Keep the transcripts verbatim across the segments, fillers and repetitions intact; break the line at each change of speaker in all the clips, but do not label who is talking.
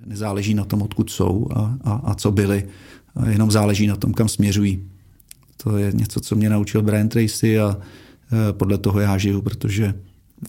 Nezáleží na tom, odkud jsou a, a, a co byli. A jenom záleží na tom, kam směřují. To je něco, co mě naučil Brian Tracy a e, podle toho já žiju, protože e,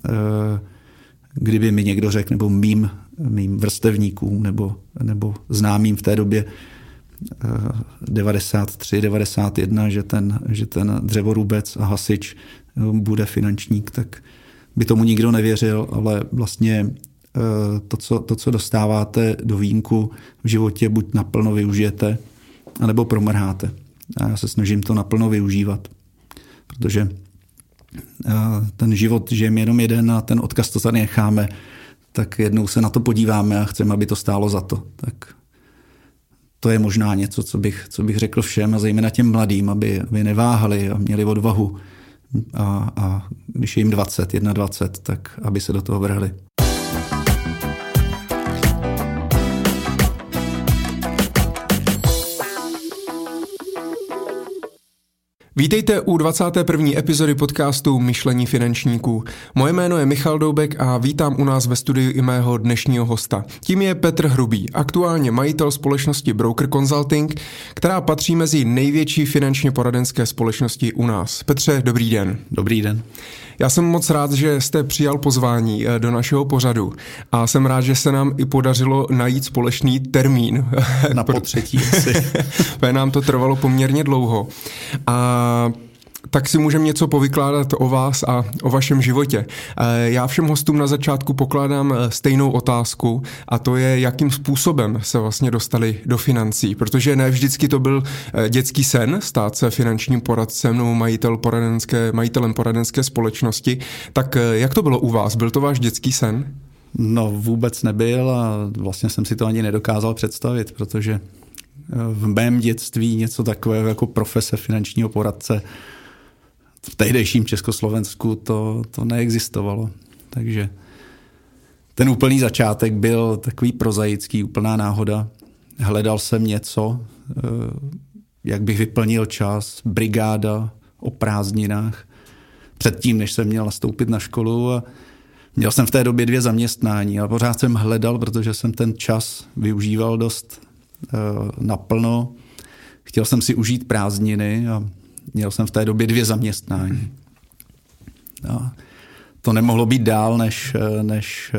kdyby mi někdo řekl, nebo mým, mým vrstevníkům, nebo, nebo známým v té době e, devadesát tři, devadesát jedna, že ten, že ten dřevorubec a hasič bude finančník, tak by tomu nikdo nevěřil, ale vlastně to, co, to, co dostáváte do vínku v životě, buď naplno využijete, anebo promrháte. A já se snažím to naplno využívat, protože ten život žijeme jenom jeden a ten odkaz to tady necháme, tak jednou se na to podíváme a chceme, aby to stálo za to. Tak to je možná něco, co bych, co bych řekl všem a zejména těm mladým, aby, aby neváhali a měli odvahu. A, a když je jim dvacet, dvacet jedna, tak aby se do toho vrhli.
Vítejte u dvacáté první epizody podcastu Myšlení finančníků. Moje jméno je Michal Doubek a vítám u nás ve studiu i mého dnešního hosta. Tím je Petr Hrubý, aktuálně majitel společnosti Broker Consulting, která patří mezi největší finančně poradenské společnosti u nás. Petře, dobrý den.
Dobrý den.
Já jsem moc rád, že jste přijal pozvání do našeho pořadu a jsem rád, že se nám i podařilo najít společný termín.
Na potřetí asi.
Nám to trvalo poměrně dlouho. A tak si můžeme něco povykládat o vás a o vašem životě. Já všem hostům na začátku pokládám stejnou otázku a to je, jakým způsobem se vlastně dostali do financí, protože ne vždycky to byl dětský sen stát se finančním poradcem nebo majitel poradenské, majitelem poradenské společnosti. Tak jak to bylo u vás? Byl to váš dětský sen?
No vůbec nebyl a vlastně jsem si to ani nedokázal představit, protože v mém dětství něco takového jako profese finančního poradce v tehdejším Československu to, to neexistovalo. Takže ten úplný začátek byl takový prozaický, úplná náhoda. Hledal jsem něco, jak bych vyplnil čas, brigáda o prázdninách, předtím, než jsem měl nastoupit na školu a měl jsem v té době dvě zaměstnání, ale pořád jsem hledal, protože jsem ten čas využíval dost naplno. Chtěl jsem si užít prázdniny a měl jsem v té době dvě zaměstnání. A to nemohlo být dál, než, než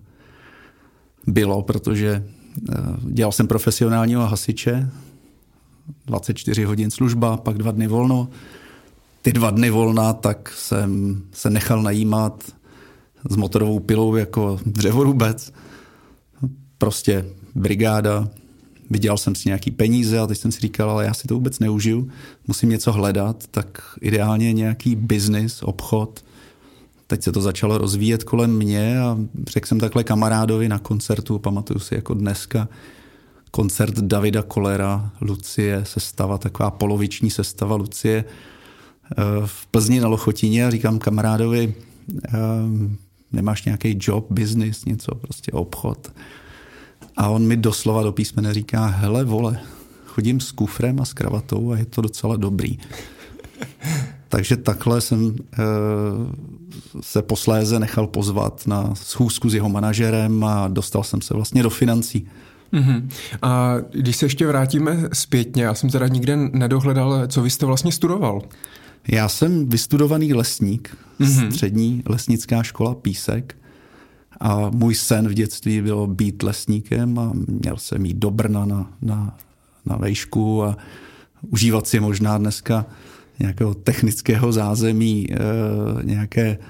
bylo, protože dělal jsem profesionálního hasiče, dvacet čtyři hodin služba, pak dva dny volno. Ty dva dny volna, tak jsem se nechal najímat s motorovou pilou jako dřevorubec. Prostě brigáda. Vydělal jsem si nějaký peníze a teď jsem si říkal, ale já si to vůbec neužiju, musím něco hledat, tak ideálně nějaký biznis, obchod. Teď se to začalo rozvíjet kolem mě a řekl jsem takhle kamarádovi na koncertu, pamatuju si jako dneska, koncert Davida Kollera, Lucie, sestava, taková poloviční sestava Lucie v Plzni na Lochotině a říkám kamarádovi, nemáš nějaký job, biznis, něco, prostě obchod. A on mi doslova do písmene říká, hele vole, chodím s kufrem a s kravatou a je to docela dobrý. Takže takhle jsem e, se posléze nechal pozvat na schůzku s jeho manažerem a dostal jsem se vlastně do financí.
Mm-hmm. A když se ještě vrátíme zpětně, já jsem teda nikde nedohledal, co vy jste vlastně studoval.
Já jsem vystudovaný lesník, mm-hmm. střední lesnická škola Písek. A můj sen v dětství bylo být lesníkem a měl jsem jít do Brna na, na, na vejšku a užívat si možná dneska nějakého technického zázemí, e, nějaké e,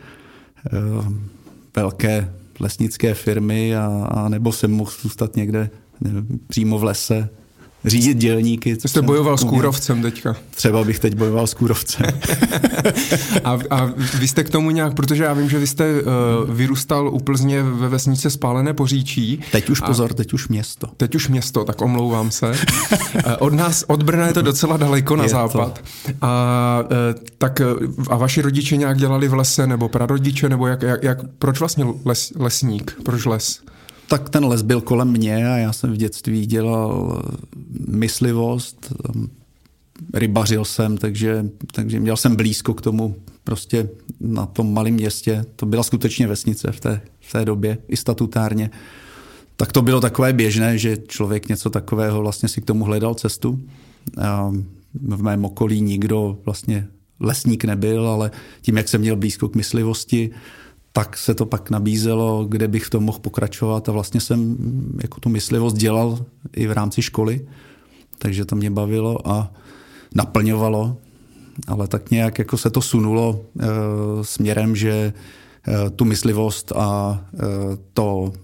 velké lesnické firmy a, a nebo jsem mohl zůstat někde nevím, přímo v lese, řídit dělníky.
Jste bojoval s kůrovcem teďka.
Třeba bych teď bojoval s kůrovcem.
a, a vy jste k tomu nějak, protože já vím, že vy jste uh, vyrůstal u Plzně ve vesnice Spálené Poříčí.
Teď už pozor, teď už město.
Teď už město, tak omlouvám se. Od nás, od Brna je to docela daleko na je západ. To. A, uh, tak, a vaši rodiče nějak dělali v lese, nebo prarodiče, nebo jak, jak, jak proč vlastně les, lesník? Proč les?
Tak ten les byl kolem mě a já jsem v dětství dělal myslivost, rybařil jsem, takže, takže měl jsem blízko k tomu prostě na tom malém městě. To byla skutečně vesnice v té, v té době, i statutárně. tak to bylo takové běžné, že člověk něco takového vlastně si k tomu hledal cestu. V mém okolí nikdo vlastně lesník nebyl, ale tím, jak jsem měl blízko k myslivosti, tak se to pak nabízelo, kde bych v tom mohl pokračovat a vlastně jsem jako tu myslivost dělal i v rámci školy, takže to mě bavilo a naplňovalo, ale tak nějak jako se to sunulo e, směrem, že e, tu myslivost a e, to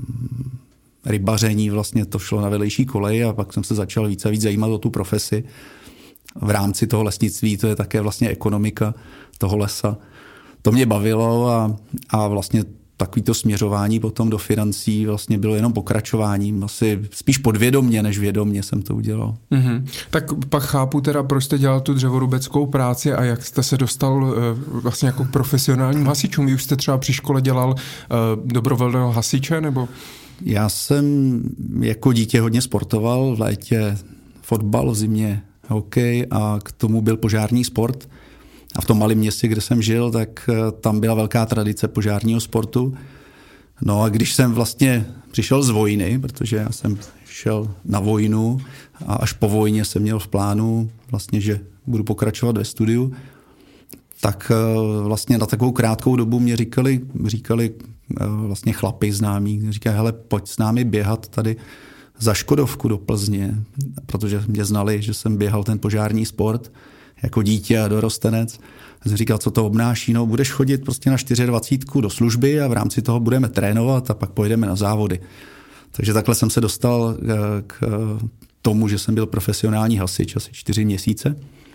rybaření vlastně to šlo na vedlejší kolej a pak jsem se začal víc a víc zajímat o tu profesi. V rámci toho lesnictví to je také vlastně ekonomika toho lesa. To mě bavilo a, a vlastně takovýto směřování potom do financí vlastně bylo jenom pokračováním. Asi spíš podvědomně, než vědomně jsem to udělal.
Mm-hmm. Tak pak chápu teda, proč jste dělal tu dřevorubeckou práci a jak jste se dostal uh, vlastně jako profesionálním hasičům. Vy už jste třeba při škole dělal uh, dobrovolného hasiče, nebo?
Já jsem jako dítě hodně sportoval, v létě fotbal, v zimě hokej a k tomu byl požární sport. A v tom malém městě, kde jsem žil, tak tam byla velká tradice požárního sportu. No a když jsem vlastně přišel z vojny, protože já jsem šel na vojnu a až po vojně jsem měl v plánu vlastně, že budu pokračovat ve studiu, tak vlastně na takovou krátkou dobu mě říkali, říkali vlastně chlapi známí, říkají, hele, pojď s námi běhat tady za Škodovku do Plzně, protože mě znali, že jsem běhal ten požární sport jako dítě a dorostenec. A jsem říkal, co to obnáší, no budeš chodit prostě na dvacet čtyři do služby a v rámci toho budeme trénovat a pak pojedeme na závody. Takže takhle jsem se dostal k tomu, že jsem byl profesionální hasič asi čtyři měsíce.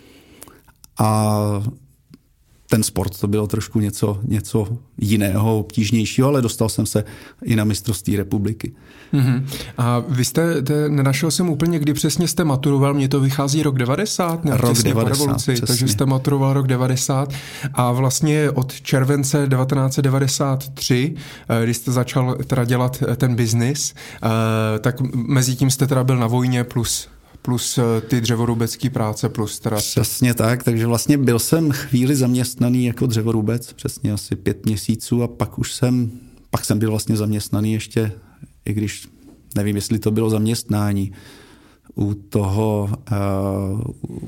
A ten sport to bylo trošku něco, něco jiného, obtížnějšího, ale dostal jsem se i na mistrovství republiky.
Mm-hmm. A vy jste, te, nenašel jsem úplně, kdy přesně jste maturoval, mně to vychází rok devadesát, ne?
Rok devadesát,
po revoluci,
přesně.
Takže jste maturoval rok devadesát a vlastně od července devatenáct set devadesát tři, kdy jste začal teda dělat ten biznis, tak mezi tím jste teda byl na vojně plus plus ty dřevorubecké práce, plus teda...
Přesně tak, takže vlastně byl jsem chvíli zaměstnaný jako dřevorubec, přesně asi pět měsíců a pak už jsem, pak jsem byl vlastně zaměstnaný ještě, i když nevím, jestli to bylo zaměstnání, u toho uh,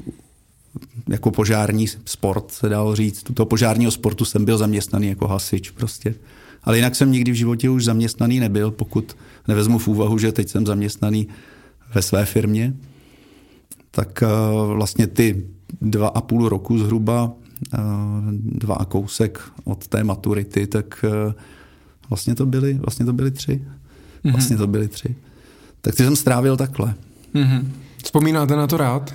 jako požární sport, se dalo říct, u toho požárního sportu jsem byl zaměstnaný jako hasič prostě. Ale jinak jsem nikdy v životě už zaměstnaný nebyl, pokud nevezmu v úvahu, že teď jsem zaměstnaný ve své firmě. Tak vlastně ty dva a půl roku zhruba, dva a kousek od té maturity, tak vlastně to byly, vlastně to byly tři. Vlastně to byly tři. Tak ty jsem strávil takhle.
Mm-hmm. Vzpomínáte na to rád?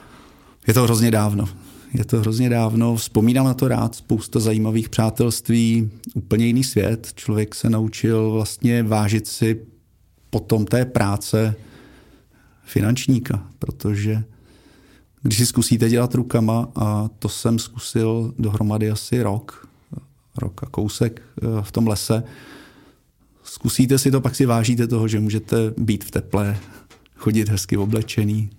Je to hrozně dávno. Je to hrozně dávno. Vzpomínám na to rád. Spousta zajímavých přátelství, úplně jiný svět. Člověk se naučil vlastně vážit si potom té práce finančníka, protože když si zkusíte dělat rukama, a to jsem zkusil dohromady asi rok, rok a kousek v tom lese, zkusíte si to, pak si vážíte toho, že můžete být v teple, chodit hezky oblečený,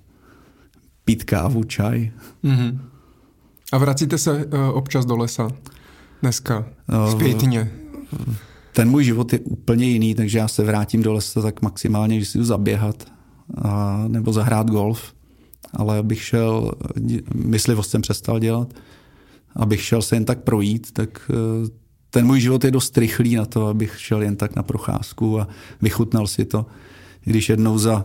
pít kávu, čaj.
Mm-hmm. A vracíte se uh, občas do lesa dneska, zpětně?
Ten můj život je úplně jiný, takže já se vrátím do lesa tak maximálně, že si jdu zaběhat a, nebo zahrát golf, ale abych šel, myslivost jsem přestal dělat, abych šel se jen tak projít, tak ten můj život je dost rychlý na to, abych šel jen tak na procházku a vychutnal si to. Když jednou za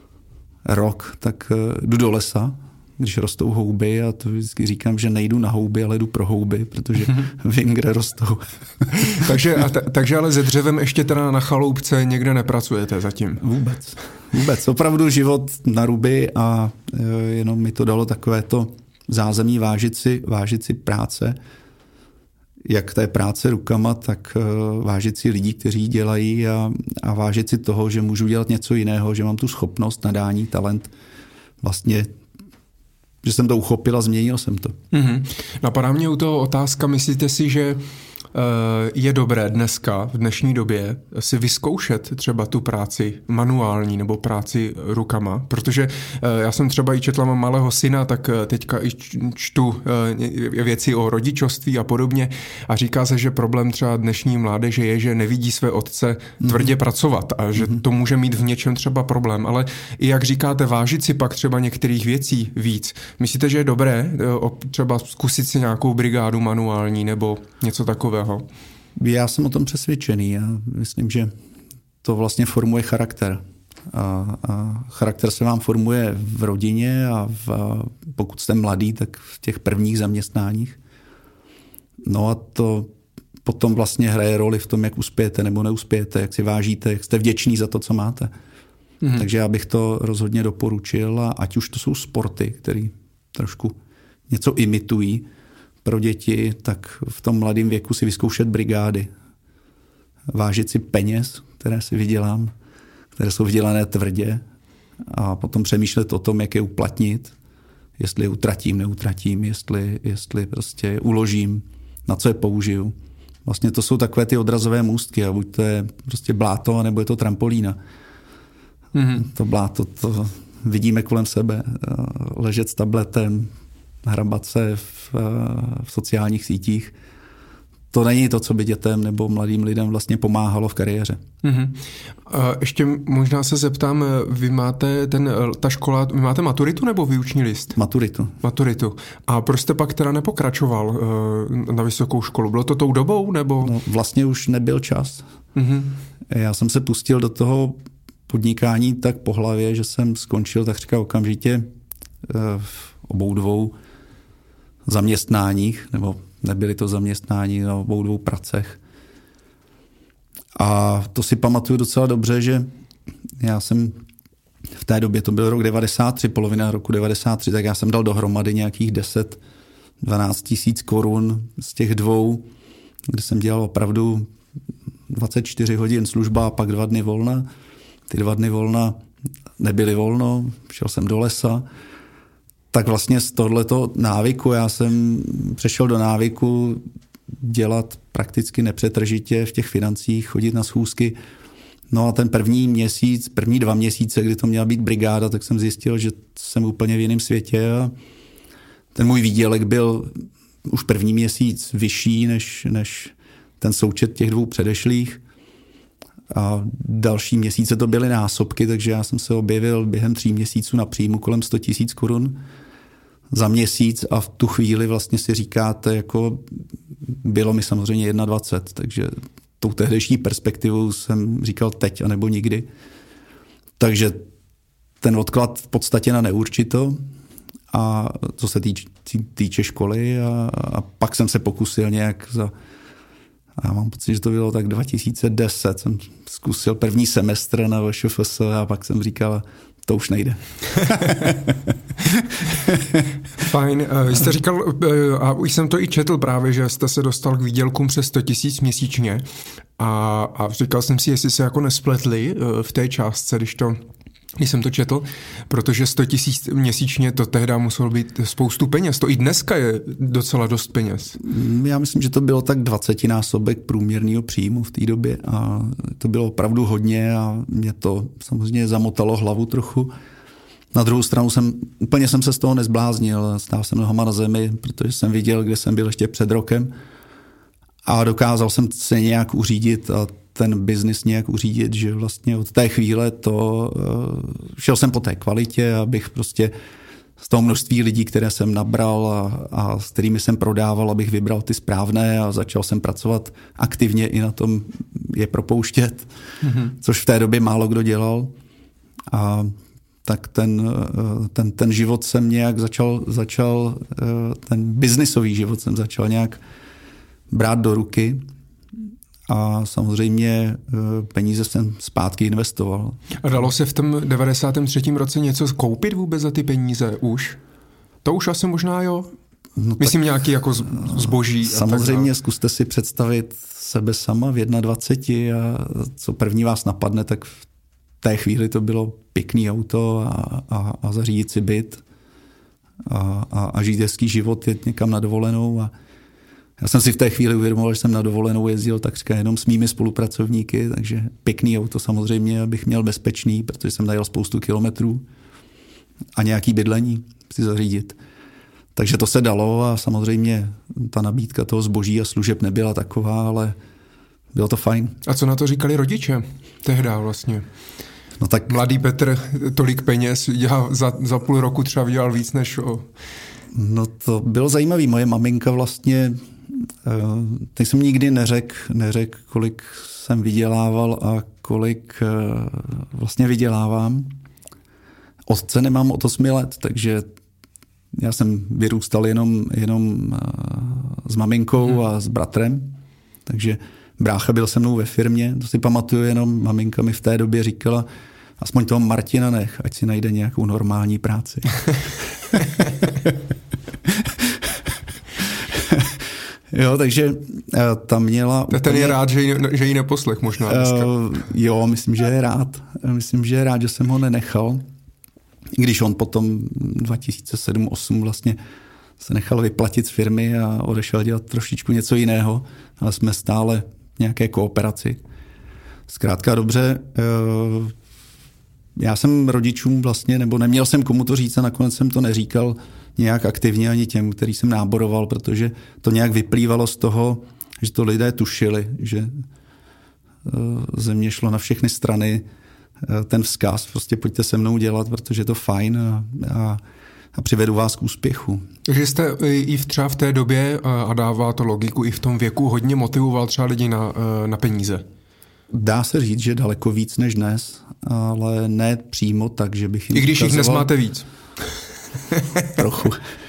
rok, tak jdu do lesa, když rostou houby, a to vždycky říkám, že nejdu na houby, ale jdu pro houby, protože vím, kde rostou.
takže, a t- takže ale se dřevem ještě teda na chaloupce někde nepracujete zatím?
Vůbec. Vůbec. Opravdu život na ruby a jenom mi to dalo takové to zázemí vážit si, vážit si práce, jak té práce rukama, tak vážit si lidí, kteří ji dělají a, a vážit si toho, že můžu dělat něco jiného, že mám tu schopnost, nadání, talent, vlastně že jsem to uchopil a změnil jsem to.
Mm-hmm. Napadá mě u toho otázka, myslíte si, že je dobré dneska, v dnešní době, si vyzkoušet třeba tu práci manuální nebo práci rukama, protože já jsem třeba i četla, mám malého syna, tak teďka i čtu věci o rodičovství a podobně a říká se, že problém třeba dnešní mládeže je, že nevidí své otce tvrdě mm-hmm. pracovat a že mm-hmm. to může mít v něčem třeba problém, ale i jak říkáte, vážit si pak třeba některých věcí víc. Myslíte, že je dobré třeba zkusit si nějakou brigádu manuální nebo něco takového?
Já jsem o tom přesvědčený. Já myslím, že to vlastně formuje charakter. A, a charakter se vám formuje v rodině a v, pokud jste mladý, tak v těch prvních zaměstnáních. No a to potom vlastně hraje roli v tom, jak uspějete nebo neuspějete, jak si vážíte, jak jste vděční za to, co máte. Mhm. Takže já bych to rozhodně doporučil, a ať už to jsou sporty, které trošku něco imitují pro děti, tak v tom mladém věku si vyzkoušet brigády. Vážit si peněz, které si vydělám, které jsou vydělané tvrdě, a potom přemýšlet o tom, jak je uplatnit, jestli je utratím, neutratím, jestli, jestli prostě je uložím, na co je použiju. Vlastně to jsou takové ty odrazové můstky, a buď to je prostě bláto, nebo je to trampolína. Mm-hmm. To bláto, to vidíme kolem sebe. Ležet s tabletem, hrabat se v, v sociálních sítích. To není to, co by dětem nebo mladým lidem vlastně pomáhalo v kariéře.
Mm-hmm. Ještě možná se zeptám, vy máte ten, ta škola, vy máte maturitu nebo výuční list?
Maturitu.
Maturitu. A proč jste pak teda nepokračoval na vysokou školu? Bylo to tou dobou nebo? No,
vlastně už nebyl čas. Mm-hmm. Já jsem se pustil do toho podnikání tak po hlavě, že jsem skončil tak říkal okamžitě v obou dvou zaměstnáních, nebo nebyly to zaměstnání na obou dvou pracech. A to si pamatuju docela dobře, že já jsem v té době, to byl rok devadesát tři, polovina roku devadesát tři, tak já jsem dal dohromady nějakých deset dvanáct tisíc korun z těch dvou, kde jsem dělal opravdu dvacet čtyři hodin služba a pak dva dny volna. Ty dva dny volna nebyly volno, šel jsem do lesa. Tak vlastně z tohoto návyku já jsem přešel do návyku dělat prakticky nepřetržitě v těch financích, chodit na schůzky. No a ten první měsíc, první dva měsíce, kdy to měla být brigáda, tak jsem zjistil, že jsem úplně v jiném světě, a ten můj výdělek byl už první měsíc vyšší než, než ten součet těch dvou předešlých. A další měsíce to byly násobky, takže já jsem se objevil během tří měsíců na příjmu kolem sto tisíc korun za měsíc, a v tu chvíli vlastně si říkáte, jako bylo mi samozřejmě dvacet jedna, takže tou tehdejší perspektivou jsem říkal teď a nebo nikdy. Takže ten odklad v podstatě na neurčito, a co se týče, týče školy, a, a pak jsem se pokusil nějak za A já mám pocit, že to bylo tak dva tisíce deset. Jsem zkusil první semestr na V Š F S a pak jsem říkal, to už nejde.
Fajn. Vy jste říkal, a už jsem to i četl právě, že jste se dostal k výdělkům přes sto tisíc měsíčně, a, a říkal jsem si, jestli se jako nespletli v té částce, když to když jsem to četl, protože sto tisíc měsíčně to tehdy muselo být spoustu peněz. To i dneska je docela dost peněz.
Já myslím, že to bylo tak dvacetinásobek průměrného příjmu v té době, a to bylo opravdu hodně, a mě to samozřejmě zamotalo hlavu trochu. Na druhou stranu jsem, úplně jsem se z toho nezbláznil, stál jsem nohama na zemi, protože jsem viděl, kde jsem byl ještě před rokem, a dokázal jsem se nějak uřídit a ten biznis nějak uřídit, že vlastně od té chvíle to šel jsem po té kvalitě, abych prostě z toho množství lidí, které jsem nabral a, a s kterými jsem prodával, abych vybral ty správné, a začal jsem pracovat aktivně i na tom je propouštět, mm-hmm. což v té době málo kdo dělal. A tak ten, ten, ten život jsem nějak začal, začal ten biznisový život jsem začal nějak brát do ruky. A samozřejmě peníze jsem zpátky investoval.
A dalo se v tom devadesátém třetím roce něco koupit vůbec za ty peníze už? To už asi možná jo? No myslím tak, nějaký jako zboží.
Samozřejmě zkuste si představit sebe sama v dvaceti jedna, a co první vás napadne, tak v té chvíli to bylo pěkný auto a, a, a zařídit si byt a, a, a žít hezký život, jet někam na dovolenou. A Já jsem si v té chvíli uvědomoval, že jsem na dovolenou jezdil takřka jenom s mými spolupracovníky, takže pěkný auto samozřejmě, abych měl bezpečný, protože jsem najel spoustu kilometrů a nějaký bydlení si zařídit. Takže to se dalo a samozřejmě ta nabídka toho zboží a služeb nebyla taková, ale bylo to fajn.
A co na to říkali rodiče tehdy vlastně?
No tak...
Mladý Petr, tolik peněz, dělal za, za půl roku třeba vydělal víc než... O...
No to bylo zajímavé. Moje maminka vlastně, teď jsem nikdy neřekl, neřek, kolik jsem vydělával a kolik vlastně vydělávám. Otce nemám od osmi let, takže já jsem vyrůstal jenom, jenom s maminkou hmm. a s bratrem, takže brácha byl se mnou ve firmě, to si pamatuju, jenom maminka mi v té době říkala, aspoň toho Martina nech, ať si najde nějakou normální práci. Jo, takže tam měla...
Ten úplně, je rád, že ji, že ji neposlech možná dneska.
Uh, jo, myslím, že je rád. Myslím, že je rád, že jsem ho nenechal. Když on potom dva tisíce sedm osm vlastně se nechal vyplatit z firmy a odešel dělat trošičku něco jiného, ale jsme stále v nějaké kooperaci. Zkrátka dobře, já jsem rodičům vlastně, nebo neměl jsem komu to říct a nakonec jsem to neříkal nějak aktivně ani těm, který jsem náboroval, protože to nějak vyplývalo z toho, že to lidé tušili, že ze mě šlo na všechny strany ten vzkaz, prostě pojďte se mnou dělat, protože je to fajn a, a, a přivedu vás k úspěchu.
Takže jste i v třeba v té době, a dává to logiku, i v tom věku hodně motivoval třeba lidi na, na peníze?
Dá se říct, že daleko víc než dnes, ale ne přímo tak, že bych jim
I když
ukazoval...
jich dnes máte víc.
Trochu.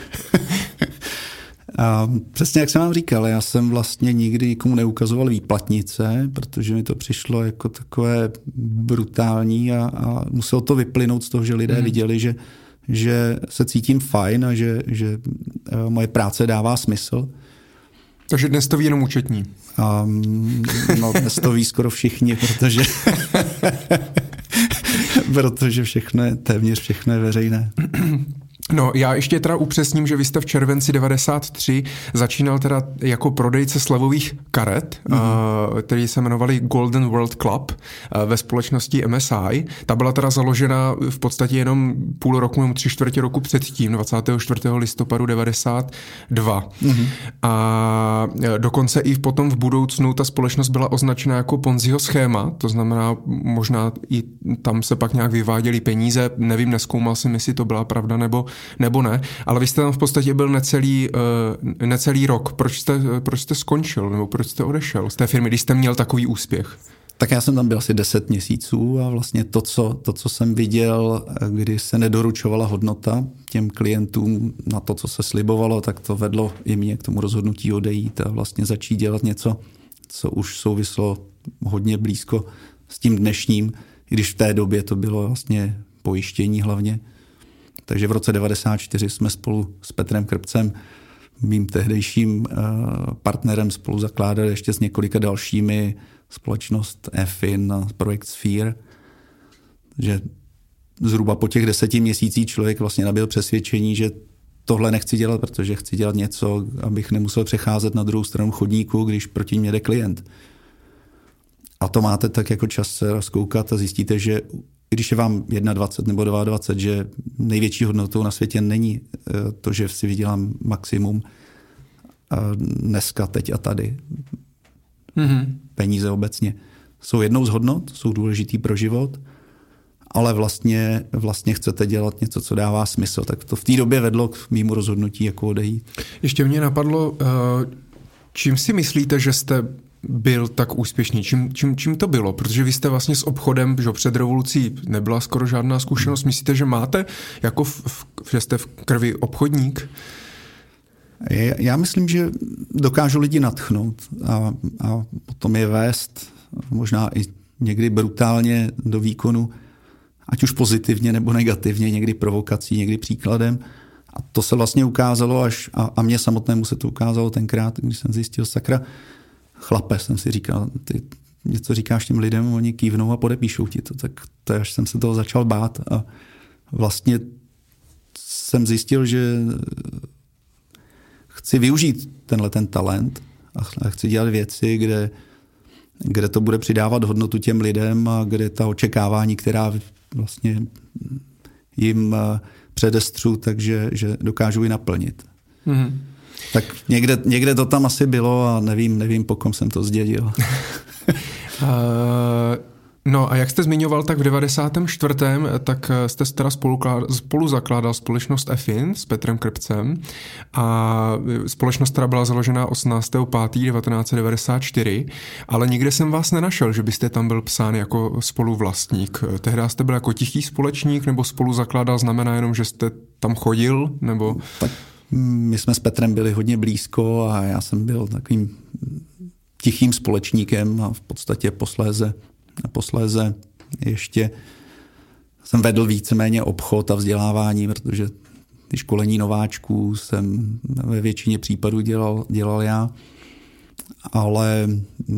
A přesně jak jsem vám říkal, já jsem vlastně nikdy nikomu neukazoval výplatnice, protože mi to přišlo jako takové brutální a, a muselo to vyplynout z toho, že lidé mm. viděli, že, že se cítím fajn a že, že moje práce dává smysl.
Takže dnes to ví jenom účetní.
Um, no dnes to ví skoro všichni, protože protože všechno je, téměř všechno je veřejné.
No, já ještě teda upřesním, že vy jste v červenci devadesát tři začínal teda jako prodejce slevových karet, mm-hmm. který se jmenovali Golden World Club ve společnosti M S I. Ta byla teda založena v podstatě jenom půl roku, nebo tři čtvrtě roku předtím, dvacátého čtvrtého listopadu devadesát dva. Mm-hmm. A dokonce i potom v budoucnu ta společnost byla označena jako Ponziho schéma, to znamená možná i tam se pak nějak vyváděly peníze, nevím, nezkoumal jsem, jestli to byla pravda nebo nebo ne, ale vy jste tam v podstatě byl necelý, uh, necelý rok. Proč jste, proč jste skončil, nebo proč jste odešel z té firmy, když jste měl takový úspěch?
Tak já jsem tam byl asi deset měsíců a vlastně to, co, to, co jsem viděl, kdy se nedoručovala hodnota těm klientům na to, co se slibovalo, tak to vedlo i mě k tomu rozhodnutí odejít a vlastně začít dělat něco, co už souvislo hodně blízko s tím dnešním, i když v té době to bylo vlastně pojištění hlavně. Takže v roce devadesát čtyři jsme spolu s Petrem Krpcem, mým tehdejším partnerem, spolu zakládali ještě s několika dalšími společnost Effin a projekt Sphere. Takže zhruba po těch deseti měsících člověk vlastně nabyl přesvědčení, že tohle nechci dělat, protože chci dělat něco, abych nemusel přecházet na druhou stranu chodníku, když proti mě jde klient. A to máte tak jako čas se rozkoukat a zjistíte, že když je vám dvacet jedna nebo dvacet dva, že největší hodnotou na světě není to, že si vydělám maximum dneska, teď a tady. Mm-hmm. Peníze obecně jsou jednou z hodnot, jsou důležitý pro život, ale vlastně, vlastně chcete dělat něco, co dává smysl. Tak to v té době vedlo k mému rozhodnutí, jako odejít.
Ještě mě napadlo, čím si myslíte, že jste byl tak úspěšný? Čím, čím, čím to bylo? Protože vy jste vlastně s obchodem, že před revolucí nebyla skoro žádná zkušenost. Myslíte, že máte, jako v, v, že jste v krvi obchodník?
Já myslím, že dokážu lidi nadchnout a, a potom je vést možná i někdy brutálně do výkonu, ať už pozitivně nebo negativně, někdy provokací, někdy příkladem. A to se vlastně ukázalo až, a, a mě samotnému se to ukázalo tenkrát, když jsem zjistil, sakra, chlape, jsem si říkal, ty něco říkáš těm lidem, oni kývnou a podepíšou ti to, tak to až jsem se toho začal bát a vlastně jsem zjistil, že chci využít tenhle ten talent a chci dělat věci, kde, kde to bude přidávat hodnotu těm lidem a kde ta očekávání, která vlastně jim předestřu, takže že dokážu ji naplnit. Mm-hmm. Tak někde, někde to tam asi bylo a nevím, nevím, po kom jsem to zdědil.
uh... No a jak jste zmiňoval, tak v devadesátém čtvrtém tak jste teda spolu, spolu zakládal společnost Effin s Petrem Krpcem a společnost, která byla založena osmnáctého pátého devatenáct set devadesát čtyři, ale nikde jsem vás nenašel, že byste tam byl psán jako spoluvlastník. Tehdy jste byl jako tichý společník nebo spolu zakládal znamená jenom, že jste tam chodil? Nebo...
Tak my jsme s Petrem byli hodně blízko a já jsem byl takovým tichým společníkem a v podstatě posléze A posléze ještě jsem vedl víceméně obchod a vzdělávání, protože ty školení nováčků jsem ve většině případů dělal, dělal já. Ale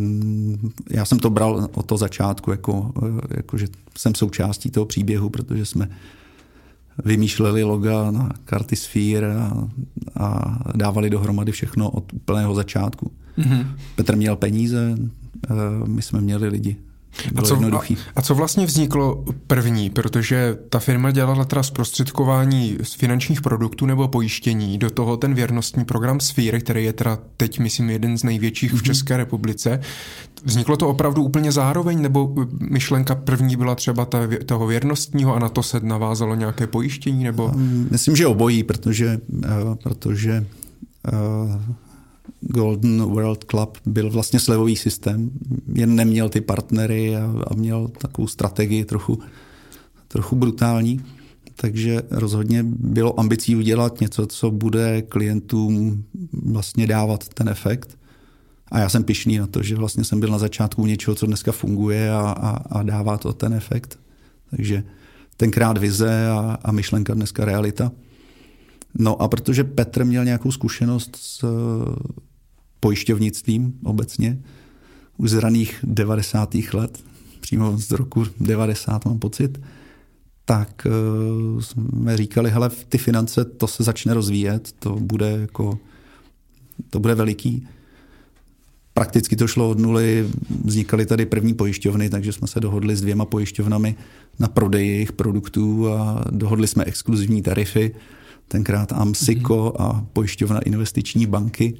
já jsem to bral od toho začátku, jako, jako že jsem součástí toho příběhu, protože jsme vymýšleli loga na karty Sphere a, a dávali dohromady všechno od úplného začátku. Mm-hmm. Petr měl peníze, my jsme měli lidi.
A co, a, a co vlastně vzniklo první, protože ta firma dělala teda zprostředkování z finančních produktů nebo pojištění, do toho ten věrnostní program Sphere, který je teda teď, myslím, jeden z největších mm-hmm. v České republice. Vzniklo to opravdu úplně zároveň, nebo myšlenka první byla třeba ta, toho věrnostního a na to se navázalo nějaké pojištění? Nebo?
Myslím, že obojí, protože, protože uh, Golden World Club byl vlastně slevový systém, jen neměl ty partnery a, a měl takovou strategii trochu, trochu brutální, takže rozhodně bylo ambicí udělat něco, co bude klientům vlastně dávat ten efekt. A já jsem pyšný na to, že vlastně jsem byl na začátku něčeho, co dneska funguje a, a, a dává to ten efekt. Takže tenkrát vize a, a myšlenka, dneska realita. No a protože Petr měl nějakou zkušenost s pojišťovnictvím obecně, už z raných devadesátých let, přímo z roku devadesát mám pocit, tak uh, jsme říkali, hele, ty finance, to se začne rozvíjet, to bude jako, to bude veliký. Prakticky to šlo od nuly, vznikaly tady první pojišťovny, takže jsme se dohodli s dvěma pojišťovnami na prodej jejich produktů a dohodli jsme exkluzivní tarify, tenkrát Amsico a pojišťovna Investiční banky.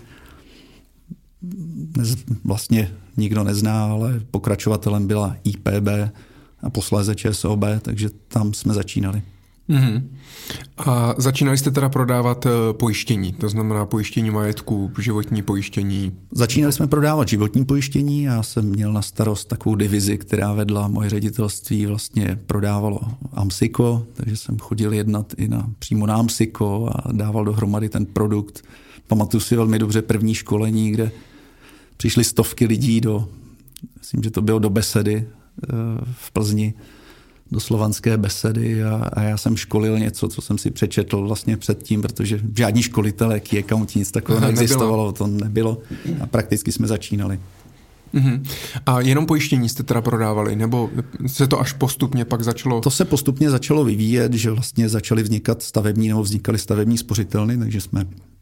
Vlastně nikdo nezná, ale pokračovatelem byla I P B a posléze Č S O B, takže tam jsme začínali.
Mm-hmm. A začínali jste teda prodávat pojištění, to znamená pojištění majetku, životní pojištění?
Začínali jsme prodávat životní pojištění, já jsem měl na starost takovou divizi, která vedla moje ředitelství, vlastně prodávalo Amsico, takže jsem chodil jednat i na, přímo na Amsico a dával dohromady ten produkt. Pamatuju si velmi dobře první školení, kde přišly stovky lidí do, myslím, že to bylo do besedy v Plzni, do slovanské besedy a, a já jsem školil něco, co jsem si přečetl vlastně předtím, protože žádní školitelé, key accounti, nic takového neexistovalo, to nebylo a prakticky jsme začínali.
Mm-hmm. A jenom pojištění jste teda prodávali, nebo se to až postupně pak začalo?
To se postupně začalo vyvíjet, že vlastně začaly vznikat stavební nebo vznikaly stavební spořitelny, takže jsme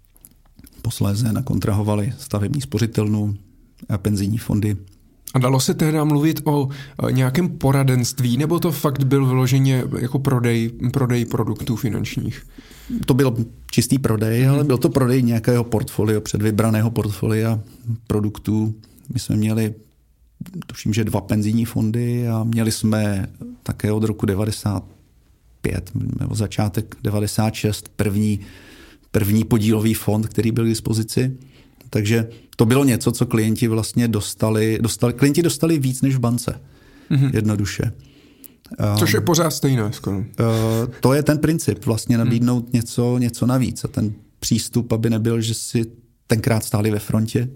posléze nakontrahovali stavební spořitelnu a penzijní fondy.
A dalo se tehdy mluvit o nějakém poradenství, nebo to fakt byl vyloženě jako prodej, prodej produktů finančních?
To byl čistý prodej, hmm. ale byl to prodej nějakého portfolia, předvybraného portfolia produktů. My jsme měli, tuším, že dva penzijní fondy a měli jsme také od roku devadesát pět, nebo začátek devadesát šest, první, první podílový fond, který byl k dispozici. Takže to bylo něco, co klienti vlastně dostali, dostali, klienti dostali víc než v bance, mm-hmm. jednoduše.
Což je pořád stejné skoro.
To je ten princip, vlastně nabídnout hmm. něco, něco navíc a ten přístup, aby nebyl, že si tenkrát stáli ve frontě,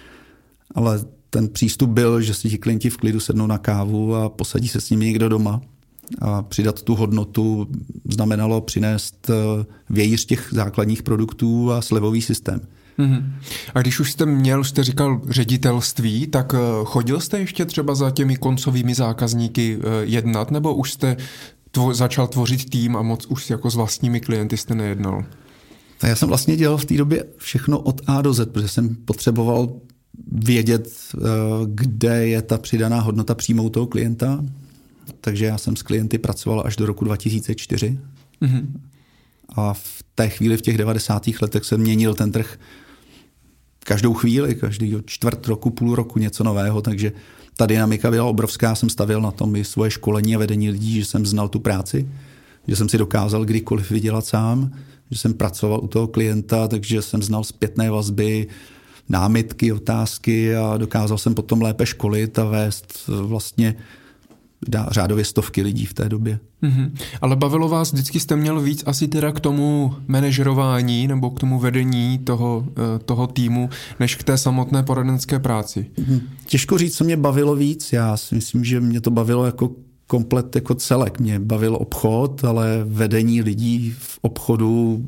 ale ten přístup byl, že si ti klienti v klidu sednou na kávu a posadí se s nimi někdo doma a přidat tu hodnotu znamenalo přinést vějíř těch základních produktů a slevový systém.
Mm-hmm. A když už jste měl, jste říkal ředitelství, tak chodil jste ještě třeba za těmi koncovými zákazníky jednat, nebo už jste tvo- začal tvořit tým a moc už jako s vlastními klienty jste nejednal?
Já jsem vlastně dělal v té době všechno od A do Z, protože jsem potřeboval vědět, kde je ta přidaná hodnota přímo u toho klienta. Takže já jsem s klienty pracoval až do roku dva tisíce čtyři. Mm-hmm. A v té chvíli, v těch devadesátých letech se měnil ten trh každou chvíli, každý čtvrt roku, půl roku něco nového, takže ta dynamika byla obrovská. Jsem stavěl na tom i svoje školení a vedení lidí, že jsem znal tu práci, že jsem si dokázal kdykoliv vydělat sám, že jsem pracoval u toho klienta, takže jsem znal zpětné vazby, námitky, otázky a dokázal jsem potom lépe školit a vést vlastně dá řádově stovky lidí v té době.
Mm-hmm. Ale bavilo vás, vždycky jste měl víc asi teda k tomu manažerování nebo k tomu vedení toho, toho týmu, než k té samotné poradenské práci?
Těžko říct, co mě bavilo víc. Já si myslím, že mě to bavilo jako komplet, jako celek. Mě bavil obchod, ale vedení lidí v obchodu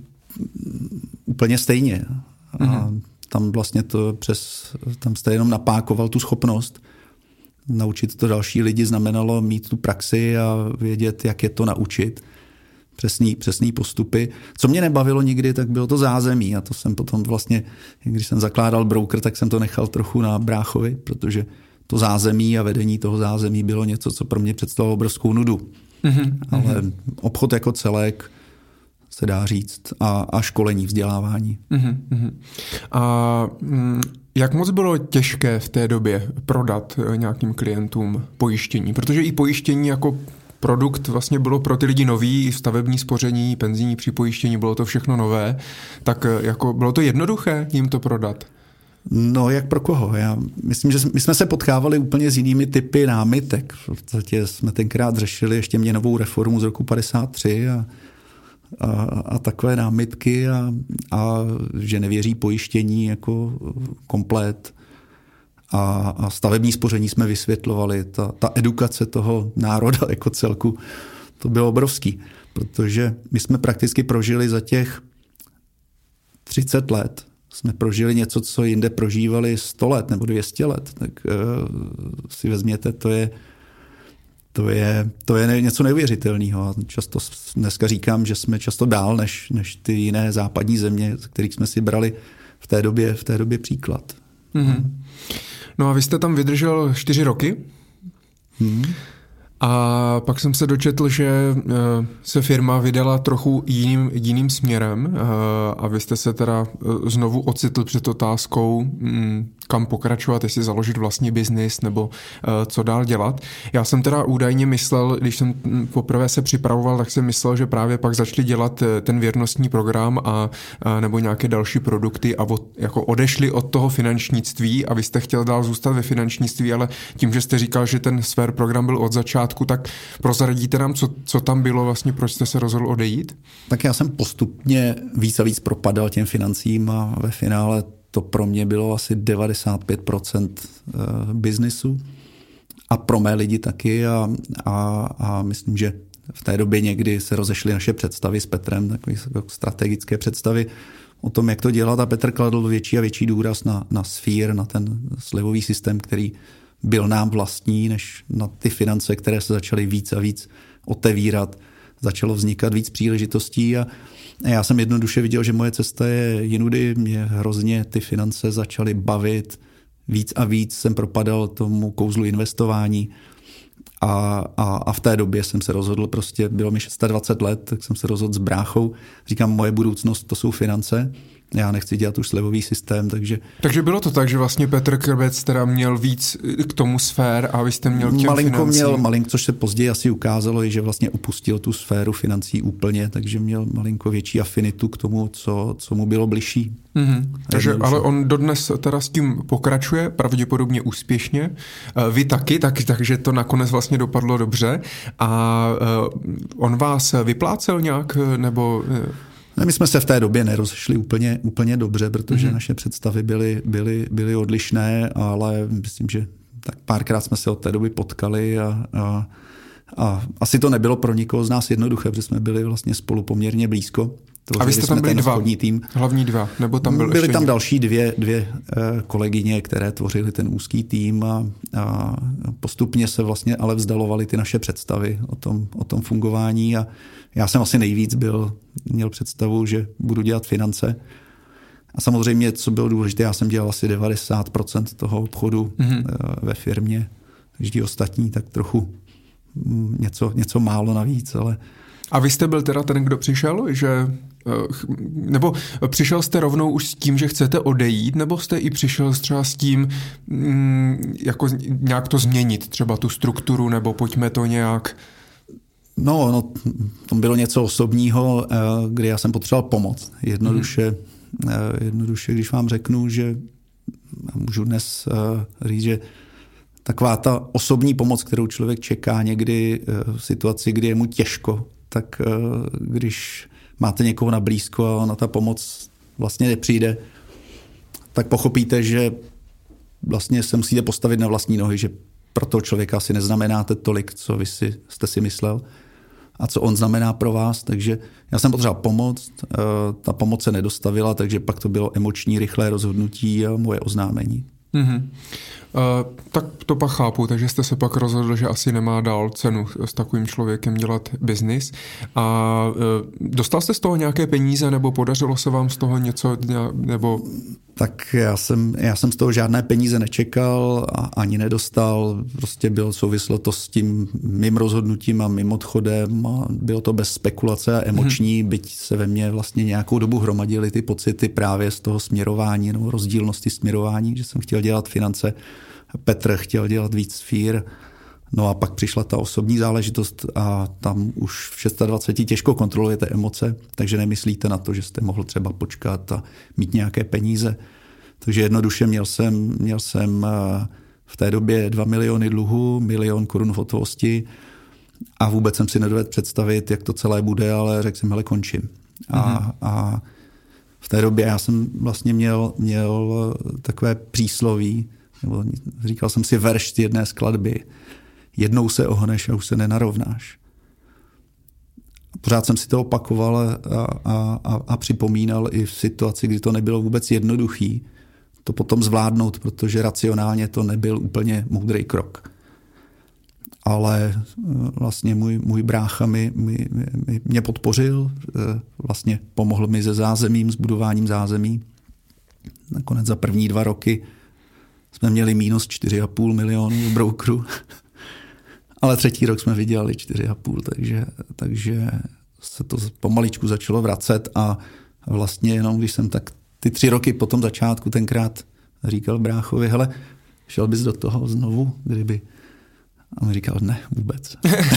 úplně stejně. A mm-hmm. tam vlastně to přes, tam jste jenom napákoval tu schopnost. Naučit to další lidi znamenalo mít tu praxi a vědět, jak je to naučit. Přesný, přesný postupy. Co mě nebavilo nikdy, tak bylo to zázemí. A to jsem potom vlastně, když jsem zakládal broker, tak jsem to nechal trochu na bráchovi, protože to zázemí a vedení toho zázemí bylo něco, co pro mě představovalo obrovskou nudu. Mm-hmm. Ale obchod jako celek se dá říct. A, a školení, vzdělávání.
Mm-hmm. A mm, jak moc bylo těžké v té době prodat nějakým klientům pojištění? Protože i pojištění jako produkt vlastně bylo pro ty lidi nový, i stavební spoření, penzijní připojištění, bylo to všechno nové. Tak jako bylo to jednoduché jim to prodat?
No, jak pro koho? Já myslím, že my jsme se potkávali úplně s jinými typy námitek. V podstatě jsme tenkrát řešili ještě měnovou reformu z roku padesát tři a A, a takové námitky a, a že nevěří pojištění jako komplet a, a stavební spoření jsme vysvětlovali. Ta, ta edukace toho národa jako celku, to bylo obrovský, protože my jsme prakticky prožili za těch třicet let, jsme prožili něco, co jinde prožívali sto let nebo dvě stě let, tak uh, si vezměte, to je To je, to je něco neuvěřitelného. Často dneska říkám, že jsme často dál než, než ty jiné západní země, z kterých jsme si brali v té době, v té době příklad.
Mm-hmm. No a vy jste tam vydržel čtyři roky mm. a pak jsem se dočetl, že se firma vydala trochu jiným, jiným směrem a vy jste se teda znovu ocitl před otázkou, kam pokračovat, jestli založit vlastní biznis nebo co dál dělat. Já jsem teda údajně myslel, když jsem poprvé se připravoval, tak jsem myslel, že právě pak začali dělat ten věrnostní program a, a nebo nějaké další produkty a od, jako odešli od toho finančnictví a vy jste chtěl dál zůstat ve finančnictví, ale tím, že jste říkal, že ten sfér program byl od začátku, tak prozradíte nám, co, co tam bylo vlastně, proč jste se rozhodl odejít?
Tak já jsem postupně víc a víc propadal těm financím a ve finále to pro mě bylo asi devadesát pět procent biznisu a pro mé lidi taky a, a, a myslím, že v té době někdy se rozešly naše představy s Petrem, takové strategické představy o tom, jak to dělat a Petr kladl větší a větší důraz na, na sfír, na ten slevový systém, který byl nám vlastní, než na ty finance, které se začaly víc a víc otevírat. Začalo vznikat víc příležitostí a já jsem jednoduše viděl, že moje cesta je jinudy. Mě hrozně ty finance začaly bavit. Víc a víc jsem propadal tomu kouzlu investování a, a, a v té době jsem se rozhodl, prostě bylo mi dvacet šest let, tak jsem se rozhodl s bráchou. Říkám, moje budoucnost to jsou finance. Já nechci dělat už slevový systém, takže...
Takže bylo to tak, že vlastně Petr Krbec teda měl víc k tomu sfér a vy jste měl k těm
malinko
financím.
Měl, malinko, což se později asi ukázalo, je, že vlastně opustil tu sféru financí úplně, takže měl malinko větší afinitu k tomu, co, co mu bylo bližší.
Mm-hmm. Takže, ale on dodnes teda s tím pokračuje, pravděpodobně úspěšně. Vy taky, tak, takže to nakonec vlastně dopadlo dobře. A on vás vyplácel nějak, nebo...
My jsme se v té době nerozešli úplně, úplně dobře, protože mm. naše představy byly, byly, byly odlišné, ale myslím, že tak párkrát jsme se od té doby potkali a, a, a asi to nebylo pro nikoho z nás jednoduché, protože jsme byli vlastně spolu poměrně blízko.
A vy jste tam byli dva,
tým.
hlavní dva, nebo tam byl
Byly
ještě
tam
někdo?
další dvě, dvě kolegyně, které tvořily ten úzký tým a, a postupně se vlastně ale vzdalovali ty naše představy o tom, o tom fungování a já jsem asi nejvíc byl, měl představu, že budu dělat finance. A samozřejmě, co bylo důležité, já jsem dělal asi devadesát procent toho obchodu mm-hmm. ve firmě. Každý ostatní tak trochu něco, něco málo navíc, ale...
A vy jste byl teda ten, kdo přišel, že... Nebo přišel jste rovnou už s tím, že chcete odejít, nebo jste i přišel třeba s tím, jako nějak to změnit, třeba tu strukturu, nebo pojďme to nějak...
No, no to bylo něco osobního, kdy já jsem potřeboval pomoc. Jednoduše, hmm. jednoduše, když vám řeknu, že můžu dnes říct, že taková ta osobní pomoc, kterou člověk čeká někdy v situaci, kdy je mu těžko, tak když máte někoho na blízko a ona ta pomoc vlastně nepřijde, tak pochopíte, že vlastně se musíte postavit na vlastní nohy, že pro toho člověka asi neznamenáte tolik, co vy si, jste si myslel a co on znamená pro vás. Takže já jsem potřeboval pomoct, ta pomoc se nedostavila, takže pak to bylo emoční, rychlé rozhodnutí a moje oznámení. Mm-hmm.
Uh, tak to pak chápu, takže jste se pak rozhodl, že asi nemá dál cenu s takovým člověkem dělat biznis. A uh, dostal jste z toho nějaké peníze, nebo podařilo se vám z toho něco, nebo...
Tak já jsem, já jsem z toho žádné peníze nečekal a ani nedostal. Prostě bylo souvislo to s tím mým rozhodnutím a mým odchodem a bylo to bez spekulace a emoční, hmm. byť se ve mně vlastně nějakou dobu hromadily ty pocity právě z toho směrování nebo rozdílnosti směrování, že jsem chtěl dělat finance, Petr chtěl dělat víc sfér. No a pak přišla ta osobní záležitost a tam už v dvaceti šesti těžko kontrolujete emoce, takže nemyslíte na to, že jste mohl třeba počkat a mít nějaké peníze. Takže jednoduše měl jsem, měl jsem v té době dva miliony dluhu, milion korun v hotovosti a vůbec jsem si nedovedl představit, jak to celé bude, ale řekl jsem, hele, končím. A, mm-hmm. a v té době já jsem vlastně měl, měl takové přísloví, nebo říkal jsem si verš z jedné skladby. Jednou se ohneš a už se nenarovnáš. Pořád jsem si to opakoval a, a, a, a připomínal i v situaci, kdy to nebylo vůbec jednoduchý to potom zvládnout, protože racionálně to nebyl úplně moudrý krok. Ale vlastně můj, můj brácha mi, mi, mi, mě podpořil, vlastně pomohl mi se zázemím, s budováním zázemí. Nakonec za první dva roky jsme měli mínus čtyři a půl milionu v brokeru. Ale třetí rok jsme vydělali čtyři a půl, takže, takže se to pomaličku začalo vracet a vlastně jenom když jsem tak ty tři roky po tom začátku tenkrát říkal bráchovi, hele, šel bys do toho znovu, kdyby. A on říkal, ne, vůbec.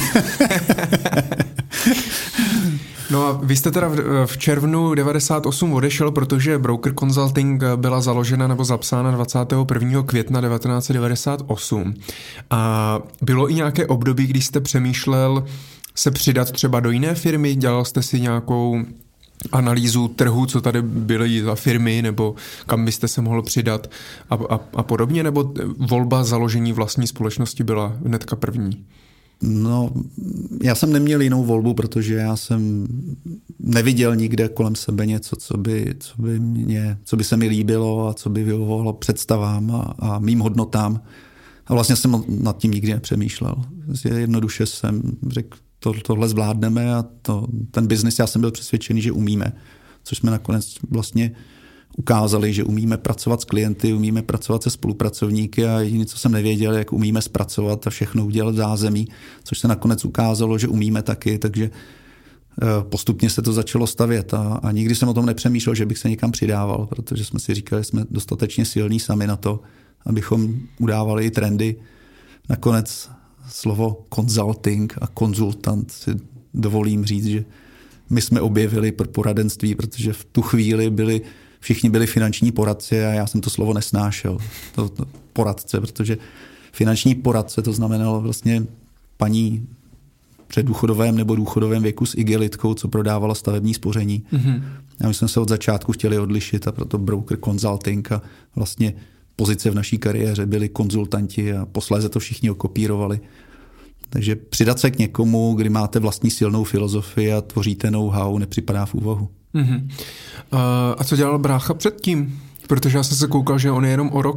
No a vy jste teda v červnu devadesát osm odešel, protože Broker Consulting byla založena nebo zapsána dvacátého prvního května devatenáct set devadesát osm. A bylo i nějaké období, kdy jste přemýšlel se přidat třeba do jiné firmy? Dělal jste si nějakou analýzu trhu, co tady byly za firmy, nebo kam byste se mohl přidat a, a, a podobně? Nebo volba založení vlastní společnosti byla hnedka první?
No, já jsem neměl jinou volbu, protože já jsem neviděl nikde kolem sebe něco, co by, co by, mě, co by se mi líbilo a co by vyhovovalo představám a, a mým hodnotám. A vlastně jsem nad tím nikdy nepřemýšlel. Jednoduše jsem řekl, to, tohle zvládneme a to, ten biznis, já jsem byl přesvědčený, že umíme. Což jsme nakonec vlastně ukázali, že umíme pracovat s klienty, umíme pracovat se spolupracovníky a jediné, co jsem nevěděl, jak umíme zpracovat a všechno udělat v zázemí, což se nakonec ukázalo, že umíme taky, takže postupně se to začalo stavět a, a nikdy jsem o tom nepřemýšlel, že bych se někam přidával, protože jsme si říkali, že jsme dostatečně silní sami na to, abychom udávali i trendy. Nakonec slovo consulting a konzultant si dovolím říct, že my jsme objevili pro poradenství, protože v tu chvíli byli, všichni byli finanční poradci a já jsem to slovo nesnášel, to, to poradce, protože finanční poradce to znamenalo vlastně paní předdůchodovém nebo důchodovém věku s igelitkou, co prodávala stavební spoření. Mm-hmm. A my jsme se od začátku chtěli odlišit a proto broker consulting a vlastně pozice v naší kariéře byli konzultanti a posléze to všichni okopírovali. Takže přidat se k někomu, kdy máte vlastní silnou filozofii a tvoříte know-how, nepřipadá v úvahu.
Mm-hmm. Uh, a co dělal brácha předtím? Protože já jsem se koukal, že on je jenom o rok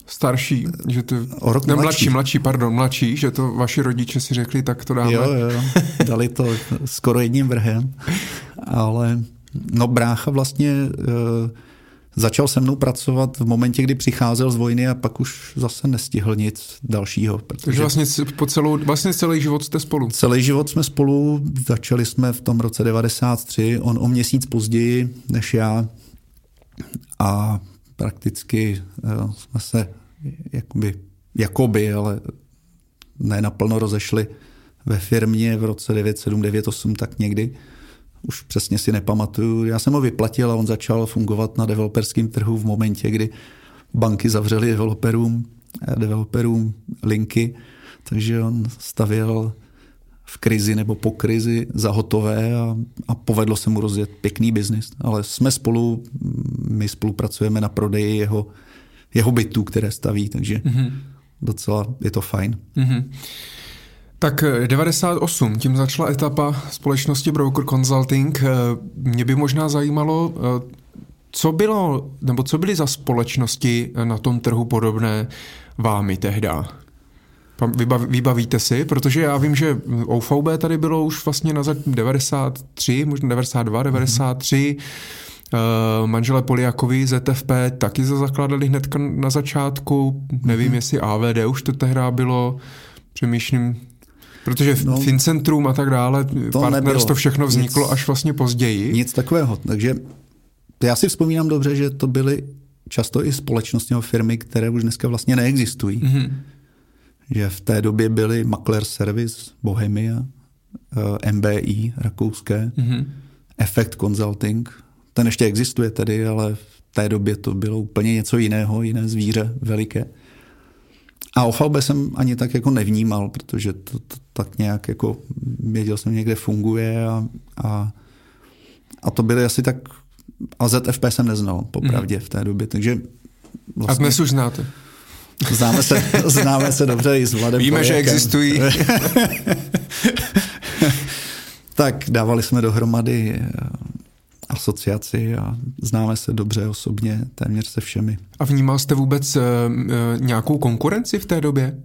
starší, že to...
O rok
ne,
mladší.
mladší, mladší, pardon, mladší, že to vaši rodiče si řekli, tak to dáme.
Jo, jo, dali to skoro jedním vrhem, ale no brácha vlastně e, začal se mnou pracovat v momentě, kdy přicházel z vojny a pak už zase nestihl nic dalšího.
Takže vlastně po celou, vlastně celý život jste spolu.
Celý život jsme spolu, začali jsme v tom roce devadesát tři, on o měsíc později než já a prakticky jo, jsme se jakoby, jakoby, ale ne naplno rozešli ve firmě v roce devět sedm, devět osm, tak někdy. Už přesně si nepamatuju. Já jsem ho vyplatil a on začal fungovat na developerském trhu v momentě, kdy banky zavřely developerům, developerům linky, takže on stavěl v krizi nebo po krizi za hotové a, a povedlo se mu rozjet pěkný biznis. Ale jsme spolu, my spolupracujeme na prodeji jeho, jeho bytů, které staví, takže mm-hmm. docela je to fajn.
Mm-hmm. Tak devadesát osm, tím začala etapa společnosti Broker Consulting. Mě by možná zajímalo, co bylo, nebo co byly za společnosti na tom trhu podobné vámi tehda? Vybavíte si? Protože já vím, že O V B tady bylo už vlastně na devadesát tři, možná devadesát dva, devadesát tři. Mm-hmm. Manželé Poliakovi z Z F P taky zakládali hned na začátku. Nevím, mm-hmm. jestli A V D už to tehda bylo. Přemýšlím... Protože no, Fincentrum a tak dále, to partners, to všechno vzniklo nic, až vlastně později.
Nic takového. Takže já si vzpomínám dobře, že to byly často i společnosti nebo firmy, které už dneska vlastně neexistují. Mm-hmm. Že v té době byly Makler Service, Bohemia, M B I, rakouské, mm-hmm. Effect Consulting. Ten ještě existuje tedy, ale v té době to bylo úplně něco jiného, jiné zvíře, veliké. A O V B jsem ani tak jako nevnímal, protože to, to tak nějak jako věděl jsem někde funguje a, a, a to byly asi tak, a Z F P jsem neznal popravdě mm. v té době, takže
vlastně, a dnes už znáte.
Známe se, známe se dobře i s Vladem
Víme, Poliakem. Že existují.
Tak dávali jsme dohromady asociaci a známe se dobře osobně téměř se všemi.
A vnímal jste vůbec uh, nějakou konkurenci v té době?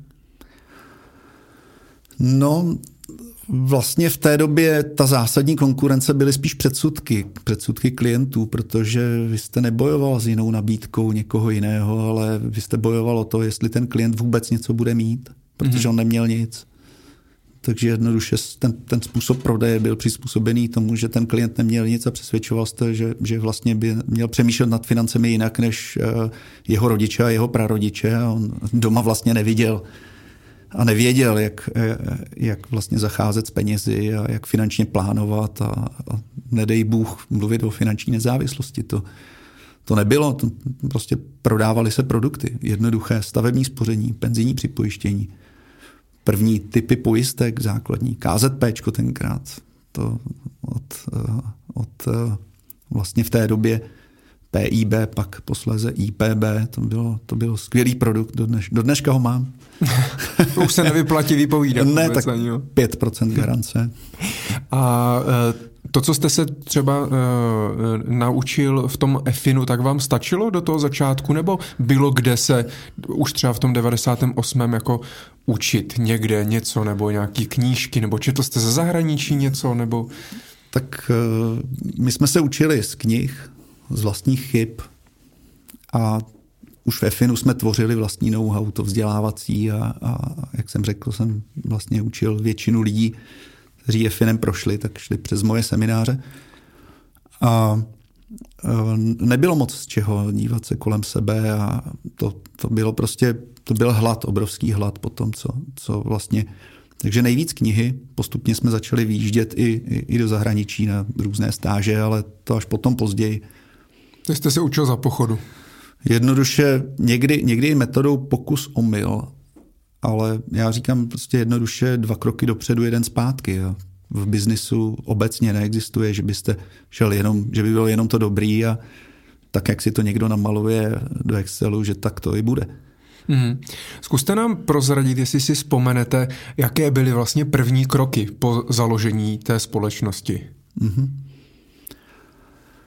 No, vlastně v té době ta zásadní konkurence byly spíš předsudky, předsudky klientů, protože vy jste nebojoval s jinou nabídkou někoho jiného, ale vy jste bojoval o to, jestli ten klient vůbec něco bude mít, protože mm-hmm. on neměl nic. Takže jednoduše ten, ten způsob prodeje byl přizpůsobený tomu, že ten klient neměl nic a přesvědčoval jste, že, že vlastně by měl přemýšlet nad financemi jinak než jeho rodiče a jeho prarodiče. A on doma vlastně neviděl a nevěděl, jak, jak vlastně zacházet s penězi a jak finančně plánovat a, a nedej Bůh mluvit o finanční nezávislosti. To, to nebylo, to prostě prodávali se produkty. Jednoduché stavební spoření, penzijní připojištění. První typy pojistek základní, K Z P tenkrát, to od, od vlastně v té době P I B, pak posléze I P B, to bylo, to bylo skvělý produkt, do, dneš, do dneška ho mám.
Už se nevyplatí vypovídat.
Ne, tak pět procent garance.
A to, co jste se třeba uh, naučil v tom EFINu, tak vám stačilo do toho začátku, nebo bylo kde se už třeba v tom devadesátém osmém jako učit někde něco, nebo nějaký knížky, nebo četl jste ze zahraničí něco, nebo...
Tak uh, my jsme se učili z knih, z vlastních chyb a už v EFINu jsme tvořili vlastní know-how, to vzdělávací a, a jak jsem řekl, jsem vlastně učil většinu lidí, kteří EFINem prošli, tak šli přes moje semináře. A nebylo moc z čeho dívat se kolem sebe a to, to bylo prostě, to byl hlad, obrovský hlad po tom, co, co vlastně... Takže nejvíc knihy, postupně jsme začali výjíždět i, i, i do zahraničí na různé stáže, ale to až potom později.
To jste se učil za pochodu.
Jednoduše, někdy, někdy i metodou pokus omyl, ale já říkám prostě jednoduše dva kroky dopředu, jeden zpátky. A v biznisu obecně neexistuje, že byste šel jenom, že by bylo jenom to dobrý a tak, jak si to někdo namaluje do Excelu, že tak to i bude.
Mm. Zkuste nám prozradit, jestli si vzpomenete, jaké byly vlastně první kroky po založení té společnosti.
Mm.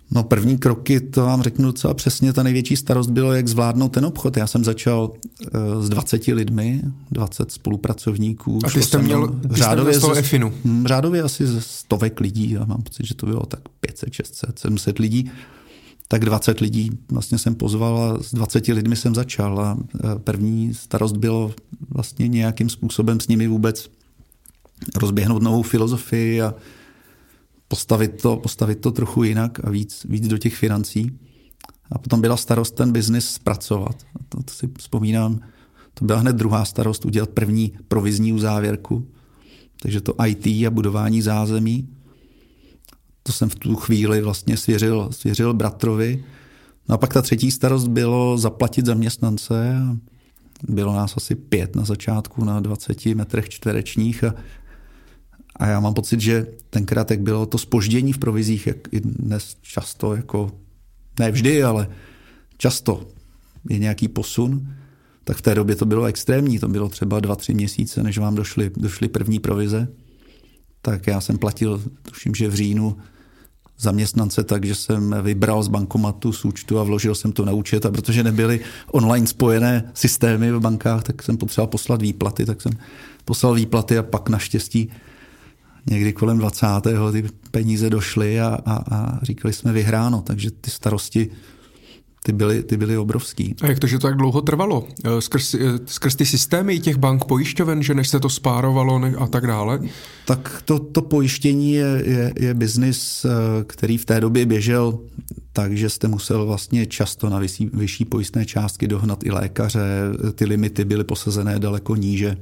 No první kroky, to vám řeknu docela přesně, ta největší starost bylo, jak zvládnout ten obchod. Já jsem začal uh, s dvaceti lidmi, dvacet spolupracovníků.
A ty jste měl, ty řádově, jste měl Efinu?
Řádově asi ze stovek lidí, já mám pocit, že to bylo tak pět set, šest set, sedm set lidí. Tak dvacet lidí vlastně jsem pozval a s dvaceti lidmi jsem začal. A první starost bylo vlastně nějakým způsobem s nimi vůbec rozběhnout novou filozofii a postavit to, postavit to trochu jinak a víc, víc do těch financí. A potom byla starost ten biznis zpracovat. A to, to si vzpomínám, to byla hned druhá starost, udělat první provizní uzávěrku. Takže to í té a budování zázemí, to jsem v tu chvíli vlastně svěřil, svěřil bratrovi. No a pak ta třetí starost bylo zaplatit zaměstnance. Bylo nás asi pět na začátku na dvaceti metrech čtverečních a A já mám pocit, že tenkrát, jak bylo to zpoždění v provizích, jak i dnes často, jako ne vždy, ale často je nějaký posun, tak v té době to bylo extrémní. To bylo třeba dva, tři měsíce, než vám došly, došly první provize. Tak já jsem platil, tuším, že v říjnu zaměstnance, takže jsem vybral z bankomatu, z účtu a vložil jsem to na účet. A protože nebyly online spojené systémy v bankách, tak jsem potřeboval poslat výplaty, tak jsem poslal výplaty a pak naštěstí někdy kolem dvacátého ty peníze došly a, a, a říkali jsme vyhráno, takže ty starosti ty byly, ty byly obrovský.
A jak to, že to tak dlouho trvalo? Skrz, skrz ty systémy těch bank pojišťoven, že než se to spárovalo a tak dále?
Tak to, to pojištění je, je, je biznis, který v té době běžel, takže jste musel vlastně často na vyšší, vyšší pojistné částky dohnat i lékaře, ty limity byly posazené daleko níže.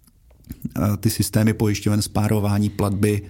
Ty systémy pojišťoven, spárování platby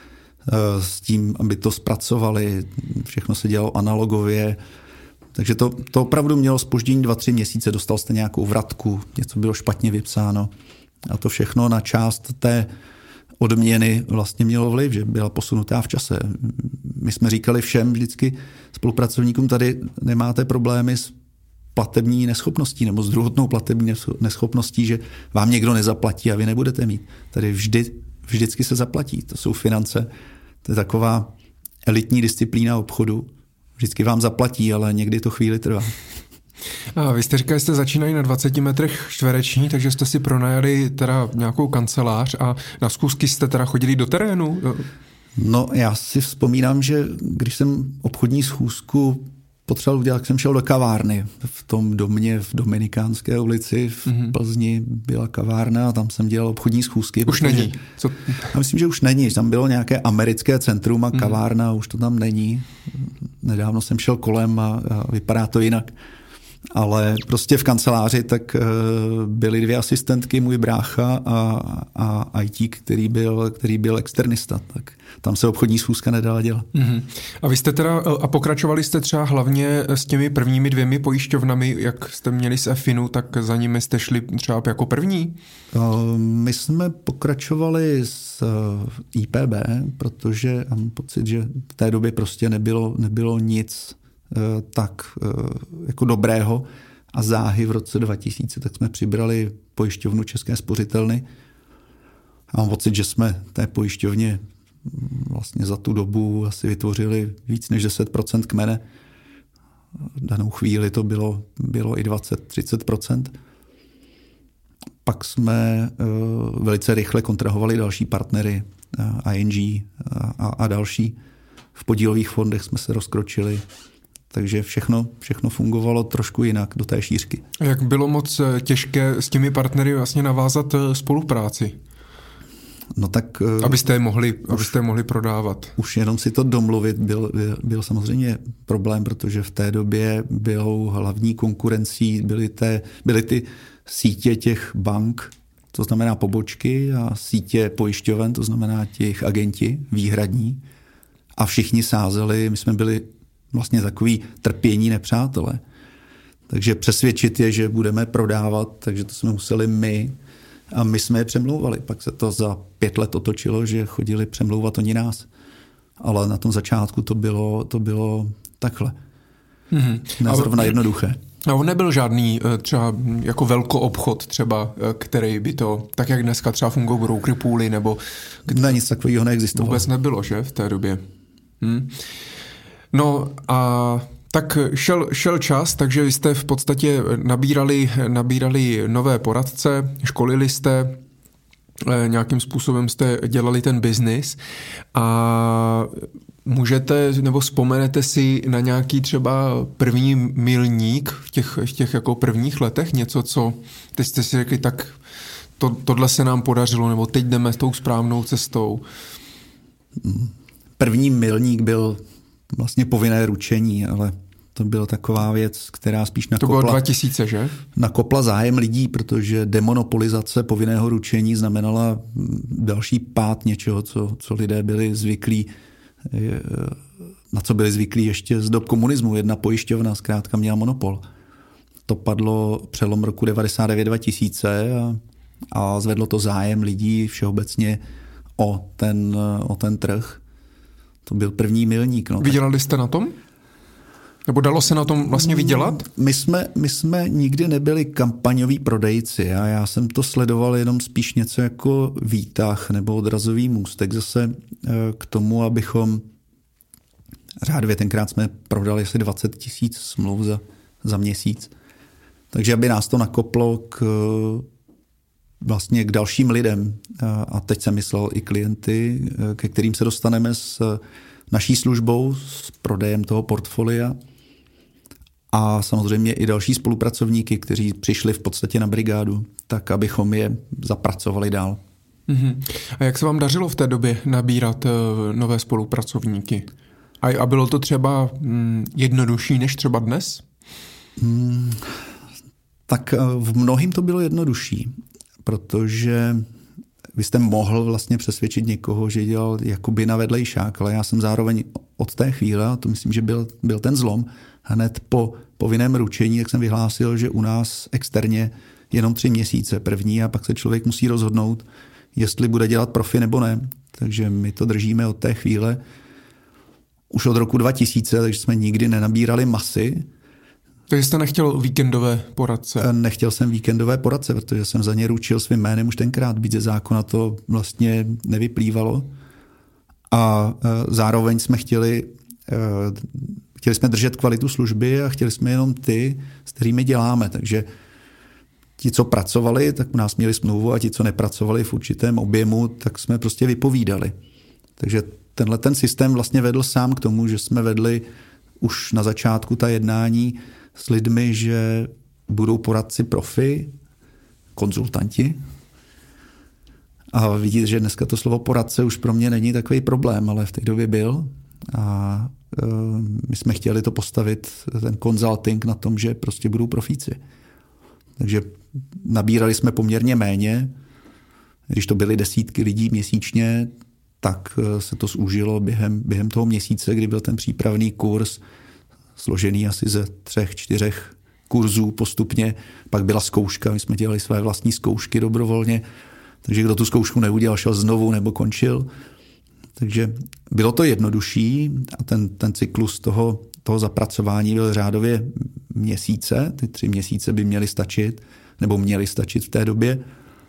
s tím, aby to zpracovali, všechno se dělalo analogově. Takže to, to opravdu mělo zpoždění dva, tři měsíce, dostal jste nějakou vratku, něco bylo špatně vypsáno a to všechno na část té odměny vlastně mělo vliv, že byla posunutá v čase. My jsme říkali všem vždycky spolupracovníkům, tady nemáte problémy s platební neschopností nebo s druhotnou platební neschopností, že vám někdo nezaplatí a vy nebudete mít. Tady vždy, vždycky se zaplatí. To jsou finance, to je taková elitní disciplína obchodu. Vždycky vám zaplatí, ale někdy to chvíli trvá.
A vy jste říkali, že jste začínali na dvaceti metrech čtvereční, takže jste si pronajali teda nějakou kancelář a na zkusky jste teda chodili do terénu?
No já si vzpomínám, že když jsem obchodní schůzku potřeboval udělat, jak jsem šel do kavárny. V tom domě v Dominikánské ulici v mm-hmm. Plzni byla kavárna a tam jsem dělal obchodní schůzky.
Už není. Co?
Já myslím, že už není. Tam bylo nějaké americké centrum a kavárna, mm-hmm. už to tam není. Nedávno jsem šel kolem a, a vypadá to jinak. Ale prostě v kanceláři tak byly dvě asistentky, můj brácha a, a í té, který byl, který byl externista. Tak tam se obchodní schůzka nedala dělat.
Mm-hmm. A vy jste teda, a pokračovali jste třeba hlavně s těmi prvními dvěmi pojišťovnami, jak jste měli s Efinu, tak za nimi jste šli třeba jako první?
My jsme pokračovali s í pé bé, protože mám pocit, že v té době prostě nebylo, nebylo nic tak jako dobrého a záhy v roce dva tisíce, tak jsme přibrali pojišťovnu České spořitelny a mám pocit, že jsme té pojišťovně vlastně za tu dobu asi vytvořili víc než deset procent kmene. V danou chvíli to bylo, bylo i dvacet až třicet procent. Pak jsme velice rychle kontrahovali další partnery, í en gé a, a další. V podílových fondech jsme se rozkročili. Takže všechno, všechno fungovalo trošku jinak do té šířky.
A jak bylo moc těžké s těmi partnery vlastně navázat spolupráci?
No tak...
Abyste je mohli,
už,
abyste je mohli prodávat.
Už jenom si to domluvit byl, byl, byl samozřejmě problém, protože v té době bylo hlavní konkurencí, byly, té, byly ty sítě těch bank, to znamená pobočky, a sítě pojišťoven, to znamená těch agenti výhradní. A všichni sázeli, my jsme byli vlastně takový trpění nepřátelé. Takže přesvědčit je, že budeme prodávat, takže to jsme museli my a my jsme je přemlouvali. Pak se to za pět let otočilo, že chodili přemlouvat oni nás. Ale na tom začátku to bylo, to bylo takhle. Mm-hmm. Nezrovna jednoduché.
A on nebyl žádný třeba jako velkoobchod třeba, který by to, tak jak dneska třeba fungují broker pooly, nebo...
Ne, nic takového neexistovalo.
Vůbec nebylo, že, v té době? Hm. No a tak šel, šel čas, takže vy jste v podstatě nabírali, nabírali nové poradce, školili jste, nějakým způsobem jste dělali ten biznis a můžete nebo vzpomenete si na nějaký třeba první milník v těch, v těch jako prvních letech, něco, co teď jste si řekli, tak to, tohle se nám podařilo, nebo teď jdeme tou správnou cestou?
První milník byl vlastně povinné ručení, ale to byla taková věc, která spíš nakopla...
To bylo dva tisíce, že?
Nakopla zájem lidí, protože demonopolizace povinného ručení znamenala další pád něčeho, co, co lidé byli zvyklí, na co byli zvyklí ještě z dob komunismu. Jedna pojišťovna zkrátka měla monopol. To padlo přelom roku devadesát devět dva tisíce a, a zvedlo to zájem lidí všeobecně o ten, o ten trh. To byl první milník. No.
Vydělali jste na tom? Nebo dalo se na tom vlastně vydělat?
My jsme, my jsme nikdy nebyli kampaňoví prodejci a já jsem to sledoval jenom spíš něco jako výtah nebo odrazový můstek zase k tomu, abychom řádově tenkrát jsme prodali asi dvacet tisíc smluv za, za měsíc. Takže aby nás to nakoplo k, vlastně k dalším lidem. A teď jsem myslel i klienty, ke kterým se dostaneme s naší službou, s prodejem toho portfolia. A samozřejmě i další spolupracovníky, kteří přišli v podstatě na brigádu, tak abychom je zapracovali dál.
Mm-hmm. A jak se vám dařilo v té době nabírat uh, nové spolupracovníky? A, a bylo to třeba mm, jednodušší než třeba dnes?
Hmm, tak v mnohým to bylo jednodušší, protože vy jste mohl vlastně přesvědčit někoho, že dělal jakoby na vedlejšák, ale já jsem zároveň od té chvíle, a to myslím, že byl, byl ten zlom, hned po povinném ručení, tak jsem vyhlásil, že u nás externě jenom tři měsíce první a pak se člověk musí rozhodnout, jestli bude dělat profi nebo ne. Takže my to držíme od té chvíle už od roku dva tisíce, takže jsme nikdy nenabírali masy.
Takže jste nechtěl víkendové poradce?
Nechtěl jsem víkendové poradce, protože jsem za ně ručil svým jménem už tenkrát, byť ze zákona to vlastně nevyplývalo. A zároveň jsme chtěli, chtěli jsme držet kvalitu služby a chtěli jsme jenom ty, s kterými děláme. Takže ti, co pracovali, tak u nás měli smlouvu a ti, co nepracovali v určitém objemu, tak jsme prostě vypovídali. Takže tenhle ten systém vlastně vedl sám k tomu, že jsme vedli už na začátku ta jednání s lidmi, že budou poradci profi, konzultanti. A vidíte, že dneska to slovo poradce už pro mě není takový problém, ale v té době byl. A e, my jsme chtěli to postavit, ten consulting, na tom, že prostě budou profíci. Takže nabírali jsme poměrně méně. Když to byly desítky lidí měsíčně, tak se to zúžilo během, během toho měsíce, kdy byl ten přípravný kurz složený asi ze třech, čtyřech kurzů postupně. Pak byla zkouška, my jsme dělali své vlastní zkoušky dobrovolně, takže kdo tu zkoušku neudělal, šel znovu nebo končil. Takže bylo to jednodušší a ten, ten cyklus toho, toho zapracování byl řádově měsíce. Ty tři měsíce by měly stačit, nebo měly stačit v té době.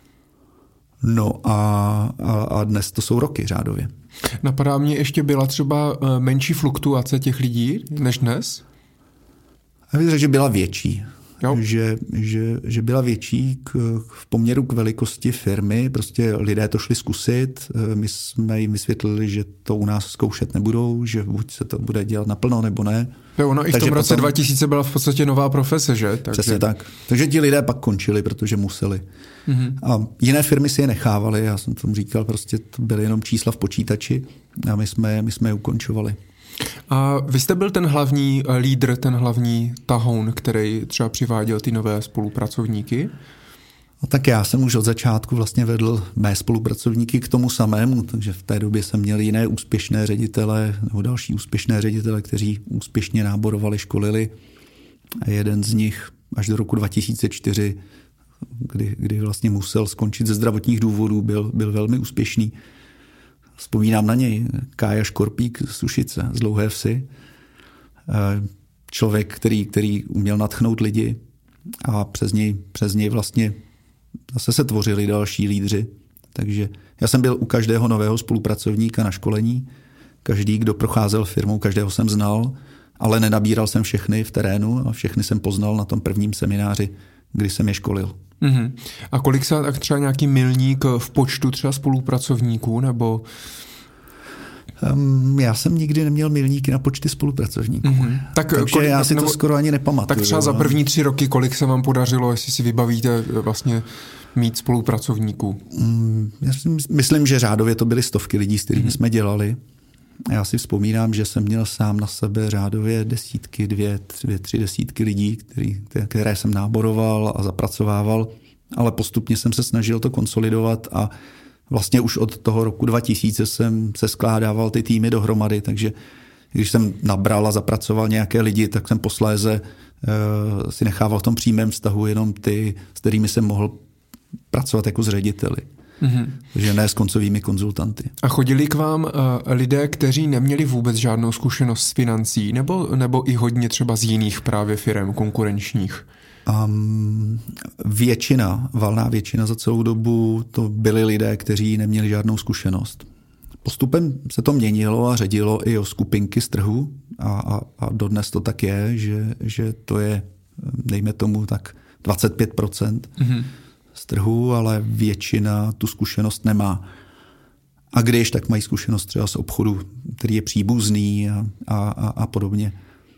No a, a, a dnes to jsou roky řádově.
Napadá mě, ještě byla třeba menší fluktuace těch lidí než dnes?
Já bych řekl, že byla větší. Že, že, že byla větší k, v poměru k velikosti firmy. Prostě lidé to šli zkusit. My jsme jim vysvětlili, že to u nás zkoušet nebudou, že buď se to bude dělat naplno, nebo ne.
Jo, no i v tom roce potom dva tisíce byla v podstatě nová profese, že? Takže
přesně tak. Takže ti lidé pak končili, protože museli. Mm-hmm. A jiné firmy si je nechávaly. Já jsem tomu říkal, prostě to byly jenom čísla v počítači a my jsme, my jsme je ukončovali.
A vy jste byl ten hlavní lídr, ten hlavní tahoun, který třeba přiváděl ty nové spolupracovníky?
No tak já jsem už od začátku vlastně vedl mé spolupracovníky k tomu samému, takže v té době jsem měl jiné úspěšné ředitele nebo další úspěšné ředitele, kteří úspěšně náborovali, školili. A jeden z nich až do roku dva tisíce čtyři, kdy, kdy vlastně musel skončit ze zdravotních důvodů, byl, byl velmi úspěšný. Vzpomínám na něj, Kája Škorpík z Sušice, z Dlouhé Vsi. Člověk, který, který uměl nadchnout lidi a přes něj, přes něj vlastně zase se tvořili další lídři. Takže já jsem byl u každého nového spolupracovníka na školení. každý, kdo procházel firmou, každého jsem znal, ale nenabíral jsem všechny v terénu a všechny jsem poznal na tom prvním semináři, kdy jsem je školil.
Mm-hmm. A kolik se tak třeba nějaký milník v počtu třeba spolupracovníků, nebo...
Um, já jsem nikdy neměl milníky na počty spolupracovníků. Mm-hmm. Tak, takže kolik, já si to nebo, skoro ani nepamatuju.
Tak třeba za první tři roky, kolik se vám podařilo, jestli si vybavíte vlastně mít spolupracovníků?
Um, já si myslím, že řádově to byly stovky lidí, s kterými mm-hmm. jsme dělali. Já si vzpomínám, že jsem měl sám na sebe řádově desítky, dvě, dvě tři desítky lidí, který, které jsem náboroval a zapracovával, ale postupně jsem se snažil to konsolidovat a vlastně už od toho roku dva tisíce jsem se skládával ty týmy dohromady, takže když jsem nabral a zapracoval nějaké lidi, tak jsem posléze uh, si nechával v tom přímém vztahu jenom ty, s kterými jsem mohl pracovat jako s řediteli. Mm-hmm. Takže ne s koncovými konzultanty.
A chodili k vám uh, lidé, kteří neměli vůbec žádnou zkušenost s financí, nebo, nebo i hodně třeba z jiných právě firem konkurenčních?
Um, většina, valná většina za celou dobu to byli lidé, kteří neměli žádnou zkušenost. Postupem se to měnilo a ředilo i o skupinky z trhu a, a, a dodnes to tak je, že, že to je, dejme tomu tak dvacet pět procent mm-hmm. z trhu, ale většina tu zkušenost nemá. A když, tak mají zkušenost třeba z obchodu, který je příbuzný a, a, a, a podobně.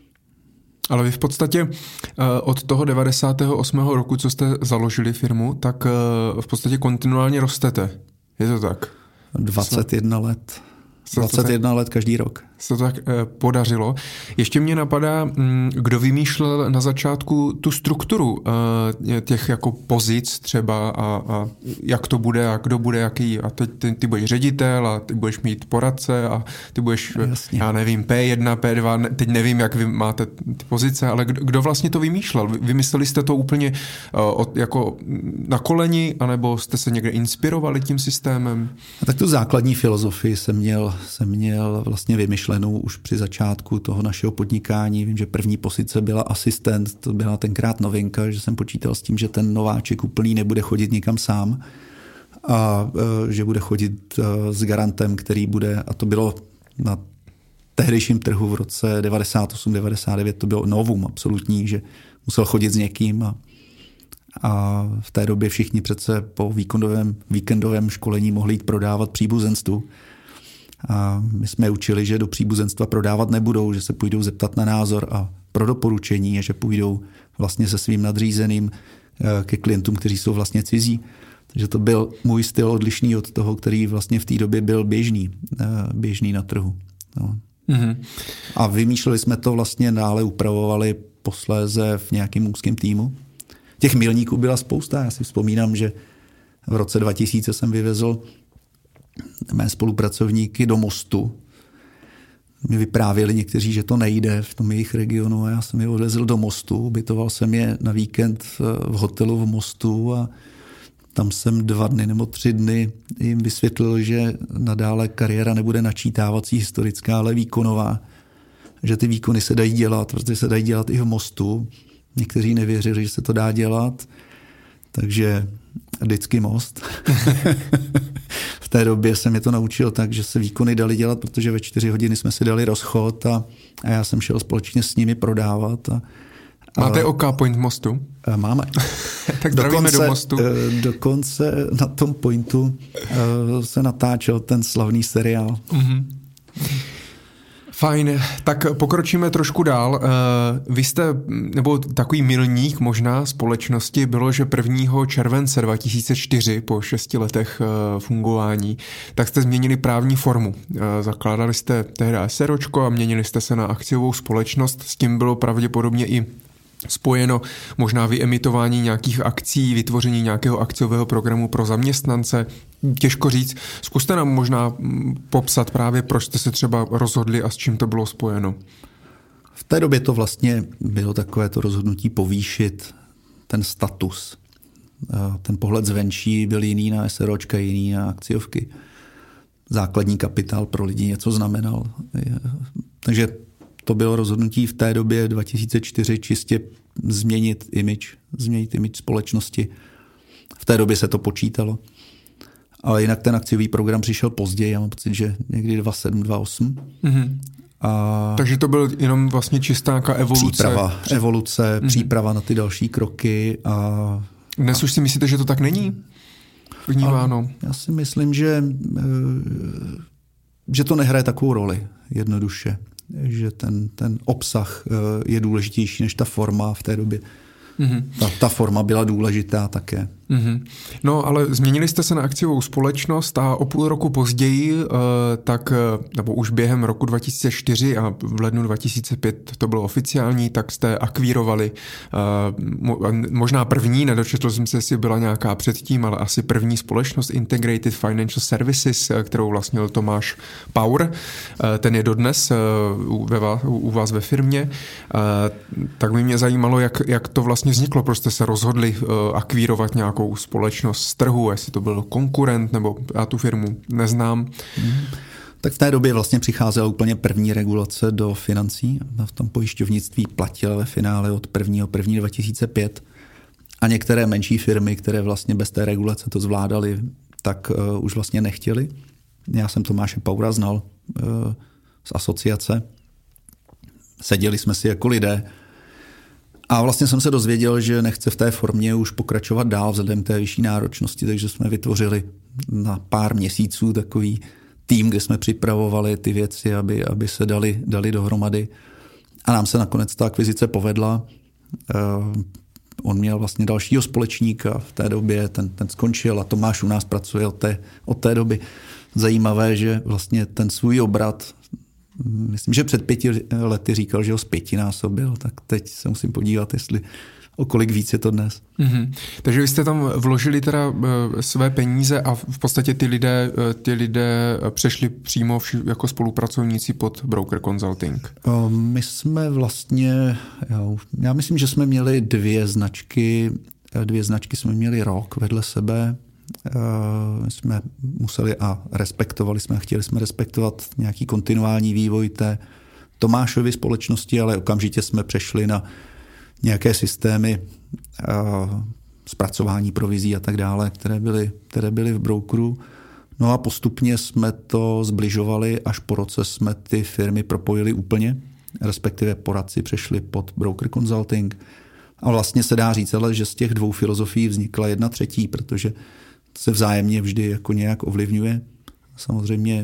Ale vy v podstatě od toho devadesátého osmého roku, co jste založili firmu, tak v podstatě kontinuálně rostete. Je to tak?
dvacet jedna let. dvacet jedna let každý rok.
Se to tak eh, podařilo. Ještě mě napadá, hm, kdo vymýšlel na začátku tu strukturu eh, těch jako pozic třeba a, a jak to bude a kdo bude jaký. A teď ty, ty budeš ředitel a ty budeš mít poradce a ty budeš, Jasně. já nevím, P jedna, P dva, ne, teď nevím, jak vy máte ty pozice, ale kdo, kdo vlastně to vymýšlel? Vymysleli jste to úplně eh, od, jako na koleni, anebo jste se někde inspirovali tím systémem?
A tak tu základní filozofii jsem měl, jsem měl vlastně vymyšlenou už při začátku toho našeho podnikání. Vím, že první pozice byla asistent, to byla tenkrát novinka, že jsem počítal s tím, že ten nováček úplný nebude chodit nikam sám a že bude chodit s garantem, který bude, a to bylo na tehdejším trhu v roce devadesát osm devadesát devět, to bylo novum absolutní, že musel chodit s někým a, a v té době všichni přece po víkendovém, víkendovém školení mohli jít prodávat příbuzenstvu. A my jsme je učili, že do příbuzenstva prodávat nebudou, že se půjdou zeptat na názor a pro doporučení a že půjdou vlastně se svým nadřízeným ke klientům, kteří jsou vlastně cizí. Takže to byl můj styl odlišný od toho, který vlastně v té době byl běžný, běžný na trhu. No. Mm-hmm. A vymýšleli jsme to vlastně, dále upravovali posléze v nějakém úzkém týmu. Těch milníků byla spousta. Já si vzpomínám, že v roce dva tisíce jsem vyvezl mé spolupracovníky do Mostu. Mi vyprávěli někteří, že to nejde v tom jejich regionu a já jsem je odvezl do Mostu. Ubytoval jsem je na víkend v hotelu v Mostu a tam jsem dva dny nebo tři dny jim vysvětlil, že nadále kariéra nebude načítávací historická, ale výkonová. Že ty výkony se dají dělat, protože se dají dělat i v Mostu. Někteří nevěřili, že se to dá dělat, takže vždycky Most. V té době jsem je to naučil tak, že se výkony dali dělat, protože ve čtyři hodiny jsme si dali rozchod a, a já jsem šel společně s nimi prodávat. A,
Máte OK Point Mostu?
A máme.
Tak zdravíme do Mostu.
Dokonce na tom Pointu se natáčel ten slavný seriál. Mm-hmm.
Fajn, tak pokročíme trošku dál. Vy jste, nebo takový milník možná společnosti bylo, že prvního července dva tisíce čtyři, po šesti letech fungování, tak jste změnili právní formu. Zakládali jste tehdy SROčko a měnili jste se na akciovou společnost. S tím bylo pravděpodobně i spojeno možná vyemitování nějakých akcí, vytvoření nějakého akciového programu pro zaměstnance. Těžko říct. Zkuste nám možná popsat právě, proč jste se třeba rozhodli a s čím to bylo spojeno.
V té době to vlastně bylo takové to rozhodnutí povýšit ten status. Ten pohled zvenčí byl jiný na SROčka, jiný na akciovky. Základní kapitál pro lidi něco znamenal. Takže to bylo rozhodnutí v té době dva tisíce čtyři čistě změnit image, změnit image společnosti. V té době se to počítalo. Ale jinak ten akciový program přišel později, já mám pocit, že někdy dva tisíce sedm, dva tisíce osm.
Mm-hmm. A takže to byl jenom vlastně čistá nějaká evoluce.
Příprava, evoluce, mm-hmm. příprava na ty další kroky. A
dnes už si myslíte, že to tak není vnímáno?
Já si myslím, že, že to nehraje takovou roli jednoduše. Že ten, ten obsah je důležitější než ta forma v té době. Mm-hmm. Ta, ta forma byla důležitá také.
Mm-hmm. No, ale změnili jste se na akciovou společnost a o půl roku později, tak, nebo už během roku dva tisíce čtyři a v lednu dva tisíce pět to bylo oficiální, tak jste akvírovali možná první, nedočetl jsem se, jestli byla nějaká předtím, ale asi první společnost Integrated Financial Services, kterou vlastnil Tomáš Paur. Ten je dodnes u vás ve firmě. Tak by mě zajímalo, jak, jak to vlastně vzniklo, proč jste se rozhodli akvírovat nějakou společnost z trhu, jestli to byl konkurent, nebo já tu firmu neznám.
Hmm. Tak v té době vlastně přicházela úplně první regulace do financí. V tom pojišťovnictví platila ve finále od prvního prvního dva tisíce pět a některé menší firmy, které vlastně bez té regulace to zvládaly, tak uh, už vlastně nechtěli. Já jsem Tomáše Paura znal uh, z asociace. Seděli jsme si jako lidé. A vlastně jsem se dozvěděl, že nechce v té formě už pokračovat dál vzhledem k té vyšší náročnosti, takže jsme vytvořili na pár měsíců takový tým, kde jsme připravovali ty věci, aby, aby se dali, dali dohromady. A nám se nakonec ta akvizice povedla. Uh, on měl vlastně dalšího společníka v té době, ten, ten skončil a Tomáš u nás pracuje od té, od té doby. Zajímavé, že vlastně ten svůj obrat, myslím, že před pěti lety říkal, že ho zpětinásobil, tak teď se musím podívat, jestli o kolik víc je to dnes.
Mm-hmm. Takže vy jste tam vložili teda uh, své peníze a v podstatě ty lidé, uh, ty lidé přešli přímo vši, jako spolupracovníci pod Broker Consulting.
Uh, my jsme vlastně, já, já myslím, že jsme měli dvě značky, dvě značky jsme měli rok vedle sebe. Uh, jsme museli a respektovali jsme, chtěli jsme respektovat nějaký kontinuální vývoj té Tomášovy společnosti, ale okamžitě jsme přešli na nějaké systémy uh, zpracování provizí a tak dále, které byly, které byly v brokeru. No a postupně jsme to zbližovali, až po roce jsme ty firmy propojili úplně, respektive poradci přešli pod Broker Consulting. A vlastně se dá říct, ale že z těch dvou filozofií vznikla jedna třetí, protože se vzájemně vždy jako nějak ovlivňuje. Samozřejmě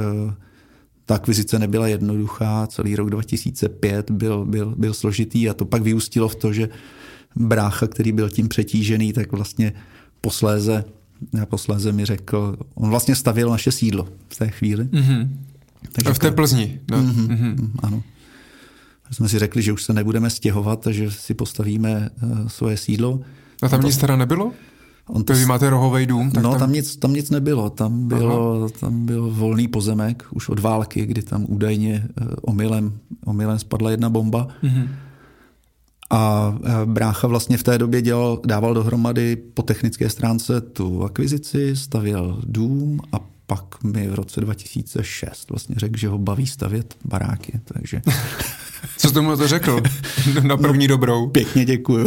ta akvizice nebyla jednoduchá, celý rok dva tisíce pět byl, byl, byl složitý a to pak vyústilo v to, že brácha, který byl tím přetížený, tak vlastně posléze, posléze mi řekl, on vlastně stavěl naše sídlo v té chvíli.
Mm-hmm. Takže v té Plzni. No.
Mm-hmm, mm-hmm. Ano. Jsme si řekli, že už se nebudeme stěhovat a že si postavíme uh, svoje sídlo.
A tam to... nic teda nebylo? On to... Vy máte rohovej dům? Tak
no,
tam...
tam, nic, tam nic nebylo. Tam, bylo, tam byl volný pozemek už od války, kdy tam údajně uh, omylem, omylem spadla jedna bomba. Mm-hmm. A uh, brácha vlastně v té době dělal, dával dohromady po technické stránce tu akvizici, stavěl dům a pak mi v roce dva tisíce šest vlastně řekl, že ho baví stavět baráky, takže...
Co tomu to řekl? Na první no, dobrou.
Pěkně děkuju.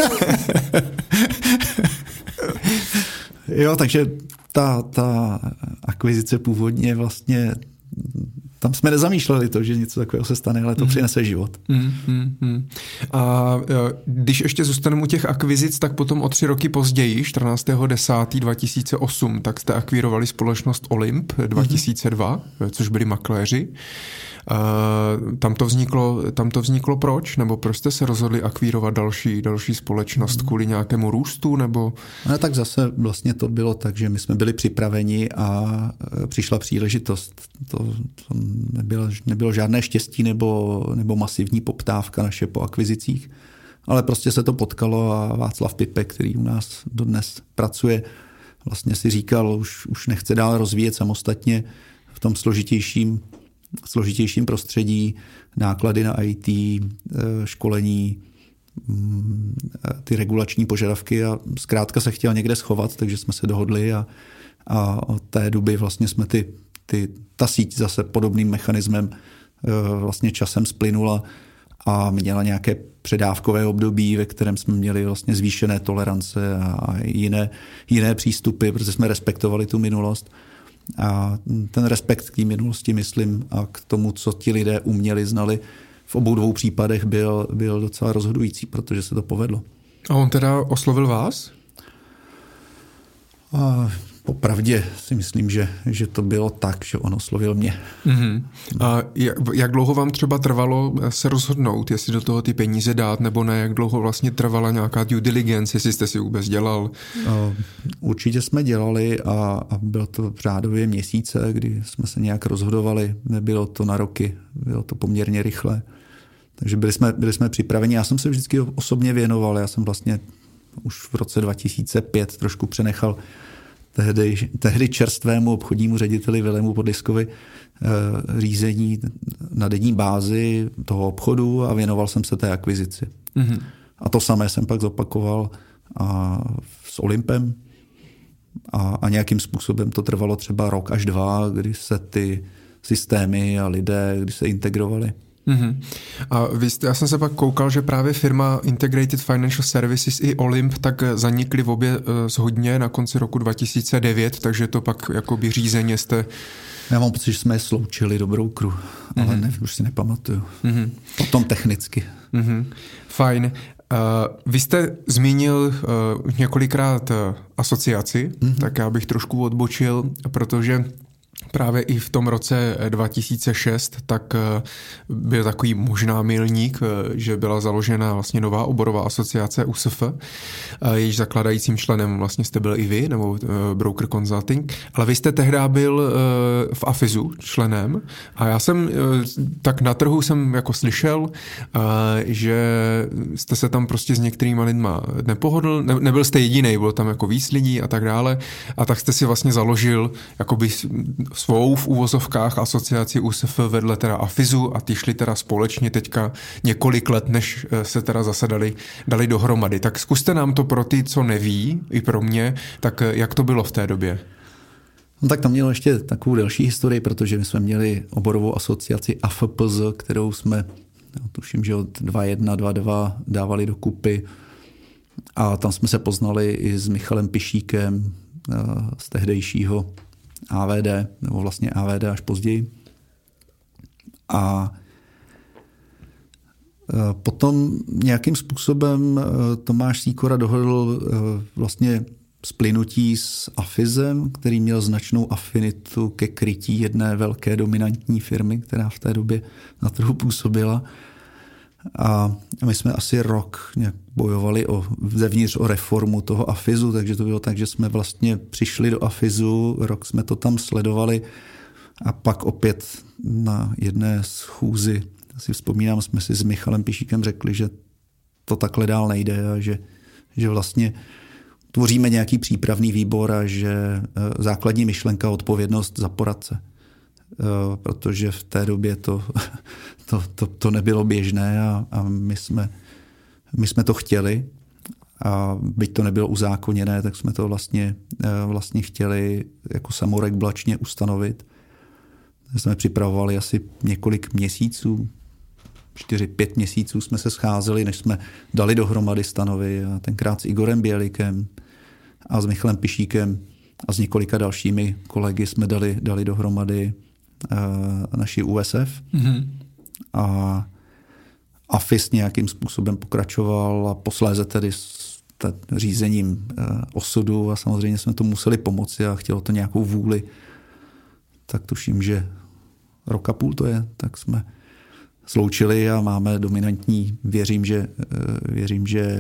Jo, takže ta, ta akvizice původně vlastně, tam jsme nezamýšleli to, že něco takového se stane, ale to mm. přinese život.
Mm, mm, mm. A když ještě zůstaneme u těch akvizic, tak potom o tři roky později, čtrnáctého desátého dva tisíce osm, tak jste akvírovali společnost Olymp dva tisíce dva, mm. což byli makléři. Uh, tam to vzniklo, tam to vzniklo proč? Nebo proč jste se rozhodli akvírovat další, další společnost kvůli nějakému růstu? Nebo...
No, tak zase vlastně to bylo tak, že my jsme byli připraveni a přišla příležitost. To, to nebylo, nebylo žádné štěstí nebo, nebo masivní poptávka naše po akvizicích, ale prostě se to potkalo a Václav Pipek, který u nás dodnes pracuje, vlastně si říkal, už, už nechce dál rozvíjet samostatně v tom složitějším složitějším prostředí, náklady na í té, školení, ty regulační požadavky a zkrátka se chtěl někde schovat, takže jsme se dohodli a, a od té doby vlastně jsme ty, ty, ta síť zase podobným mechanismem vlastně časem splynula a měla nějaké předávkové období, ve kterém jsme měli vlastně zvýšené tolerance a jiné, jiné přístupy, protože jsme respektovali tu minulost. A ten respekt k té minulosti, myslím, a k tomu, co ti lidé uměli, znali, v obou dvou případech byl, byl docela rozhodující, protože se to povedlo.
A on teda oslovil vás?
A popravdě si myslím, že, že to bylo tak, že on oslovil mě.
Mm-hmm. A jak, jak dlouho vám třeba trvalo se rozhodnout, jestli do toho ty peníze dát nebo ne? Jak dlouho vlastně trvala nějaká due diligence, jestli jste si vůbec dělal?
Určitě jsme dělali a, a bylo to řádově měsíce, kdy jsme se nějak rozhodovali. Nebylo to na roky, bylo to poměrně rychle. Takže byli jsme, byli jsme připraveni. Já jsem se vždycky osobně věnoval. Já jsem vlastně už v roce dva tisíce pět trošku přenechal tehdy, tehdy čerstvému obchodnímu řediteli Vilému Podliskovi e, řízení na denní bázi toho obchodu a věnoval jsem se té akvizici. Mm-hmm. A to samé jsem pak zopakoval a s Olympem a, a nějakým způsobem to trvalo třeba rok až dva, kdy se ty systémy a lidé, kdy se integrovali.
Mm-hmm. A vy jste, já jsem se pak koukal, že právě firma Integrated Financial Services i Olymp tak zanikly v obě shodně na konci roku dva tisíce devět, takže to pak jakoby řízeně jste...
Já mám pocit, že jsme je sloučili do brokeru, mm-hmm. ale ne, už si nepamatuju. Mm-hmm. Potom technicky.
Mm-hmm. Fajn. Uh, vy jste zmínil uh, několikrát uh, asociaci, mm-hmm. tak já bych trošku odbočil, protože právě i v tom roce dva tisíce šest tak byl takový možná milník, že byla založena vlastně nová oborová asociace U S F, jejíž zakladajícím členem vlastně jste byl i vy, nebo Broker Consulting, ale vy jste tehdy byl v AFIZu členem a já jsem tak na trhu jsem jako slyšel, že jste se tam prostě s některýma lidma nepohodl, ne, nebyl jste jedinej, bylo tam jako víc lidí a tak dále a tak jste si vlastně založil jakoby svou v úvozovkách asociaci U S F vedle teda AFIZu a ty šli teda společně teďka několik let, než se teda zase dali, dali dohromady. Tak zkuste nám to pro ty, co neví, i pro mě, tak jak to bylo v té době?
No tak tam mělo ještě takovou delší historii, protože my jsme měli oborovou asociaci A F P Z, kterou jsme, no, tuším, že od dva jedna, dva dva dávali dokupy a tam jsme se poznali i s Michalem Pišíkem z tehdejšího A V D, nebo vlastně A V D až později. A potom nějakým způsobem Tomáš Sýkora dohodl vlastně splynutí s AFIZem, který měl značnou afinitu ke krytí jedné velké dominantní firmy, která v té době na trhu působila. A my jsme asi rok nějak bojovali o, zevnitř o reformu toho AFIZu, takže to bylo tak, že jsme vlastně přišli do AFIZu, rok jsme to tam sledovali a pak opět na jedné schůzi, si vzpomínám, jsme si s Michalem Pišíkem řekli, že to takhle dál nejde a že, že vlastně tvoříme nějaký přípravný výbor a že základní myšlenka odpovědnost za poradce. Protože v té době to, to, to, to nebylo běžné a, a my, jsme, my jsme to chtěli a byť to nebylo uzákoněné, tak jsme to vlastně, vlastně chtěli jako samorek blačně ustanovit. Jsme připravovali asi několik měsíců, čtyři, pět měsíců jsme se scházeli, než jsme dali dohromady stanovy a tenkrát s Igorem Bělikem a s Michalem Pišíkem a s několika dalšími kolegy jsme dali, dali dohromady naši U S F mm-hmm. a AFIS nějakým způsobem pokračoval a posléze tedy s řízením osudu a samozřejmě jsme to museli pomoci a chtělo to nějakou vůli. Tak tuším, že rok a půl to je, tak jsme sloučili a máme dominantní, věřím, že, věřím, že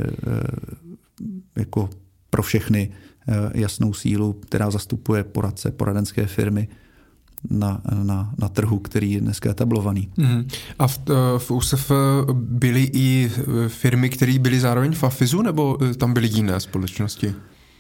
jako pro všechny jasnou sílu, která zastupuje poradce, poradenské firmy na, na, na trhu, který je dneska etablovaný. Mm.
A v, v U S F byly i firmy, které byly zároveň v AFIZu, nebo tam byly jiné společnosti?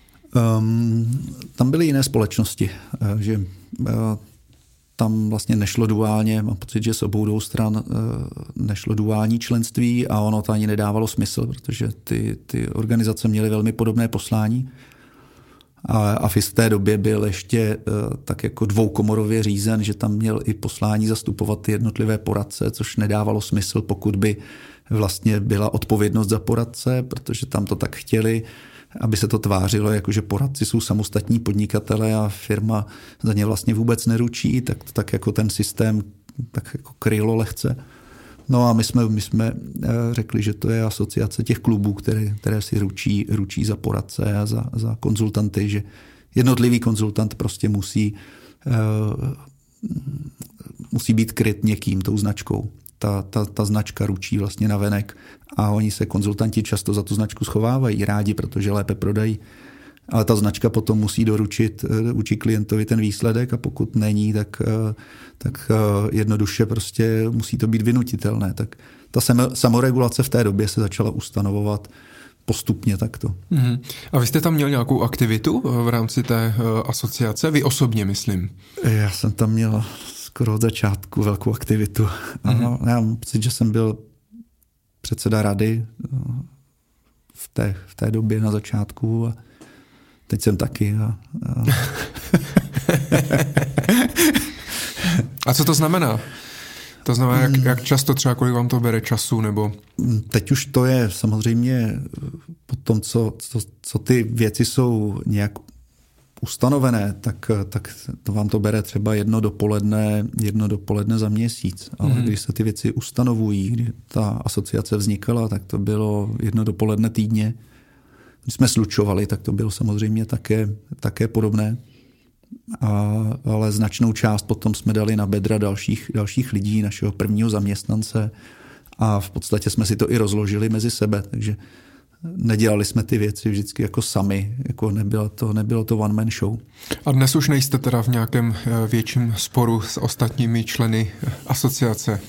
Um, tam byly jiné společnosti, že uh, tam vlastně nešlo duálně, mám pocit, že s obou dvou stran uh, nešlo duální členství a ono to ani nedávalo smysl, protože ty, ty organizace měly velmi podobné poslání. A, a v té době byl ještě tak jako dvoukomorově řízen, že tam měl i poslání zastupovat ty jednotlivé poradce, což nedávalo smysl, pokud by vlastně byla odpovědnost za poradce, protože tam to tak chtěli, aby se to tvářilo, jako že poradci jsou samostatní podnikatele a firma za ně vlastně vůbec neručí, tak, tak jako ten systém tak jako krylo lehce. No a my jsme, my jsme řekli, že to je asociace těch klubů, které, které si ručí, ručí za poradce a za, za konzultanty, že jednotlivý konzultant prostě musí, uh, musí být kryt někým, tou značkou. Ta, ta, ta značka ručí vlastně navenek a oni se konzultanti často za tu značku schovávají rádi, protože lépe prodají. Ale ta značka potom musí doručit vůči klientovi ten výsledek a pokud není, tak, tak jednoduše prostě musí to být vynutitelné. Tak ta samoregulace v té době se začala ustanovovat postupně takto.
Mm. A vy jste tam měl nějakou aktivitu v rámci té asociace? Vy osobně, myslím.
Já jsem tam měl skoro od začátku velkou aktivitu. Mm. A já mám pocit, že jsem byl předseda rady v té, v té době na začátku a teď jsem taky. A, a...
a co to znamená? To znamená, jak, jak často třeba, kolik vám to bere času, nebo?
Teď už to je samozřejmě po tom, co, co, co ty věci jsou nějak ustanovené, tak, tak to vám to bere třeba jedno dopoledne, jedno dopoledne za měsíc. Ale mm. když se ty věci ustanovují, kdy ta asociace vznikala, tak to bylo jedno dopoledne týdně. Když jsme slučovali, tak to bylo samozřejmě také, také podobné. A, ale značnou část potom jsme dali na bedra dalších, dalších lidí, našeho prvního zaměstnance a v podstatě jsme si to i rozložili mezi sebe, takže nedělali jsme ty věci vždycky jako sami, jako nebylo to, nebylo to one man show.
A dnes už nejste teda v nějakém větším sporu s ostatními členy asociace?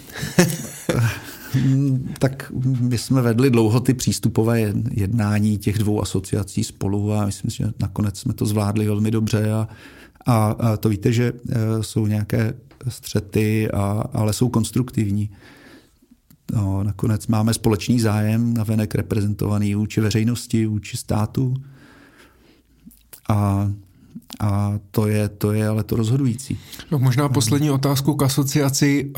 Tak my jsme vedli dlouho ty přístupové jednání těch dvou asociací spolu a myslím, že nakonec jsme to zvládli velmi dobře a, a, a to víte, že jsou nějaké střety, a, ale jsou konstruktivní. No, nakonec máme společný zájem navenek reprezentovaný vůči veřejnosti, vůči státu a, a to, je, to je ale to rozhodující.
No, možná poslední otázku k asociaci.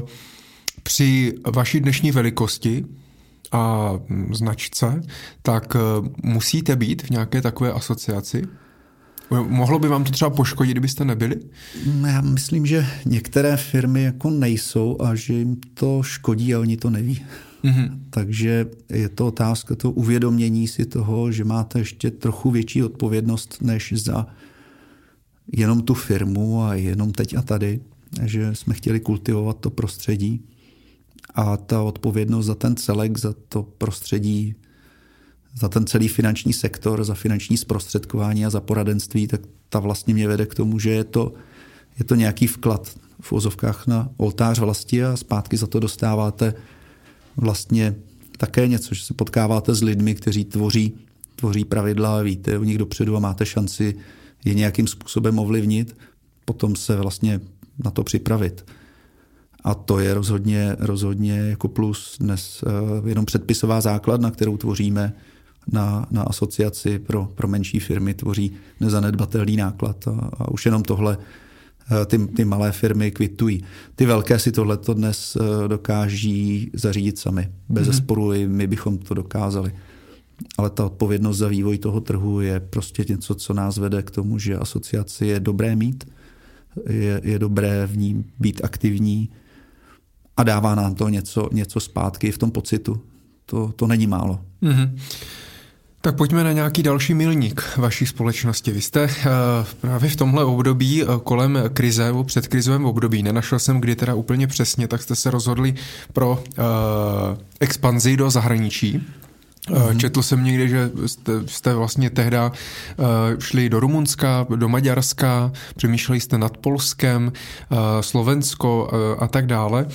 Při vaší dnešní velikosti a značce, tak musíte být v nějaké takové asociaci? Mohlo by vám to třeba poškodit, kdybyste nebyli?
Já myslím, že některé firmy jako nejsou a že jim to škodí a oni to neví. Mm-hmm. Takže je to otázka toho uvědomění si toho, že máte ještě trochu větší odpovědnost než za jenom tu firmu a jenom teď a tady. Že jsme chtěli kultivovat to prostředí a ta odpovědnost za ten celek, za to prostředí, za ten celý finanční sektor, za finanční zprostředkování a za poradenství, tak ta vlastně mě vede k tomu, že je to, je to nějaký vklad v uvozovkách na oltář vlasti a zpátky za to dostáváte vlastně také něco, že se potkáváte s lidmi, kteří tvoří, tvoří pravidla a víte o nich dopředu a máte šanci je nějakým způsobem ovlivnit, potom se vlastně na to připravit. A to je rozhodně, rozhodně jako plus dnes uh, jenom předpisová základna, kterou tvoříme na, na asociaci pro, pro menší firmy, tvoří nezanedbatelný náklad a, a už jenom tohle uh, ty, ty malé firmy kvitují. Ty velké si tohleto dnes uh, dokáží zařídit sami. Bez mm-hmm. sporu i my bychom to dokázali. Ale ta odpovědnost za vývoj toho trhu je prostě něco, co nás vede k tomu, že asociaci je dobré mít, je, je dobré v ní být aktivní a dává nám to něco, něco zpátky v tom pocitu. To, to není málo.
Mm-hmm. Tak pojďme na nějaký další milník vaší společnosti. Vy jste uh, právě v tomhle období uh, kolem krize, nebo předkrizovém období, nenašel jsem kdy teda úplně přesně, tak jste se rozhodli pro uh, expanzi do zahraničí. Mm-hmm. Četl jsem někde, že jste, jste vlastně tehda uh, šli do Rumunska, do Maďarska, přemýšleli jste nad Polskem, uh, Slovensko uh, a tak dále.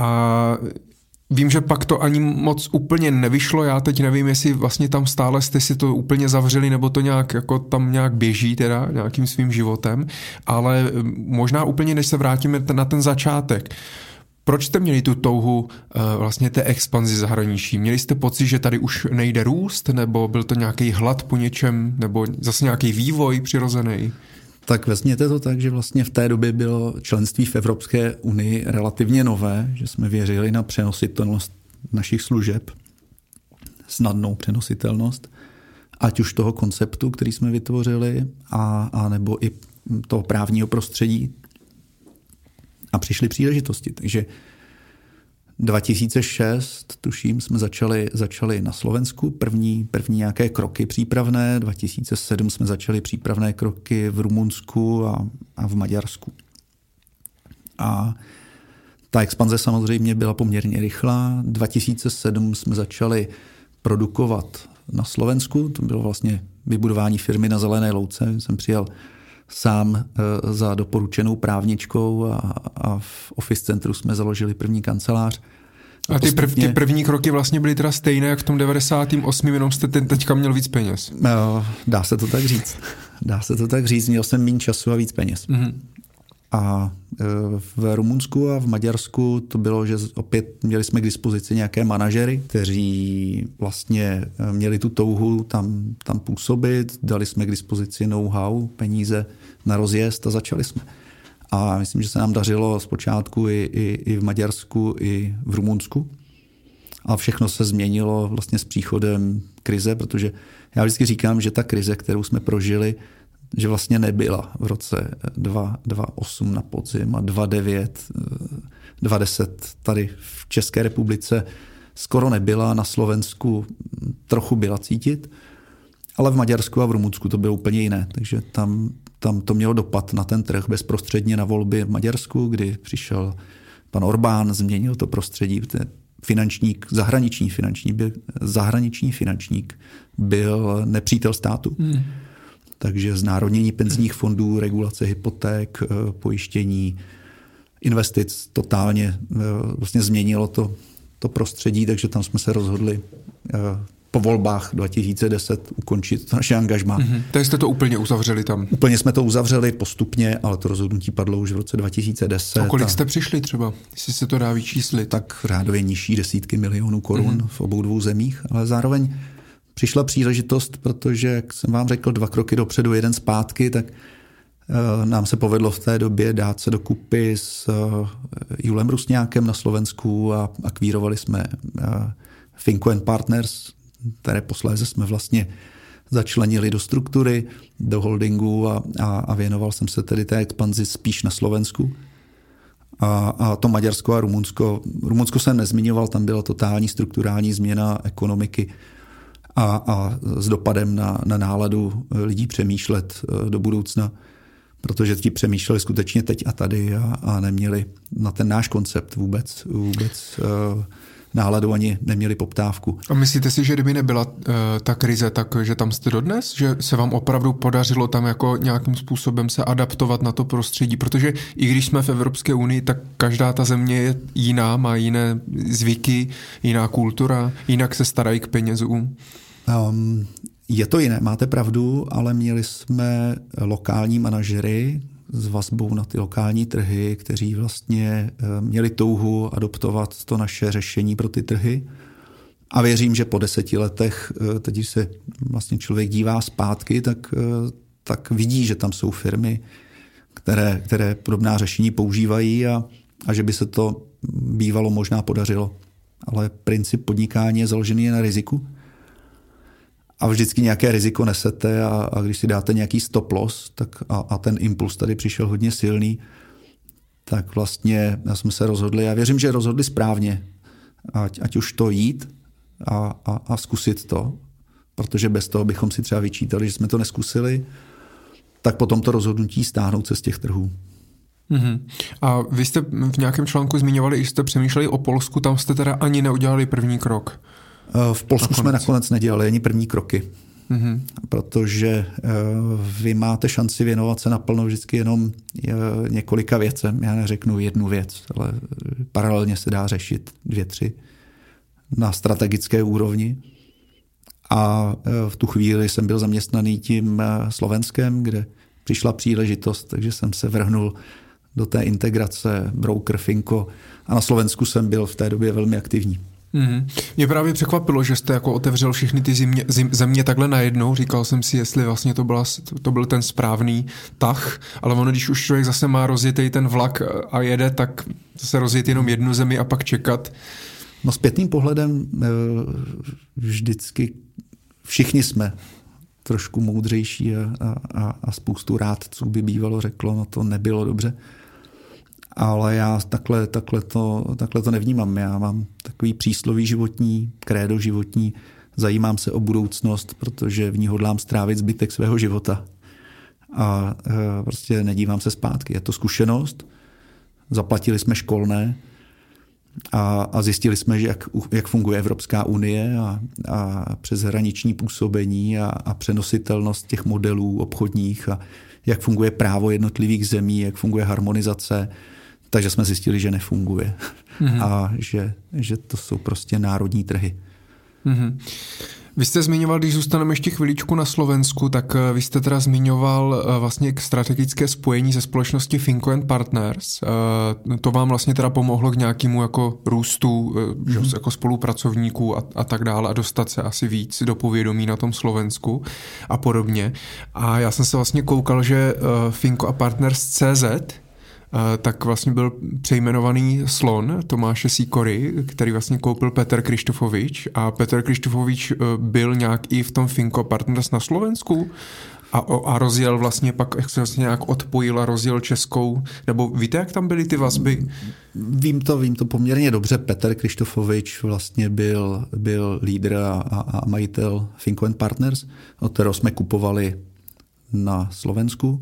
A vím, že pak to ani moc úplně nevyšlo, já teď nevím, jestli vlastně tam stále jste si to úplně zavřeli, nebo to nějak jako tam nějak běží teda nějakým svým životem, ale možná úplně, než se vrátíme na ten začátek. Proč jste měli tu touhu uh, vlastně té expanzi zahraničí? Měli jste pocit, že tady už nejde růst, nebo byl to nějaký hlad po něčem, nebo zase nějaký vývoj přirozený?
Tak vezměte to tak, že vlastně v té době bylo členství v Evropské unii relativně nové, že jsme věřili na přenositelnost našich služeb, snadnou přenositelnost, ať už toho konceptu, který jsme vytvořili, a, a nebo i toho právního prostředí. A přišly příležitosti. Takže dva tisíce šest, tuším, jsme začali, začali na Slovensku, první, první nějaké kroky přípravné, dva tisíce sedm jsme začali přípravné kroky v Rumunsku a, a v Maďarsku. A ta expanze samozřejmě byla poměrně rychlá. dva tisíce sedm jsme začali produkovat na Slovensku, to bylo vlastně vybudování firmy na Zelené louce, jsem přijel sám za doporučenou právničkou a, a v Office Centru jsme založili první kancelář.
A, a ty, prv, ty první kroky vlastně byly teda stejné, jak v tom devadesátém osmém, jenom jste ten teďka měl víc peněz.
Dá se to tak říct. Dá se to tak říct, měl jsem méně času a víc peněz. Mm-hmm. A v Rumunsku a v Maďarsku to bylo, že opět měli jsme k dispozici nějaké manažery, kteří vlastně měli tu touhu tam, tam působit, dali jsme k dispozici know-how, peníze na rozjezd a začali jsme. A myslím, že se nám dařilo zpočátku i, i, i v Maďarsku, i v Rumunsku. A všechno se změnilo vlastně s příchodem krize, protože já vždycky říkám, že ta krize, kterou jsme prožili, že vlastně nebyla v roce dva tisíce osm na podzim a dva tisíce devět, dva tisíce deset tady v České republice skoro nebyla, na Slovensku trochu byla cítit, ale v Maďarsku a v Rumunsku to bylo úplně jiné, takže tam, tam to mělo dopad na ten trh bezprostředně na volby v Maďarsku, kdy přišel pan Orbán, změnil to prostředí, finančník, zahraniční finančník, byl, zahraniční finančník byl nepřítel státu. Hmm. Takže znárodnění penzijních fondů, regulace hypoték, pojištění, investic totálně vlastně změnilo to, to prostředí, takže tam jsme se rozhodli po volbách dva tisíce deset ukončit to naše angažmá.
Mm-hmm. Takže jste to úplně uzavřeli tam?
Úplně jsme to uzavřeli postupně, ale to rozhodnutí padlo už v roce dva tisíce deset.
A kolik jste přišli třeba, jestli se to dá vyčíslit?
Tak řádově nižší desítky milionů korun mm-hmm. v obou dvou zemích, ale zároveň přišla příležitost, protože, jak jsem vám řekl, dva kroky dopředu, jeden zpátky, tak uh, nám se povedlo v té době dát se dokupy s uh, Julem Rusňákem na Slovensku a akvírovali jsme uh, Finco and Partners, které posléze jsme vlastně začlenili do struktury, do holdingu a, a, a věnoval jsem se tedy té expanzi spíš na Slovensku. A, a to Maďarsko a Rumunsko. Rumunsko jsem nezmiňoval, tam byla totální strukturální změna ekonomiky a, a s dopadem na, na náladu lidí přemýšlet do budoucna, protože ti přemýšleli skutečně teď a tady a, a neměli na ten náš koncept vůbec, vůbec uh, náladu ani neměli poptávku.
A myslíte si, že kdyby nebyla uh, ta krize, tak že tam jste dodnes? Že se vám opravdu podařilo tam jako nějakým způsobem se adaptovat na to prostředí? Protože i když jsme v Evropské unii, tak každá ta země je jiná, má jiné zvyky, jiná kultura, jinak se starají k penězům.
Um, je to jiné, máte pravdu, ale měli jsme lokální manažery s vazbou na ty lokální trhy, kteří vlastně měli touhu adoptovat to naše řešení pro ty trhy. A věřím, že po deseti letech, teď když se vlastně člověk dívá zpátky, tak, tak vidí, že tam jsou firmy, které, které podobná řešení používají a, a že by se to bývalo možná podařilo. Ale princip podnikání je založený na riziku. A vždycky nějaké riziko nesete a, a když si dáte nějaký stop loss, tak a, a ten impuls tady přišel hodně silný, tak vlastně jsme se rozhodli, já věřím, že rozhodli správně, ať, ať už to jít a, a, a zkusit to, protože bez toho bychom si třeba vyčítali, že jsme to neskusili, tak potom to rozhodnutí stáhnout se z těch trhů.
Mm-hmm. A vy jste v nějakém článku zmiňovali, že jste přemýšleli o Polsku, tam jste teda ani neudělali první krok.
V Polsku nakonec. jsme nakonec nedělali ani první kroky, mm-hmm. protože vy máte šanci věnovat se naplno vždycky jenom několika věcem. Já neřeknu jednu věc, ale paralelně se dá řešit dvě, tři na strategické úrovni. A v tu chvíli jsem byl zaměstnaný tím Slovenskem, kde přišla příležitost, takže jsem se vrhnul do té integrace broker, Finko a na Slovensku jsem byl v té době velmi aktivní.
Mm. Mě právě překvapilo, že jste jako otevřel všechny ty zimě, zim, země takhle najednou. Říkal jsem si, jestli vlastně to, byla, to byl ten správný tah, ale ono, když už člověk zase má rozjetý ten vlak a jede, tak zase rozjet jenom jednu zemi a pak čekat.
No zpětným pohledem vždycky všichni jsme trošku moudřejší a, a, a spoustu rádců by bývalo řeklo, no to nebylo dobře. Ale já takhle, takhle, to, takhle to nevnímám. Já mám takový přísloví životní, krédo životní, zajímám se o budoucnost, protože v ní hodlám strávit zbytek svého života. A e, prostě nedívám se zpátky. Je to zkušenost, zaplatili jsme školné a, a zjistili jsme, že jak, jak funguje Evropská unie a, a přeshraniční působení a, a přenositelnost těch modelů obchodních a jak funguje právo jednotlivých zemí, jak funguje harmonizace. Takže jsme zjistili, že nefunguje mm-hmm. a že, že to jsou prostě národní trhy.
Mm-hmm. Vy jste zmiňoval, když zůstaneme ještě chviličku na Slovensku, tak vy jste teda zmiňoval vlastně strategické spojení se společností Finko and Partners. To vám vlastně teda pomohlo k nějakému jako růstu mm-hmm. jako spolupracovníků a, a tak dále a dostat se asi víc do povědomí na tom Slovensku a podobně. A já jsem se vlastně koukal, že Finko a Partners tečka cé zet tak vlastně byl přejmenovaný Slon Tomáše Sýkory, který vlastně koupil Petr Krištofovič a Petr Krištofovič byl nějak i v tom Finko Partners na Slovensku a, a rozjel vlastně pak, jak se vlastně nějak odpojil a rozjel českou, nebo víte, jak tam byly ty vazby?
Vím to, vím to poměrně dobře. Petr Krištofovič vlastně byl, byl lídr a, a majitel Finko and Partners, od kterého jsme kupovali na Slovensku.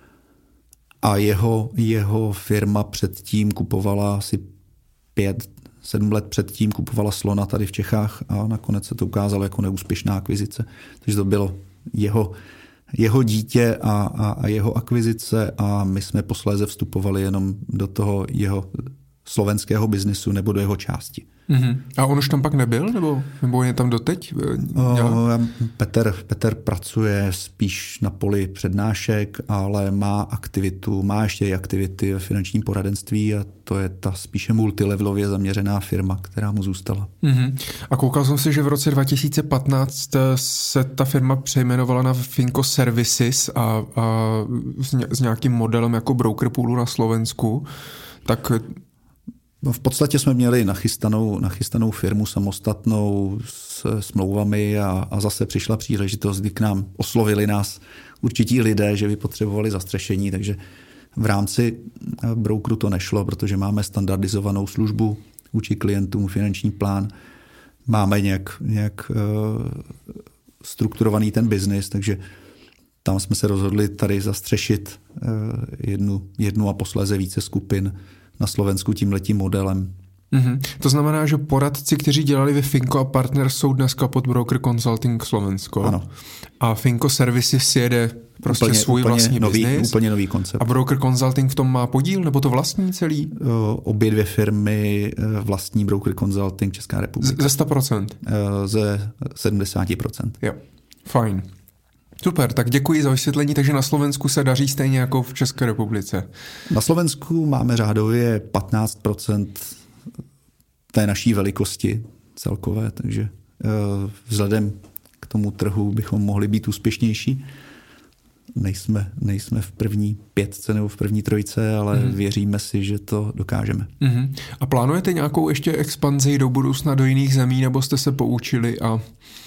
A jeho, jeho firma předtím kupovala asi pět, sedm let předtím kupovala Slona tady v Čechách a nakonec se to ukázalo jako neúspěšná akvizice. Takže to bylo jeho, jeho dítě a, a, a jeho akvizice a my jsme posléze vstupovali jenom do toho jeho slovenského biznisu nebo do jeho části.
Mm-hmm. A on už tam pak nebyl? Nebo, nebo je tam doteď?
O, Petr, Petr pracuje spíš na poli přednášek, ale má aktivitu, má ještě i aktivity ve finančním poradenství a to je ta spíše multilevelově zaměřená firma, která mu zůstala.
Mm-hmm. A koukal jsem si, že v roce dva tisíce patnáct se ta firma přejmenovala na Finko Services a, a s nějakým modelem jako broker poolu na Slovensku. Tak
v podstatě jsme měli nachystanou, nachystanou firmu samostatnou s smlouvami a, a zase přišla příležitost, kdy k nám oslovili nás určití lidé, že by potřebovali zastřešení, takže v rámci brokeru to nešlo, protože máme standardizovanou službu vůči klientům, finanční plán, máme nějak, nějak uh, strukturovaný ten biznis, takže tam jsme se rozhodli tady zastřešit uh, jednu, jednu a posléze více skupin na Slovensku tímhletím modelem.
Mm-hmm. To znamená, že poradci, kteří dělali ve Finko a Partners, jsou dneska pod Broker Consulting Slovensko.
Ano.
A Finko Services jede prostě úplně, svůj
úplně
vlastní
nový,
biznis.
Úplně nový koncept.
A Broker Consulting v tom má podíl, nebo to vlastní celý?
Obě dvě firmy vlastní Broker Consulting Česká republika.
Ze sto procent?
Ze sedmdesát procent.
Jo, fajn. Super, tak děkuji za vysvětlení, takže na Slovensku se daří stejně jako v České republice.
Na Slovensku máme řádově patnáct procent té naší velikosti celkové, takže vzhledem k tomu trhu bychom mohli být úspěšnější. Nejsme, nejsme v první pětce nebo v první trojce, ale mm. věříme si, že to dokážeme.
Mm. A plánujete nějakou ještě expanzi do budoucna do jiných zemí, nebo jste se poučili a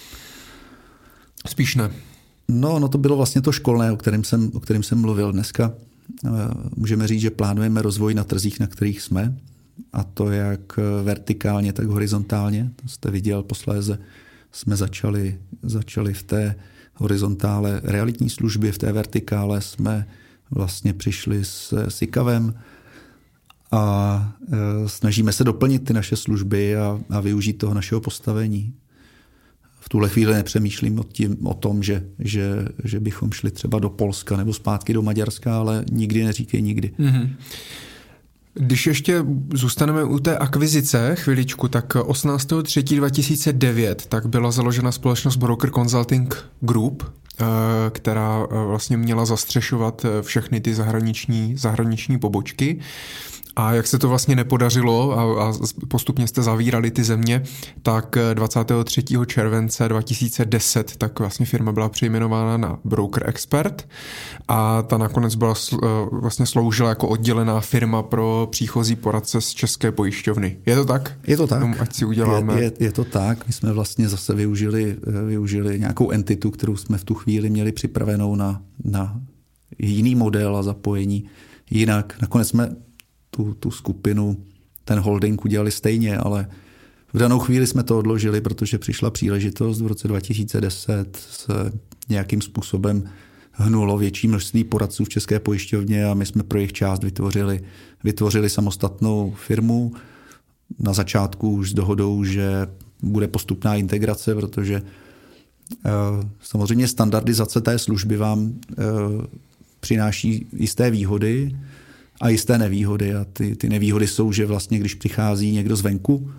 spíš ne?
No, no to bylo vlastně to školné, o kterém jsem, o kterém jsem mluvil dneska. Můžeme říct, že plánujeme rozvoj na trzích, na kterých jsme, a to jak vertikálně, tak horizontálně. To jste viděl posléze. Jsme začali, začali v té horizontále realitní služby, v té vertikále jsme vlastně přišli s SICAVem a e, snažíme se doplnit ty naše služby a, a využít toho našeho postavení. V tuhle chvíli nepřemýšlím o, tím, o tom, že, že, že bychom šli třeba do Polska nebo zpátky do Maďarska, ale nikdy neříkej nikdy.
Mm-hmm. Když ještě zůstaneme u té akvizice chviličku, tak osmnáctého třetího dva tisíce devět tak byla založena společnost Broker Consulting Group která vlastně měla zastřešovat všechny ty zahraniční, zahraniční pobočky. A jak se to vlastně nepodařilo a, a postupně jste zavírali ty země, tak dvacátého třetího července dva tisíce deset tak vlastně firma byla přejmenována na Broker Expert a ta nakonec byla vlastně sloužila jako oddělená firma pro příchozí poradce z České pojišťovny. Je to tak?
Je to tak.
Tomu, ať si uděláme.
Je, je, je to tak. My jsme vlastně zase využili, využili nějakou entitu, kterou jsme v tu chvíli měli připravenou na, na jiný model a zapojení. Jinak nakonec jsme Tu, tu skupinu, ten holding udělali stejně, ale v danou chvíli jsme to odložili, protože přišla příležitost v roce dva tisíce deset se nějakým způsobem hnulo větší množství poradců v České pojišťovně a my jsme pro jejich část vytvořili, vytvořili samostatnou firmu. Na začátku už s dohodou, že bude postupná integrace, protože eh, samozřejmě standardizace té služby vám eh, přináší jisté výhody, a jisté nevýhody. A ty, ty nevýhody jsou, že vlastně, když přichází někdo zvenku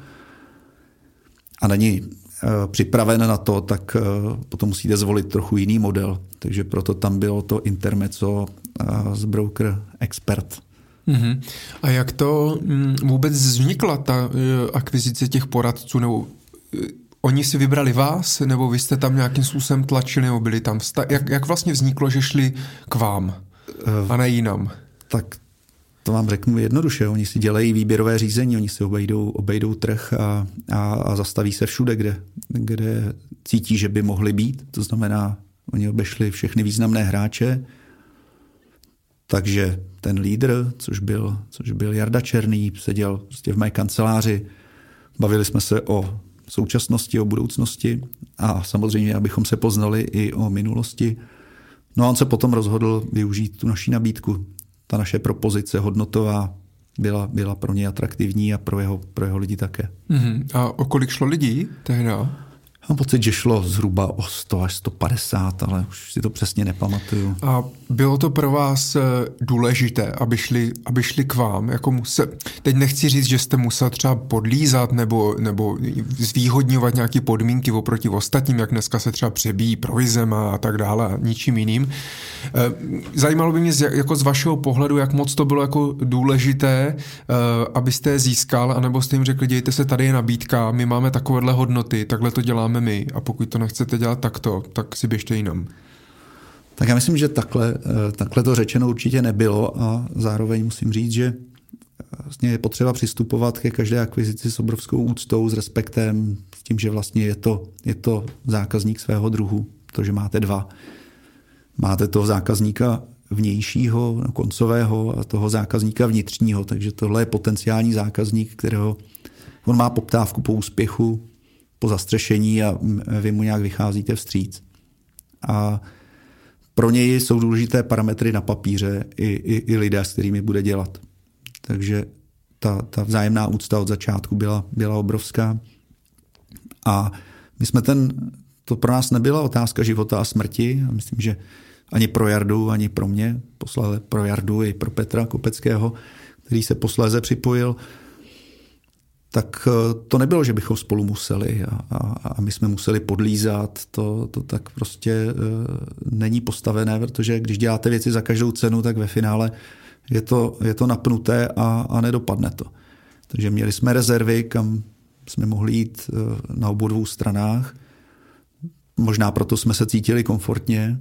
a není e, připraven na to, tak e, potom musíte zvolit trochu jiný model. Takže proto tam bylo to intermezzo e, z Broker Expert.
Mm-hmm. A jak to m, vůbec vznikla ta e, akvizice těch poradců? Nebo e, oni si vybrali vás, nebo vy jste tam nějakým způsobem tlačili, nebo byli tam? Sta- jak, jak vlastně vzniklo, že šli k vám a ne jinam?
Tak to vám řeknu jednoduše. Oni si dělají výběrové řízení, oni si obejdou, obejdou trh a, a, a zastaví se všude, kde, kde cítí, že by mohli být. To znamená, oni obešli všechny významné hráče, takže ten lídr, což byl, což byl Jarda Černý, seděl prostě v mé kanceláři, bavili jsme se o současnosti, o budoucnosti a samozřejmě, abychom se poznali i o minulosti. No a on se potom rozhodl využít tu naší nabídku. Ta naše propozice hodnotová byla, byla pro ně atraktivní a pro jeho, pro jeho lidi také.
Mm-hmm. A o kolik šlo lidí tehda?
Mám pocit, že šlo zhruba o sto až sto padesát, ale už si to přesně nepamatuju.
A bylo to pro vás důležité, aby šli, aby šli k vám? Jako musel, teď nechci říct, že jste musel třeba podlízat nebo, nebo zvýhodňovat nějaké podmínky oproti ostatním, jak dneska se třeba přebíjí provizem a tak dále a ničím jiným. Zajímalo by mě jako z vašeho pohledu, jak moc to bylo jako důležité, abyste je získal, anebo jste jim řekli, dějte se, tady je nabídka, my máme takovéhle hodnoty, takhle to děláme my a pokud to nechcete dělat takto, tak si běžte jinam.
Tak já myslím, že takhle, takhle to řečeno určitě nebylo a zároveň musím říct, že vlastně je potřeba přistupovat ke každé akvizici s obrovskou úctou, s respektem, s tím, že vlastně je to, je to zákazník svého druhu, protože máte dva. Máte toho zákazníka vnějšího, koncového a toho zákazníka vnitřního, takže tohle je potenciální zákazník, kterého on má poptávku po úspěchu, po zastřešení a vy mu nějak vycházíte vstříc. A pro něj jsou důležité parametry na papíře i, i, i lidé, s kterými bude dělat. Takže ta, ta vzájemná úcta od začátku byla, byla obrovská. A my jsme ten, to pro nás nebyla otázka života a smrti. A myslím, že ani pro Jardu, ani pro mě, posléze pro Jardu i pro Petra Kopeckého, který se posléze připojil, tak to nebylo, že bychom spolu museli a, a, a my jsme museli podlízat. To, to tak prostě e, není postavené, protože když děláte věci za každou cenu, tak ve finále je to, je to napnuté a, a nedopadne to. Takže měli jsme rezervy, kam jsme mohli jít e, na obou dvou stranách. Možná proto jsme se cítili komfortně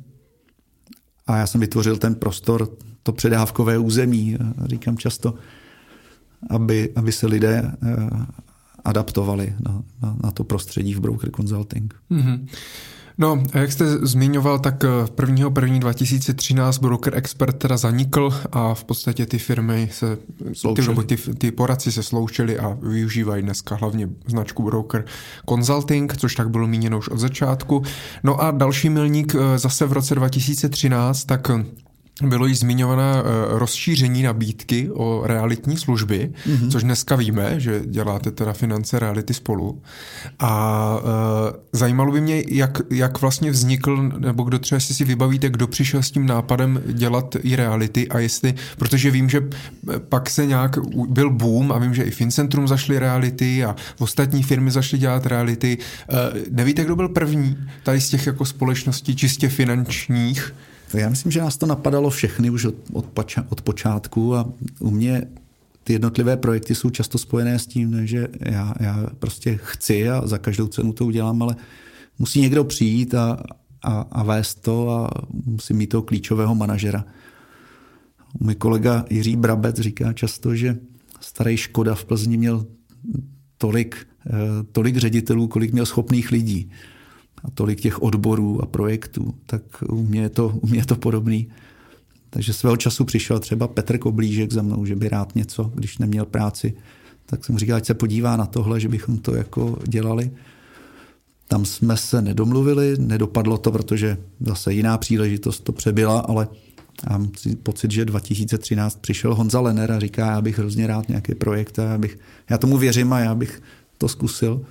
a já jsem vytvořil ten prostor, to předávkové území, a říkám často, Aby, aby se lidé uh, adaptovali na, na, na to prostředí v Broker Consulting. Mm-hmm.
No, a jak jste zmiňoval, tak prvního prvního dva tisíce třináct Broker Expert teda zanikl a v podstatě ty firmy se, ty, ty, ty poradci se sloučili a využívají dneska hlavně značku Broker Consulting, což tak bylo míněno už od začátku. No a další milník zase v roce dva tisíce třináct, tak bylo již zmiňované rozšíření nabídky o realitní služby, mm-hmm. což dneska víme, že děláte teda Finance reality spolu. A e, zajímalo by mě, jak, jak vlastně vznikl, nebo kdo třeba si si vybavíte, kdo přišel s tím nápadem dělat i reality a jestli, protože vím, že pak se nějak, byl boom a vím, že i Fincentrum zašly reality a ostatní firmy zašly dělat reality. E, nevíte, kdo byl první tady z těch jako společností čistě finančních?
Já myslím, že nás to napadalo všechny už od, od, poča, od počátku a u mě ty jednotlivé projekty jsou často spojené s tím, že já, já prostě chci a za každou cenu to udělám, ale musí někdo přijít a, a, a vést to a musím mít toho klíčového manažera. Můj kolega Jiří Brabec říká často, že starý Škoda v Plzni měl tolik, tolik ředitelů, kolik měl schopných lidí. A tolik těch odborů a projektů, tak u mě je to, u mě je to podobný. Takže svého času přišel třeba Petr Koblížek za mnou, že by rád něco, když neměl práci, tak jsem říkal, ať se podívá na tohle, že bychom to jako dělali. Tam jsme se nedomluvili, nedopadlo to, protože zase jiná příležitost to přebyla, ale já mám pocit, že dva tisíce třináct přišel Honza Lenner a říká, já bych hrozně rád nějaký projekt a já, bych, já tomu věřím a já bych to zkusil.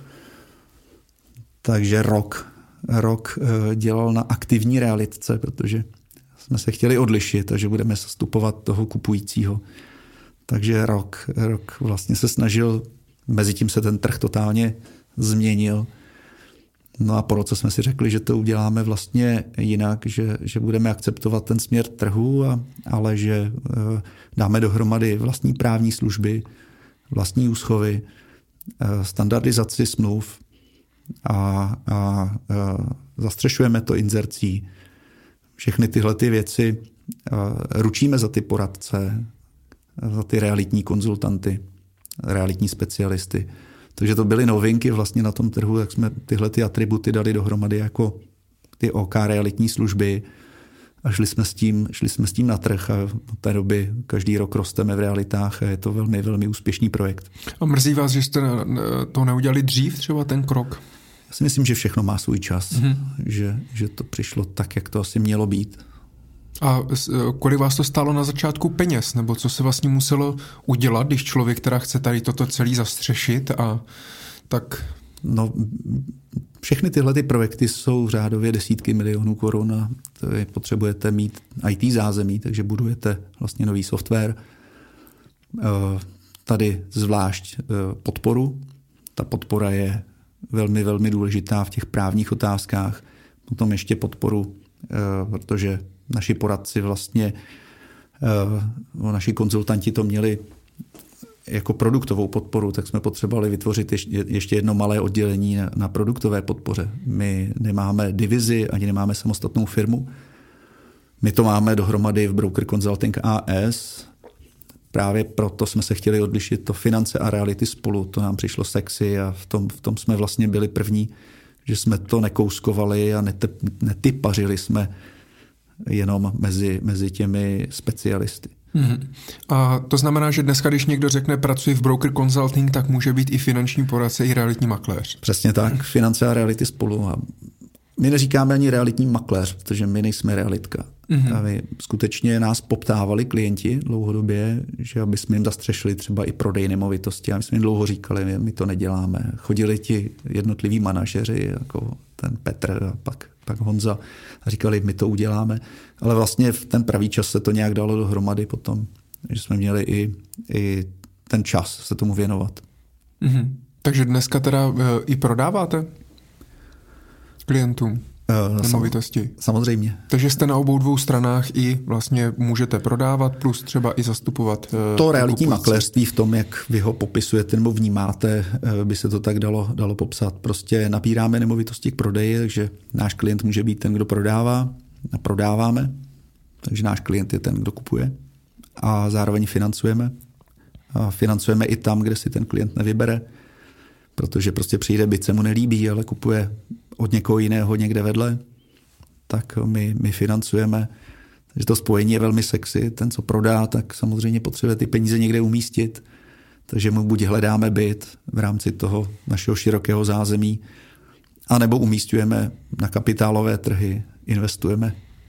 Takže rok, rok dělal na aktivní realitce, protože jsme se chtěli odlišit, takže budeme zastupovat toho kupujícího. Takže rok, rok vlastně se snažil, mezi tím se ten trh totálně změnil. No a po roce jsme si řekli, že to uděláme vlastně jinak, že, že budeme akceptovat ten směr trhu, a, ale že dáme dohromady vlastní právní služby, vlastní úschovy, standardizaci smluv, A, a, a zastřešujeme to inzercí. Všechny tyhle ty věci ručíme za ty poradce, za ty realitní konzultanty, realitní specialisty. Takže to byly novinky vlastně na tom trhu, tak jsme tyhle ty atributy dali dohromady jako ty OK realitní služby a šli jsme s tím, šli jsme s tím na trh a od té doby každý rok rosteme v realitách a je to velmi, velmi úspěšný projekt.
A mrzí vás, že jste to neudělali dřív, třeba ten krok?
Já si myslím, že všechno má svůj čas, mm-hmm. že, že to přišlo tak, jak to asi mělo být.
A kolik vás to stálo na začátku peněz, nebo co se vlastně muselo udělat, když člověk teda chce tady toto celý zastřešit a tak...
No, všechny tyhle ty projekty jsou řádově desítky milionů korun a potřebujete mít í té zázemí, takže budujete vlastně nový software. Tady zvlášť podporu. Ta podpora je velmi, velmi důležitá v těch právních otázkách. Potom ještě podporu, protože naši poradci vlastně, naši konzultanti to měli jako produktovou podporu, tak jsme potřebovali vytvořit ještě jedno malé oddělení na produktové podpoře. My nemáme divizi, ani nemáme samostatnou firmu. My to máme dohromady v Broker Consulting á es. Právě proto jsme se chtěli odlišit to finance a reality spolu. To nám přišlo sexy a v tom, v tom jsme vlastně byli první, že jsme to nekouskovali a netypařili jsme jenom mezi, mezi těmi specialisty.
Mm-hmm. A to znamená, že dneska, když někdo řekne pracuji v Broker Consulting, tak může být i finanční poradce, i realitní makléř.
Přesně tak, finance a reality spolu. A my neříkáme ani realitní makléř, protože my nejsme realitka. Mm-hmm. A my skutečně nás poptávali klienti dlouhodobě, že aby jsme jim zastřešili třeba i prodej nemovitosti. A my jsme jim dlouho říkali, my to neděláme. Chodili ti jednotliví manažeři, jako ten Petr a pak, pak Honza, a říkali, my to uděláme. Ale vlastně v ten pravý čas se to nějak dalo dohromady potom, že jsme měli i, i ten čas se tomu věnovat.
Mm-hmm. Takže dneska teda uh, i prodáváte klientům uh, nemovitosti?
Samozřejmě.
Takže jste na obou dvou stranách i vlastně můžete prodávat plus třeba i zastupovat uh,
to realitní makléřství v tom, jak vy ho popisujete nebo vnímáte, uh, by se to tak dalo, dalo popsat. Prostě nabíráme nemovitosti k prodeji, takže náš klient může být ten, kdo prodává a prodáváme, takže náš klient je ten, kdo kupuje a zároveň financujeme. A financujeme i tam, kde si ten klient nevybere, protože prostě přijde, byt se mu nelíbí, ale kupuje od někoho jiného někde vedle, tak my, my financujeme. Takže to spojení je velmi sexy. Ten, co prodá, tak samozřejmě potřebuje ty peníze někde umístit, takže mu buď hledáme byt v rámci toho našeho širokého zázemí, anebo umístujeme na kapitálové trhy, investujeme.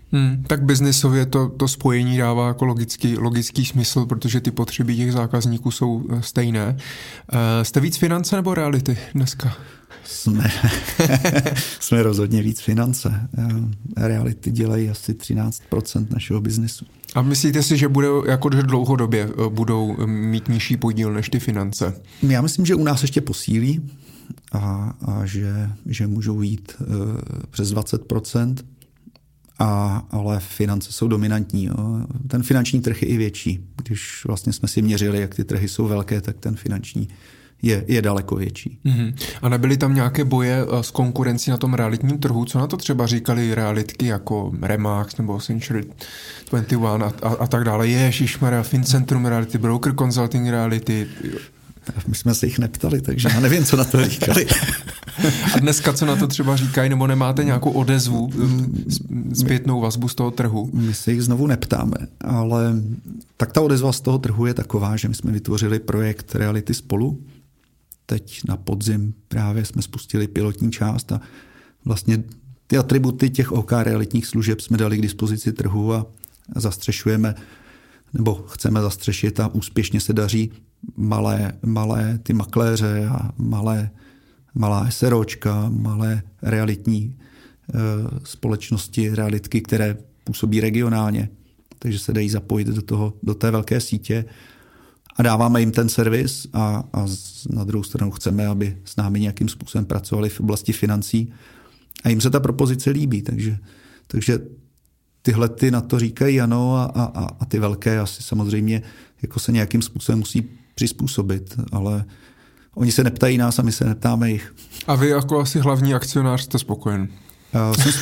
Hmm, tak biznisově to, to spojení dává jako logický, logický smysl, protože ty potřeby těch zákazníků jsou stejné. Uh, jste víc finance nebo reality dneska?
Jsme, jsme rozhodně víc finance. Reality dělají asi třináct procent našeho biznesu.
A myslíte si, že bude jako dlouhodobě budou mít nižší podíl než ty finance?
Já myslím, že u nás ještě posílí a, a že, že můžou jít uh, přes dvacet procent, a, ale finance jsou dominantní. Jo. Ten finanční trh je i větší. Když vlastně jsme si měřili, jak ty trhy jsou velké, tak ten finanční je, je daleko větší.
Mm-hmm. A nebyly tam nějaké boje s konkurencí na tom realitním trhu? Co na to třeba říkali realitky jako Remax nebo Century dvacet jedna a, a, a tak dále? Ježišmarja, Fincentrum Reality, Broker Consulting Reality.
My jsme se jich neptali, takže já nevím, co na to říkali.
A dneska co na to třeba říkají, nebo nemáte nějakou odezvu, zpětnou vazbu z toho trhu?
My se jich znovu neptáme, ale tak ta odezva z toho trhu je taková, že my jsme vytvořili projekt Reality spolu. Teď na podzim právě jsme spustili pilotní část a vlastně ty atributy těch OK realitních služeb jsme dali k dispozici trhu a zastřešujeme, nebo chceme zastřešit a úspěšně se daří malé, malé ty makléře a malé, malá SROčka, malé realitní e, společnosti, realitky, které působí regionálně, takže se dají zapojit do toho, do té velké sítě a dáváme jim ten servis a, a na druhou stranu chceme, aby s námi nějakým způsobem pracovali v oblasti financí a jim se ta propozice líbí, takže, takže tyhle ty na to říkají ano a, a, a ty velké asi samozřejmě jako se nějakým způsobem musí přizpůsobit, ale oni se neptají nás a my se neptáme jich.
A vy jako asi hlavní akcionář jste spokojen?
Jsem...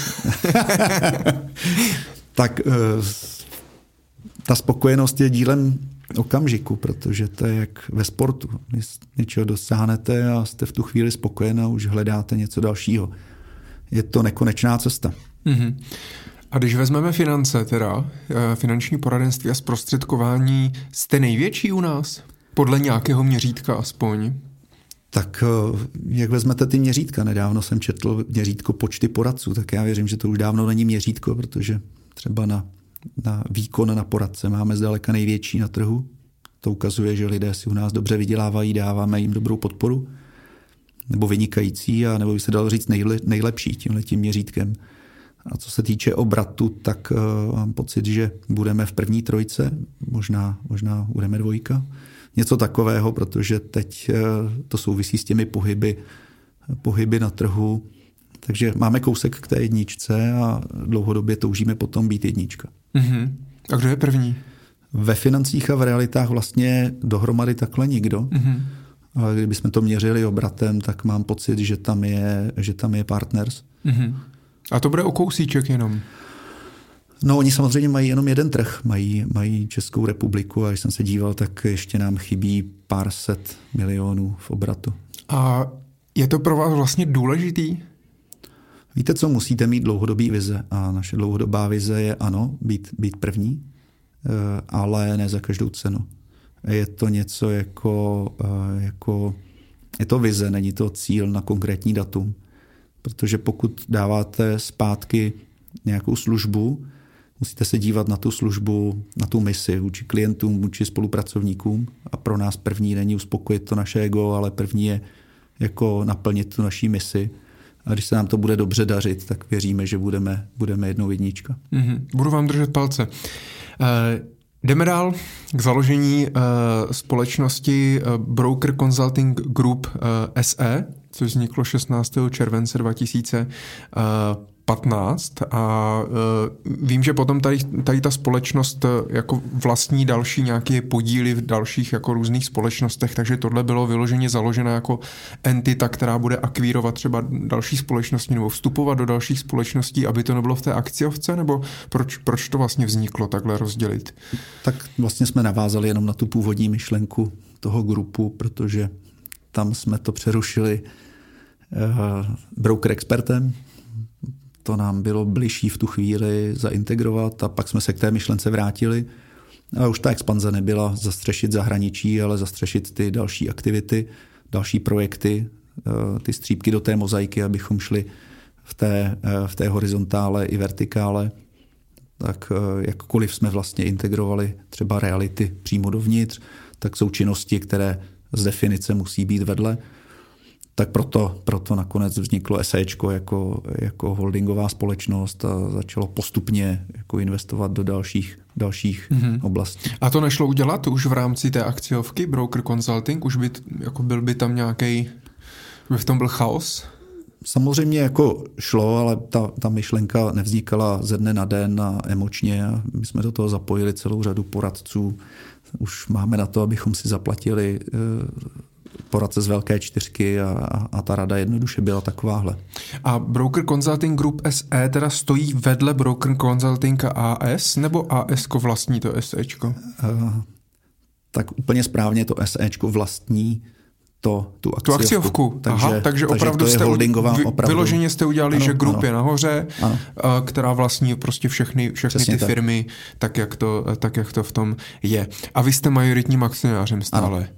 tak ta spokojenost je dílem okamžiku, protože to je jak ve sportu. Vy něčeho dosáhnete a jste v tu chvíli spokojen a už hledáte něco dalšího. Je to nekonečná cesta.
Mm-hmm. A když vezmeme finance, teda finanční poradenství a zprostředkování, jste největší u nás? Podle nějakého měřítka aspoň?
Tak jak vezmete ty měřítka? Nedávno jsem četl měřítko počty poradců, tak já věřím, že to už dávno není měřítko, protože třeba na, na výkon na poradce máme zdaleka největší na trhu. To ukazuje, že lidé si u nás dobře vydělávají, dáváme jim dobrou podporu, nebo vynikající, a nebo by se dalo říct nejle, nejlepší tímhletím měřítkem. A co se týče obratu, tak uh, mám pocit, že budeme v první trojce, možná, možná budeme dvojka. Něco takového, protože teď uh, to souvisí s těmi pohyby, pohyby na trhu. Takže máme kousek k té jedničce a dlouhodobě toužíme potom být jednička.
Mm-hmm. A kdo je první?
Ve financích a v realitách vlastně dohromady takhle nikdo. Mm-hmm. Ale kdybychom to měřili obratem, tak mám pocit, že tam je, že tam je Partners.
Mm-hmm. A to bude o kousíček jenom?
No, oni samozřejmě mají jenom jeden trh, mají, mají Českou republiku a když jsem se díval, tak ještě nám chybí pár set milionů v obratu.
A je to pro vás vlastně důležitý?
Víte co, musíte mít dlouhodobý vize a naše dlouhodobá vize je ano, být, být první, ale ne za každou cenu. Je to něco jako, jako je to vize, není to cíl na konkrétní datum. Protože pokud dáváte zpátky nějakou službu, musíte se dívat na tu službu, na tu misi vůči klientům, vůči spolupracovníkům. A pro nás první není uspokojit to naše ego, ale první je jako naplnit tu naší misi. A když se nám to bude dobře dařit, tak věříme, že budeme, budeme jednou jednička.
Mm-hmm. Budu vám držet palce. Uh, jdeme dál k založení uh, společnosti uh, Broker Consulting Group uh, S E, což vzniklo šestnáctého července dva tisíce patnáct a uh, vím, že potom tady, tady ta společnost jako vlastní další nějaké podíly v dalších jako různých společnostech, takže tohle bylo vyloženě založeno jako entita, která bude akvírovat třeba další společnosti nebo vstupovat do dalších společností, aby to nebylo v té akciovce, nebo proč, proč to vlastně vzniklo takhle rozdělit?
Tak vlastně jsme navázali jenom na tu původní myšlenku toho grupu, protože tam jsme to přerušili uh, broker expertem. To nám bylo bližší v tu chvíli zaintegrovat a pak jsme se k té myšlence vrátili. Ale už ta expanze nebyla zastřešit zahraničí, ale zastřešit ty další aktivity, další projekty, ty střípky do té mozaiky, abychom šli v té, v té horizontále i vertikále. tak jakkoliv jsme vlastně integrovali třeba reality přímo dovnitř, tak jsou činnosti, které z definice musí být vedle. Tak proto, proto nakonec vzniklo SEčko jako, jako holdingová společnost a začalo postupně jako investovat do dalších, dalších mm-hmm. oblastí.
A to nešlo udělat už v rámci té akciovky Broker Consulting? Už by, jako byl by tam nějaký, by v tom byl chaos?
Samozřejmě jako šlo, ale ta, ta myšlenka nevznikala ze dne na den a emočně. A my jsme do toho zapojili celou řadu poradců. Už máme na to, abychom si zaplatili poradce z velké čtyřky a, a, a ta rada jednoduše byla takováhle.
A Broker Consulting Group S E teda stojí vedle Broker Consulting A S nebo A S ko vlastní to SEčko? Uh,
tak úplně správně to SEčko vlastní to, tu akciovku.
Tu akciovku. Takže, Aha, takže opravdu
takže
jste
holdingová
vy,
opravdu.
Vyloženě jste udělali, ano, že grup ano. je nahoře, ano. která vlastní prostě všechny, všechny ty tak. firmy, tak jak, to, tak jak to v tom je. A vy jste majoritním akcionářem stále. Ano.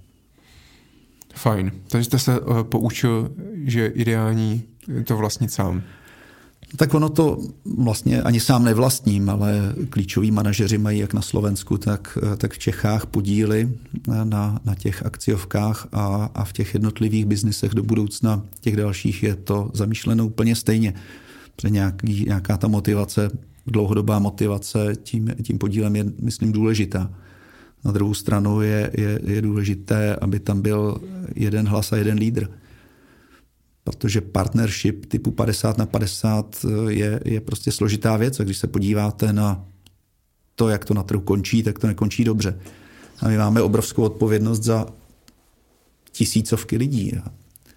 Fajn. Takže jste se uh, poučil, že ideální to vlastnit sám.
Tak ono to vlastně ani sám nevlastním, ale klíčoví manažeři mají jak na Slovensku, tak, tak v Čechách podíly na, na těch akciovkách a, a v těch jednotlivých biznisech do budoucna těch dalších je to zamýšleno úplně stejně. Protože nějaký, nějaká ta motivace, dlouhodobá motivace tím, tím podílem je, myslím, důležitá. Na druhou stranu je, je, je důležité, aby tam byl jeden hlas a jeden lídr. Protože partnership typu padesát na padesát je, je prostě složitá věc. A když se podíváte na to, jak to na trhu končí, tak to nekončí dobře. A my máme obrovskou odpovědnost za tisícovky lidí. A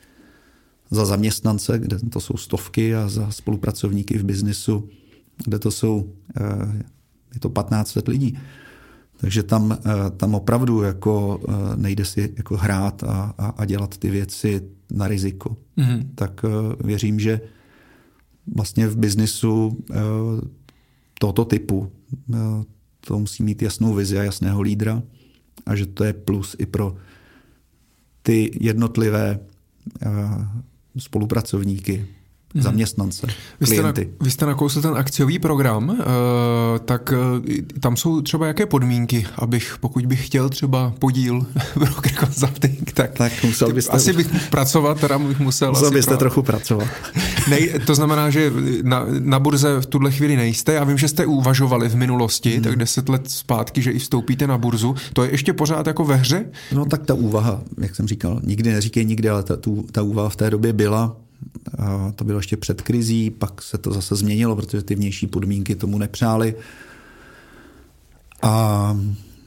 za zaměstnance, kde to jsou stovky, a za spolupracovníky v biznisu, kde to jsou, je to patnáct let lidí. Takže tam, tam opravdu jako nejde si jako hrát a, a, a dělat ty věci na riziko. Mm-hmm. Tak věřím, že vlastně v biznisu tohoto typu to musí mít jasnou vizi a jasného lídra a že to je plus i pro ty jednotlivé spolupracovníky, zaměstnance,
vy jste
klienty.
Na, vy jste nakousl ten akciový program, uh, tak uh, tam jsou třeba jaké podmínky, abych, pokud bych chtěl třeba podíl Broker Consulting, tak,
tak musel byste,
asi bych pracovat, teda bych musel.
Musel
asi
byste
pro...
trochu pracovat.
Nej, to znamená, že na, na burze v tuhle chvíli nejste. Já vím, že jste uvažovali v minulosti, hmm. tak deset let zpátky, že i vstoupíte na burzu. To je ještě pořád jako ve hře?
No tak ta úvaha, jak jsem říkal, nikdy neříkej nikdy, ale ta, tu, ta úvaha v té době byla. A to bylo ještě před krizí, pak se to zase změnilo, protože ty vnější podmínky tomu nepřály. A, a,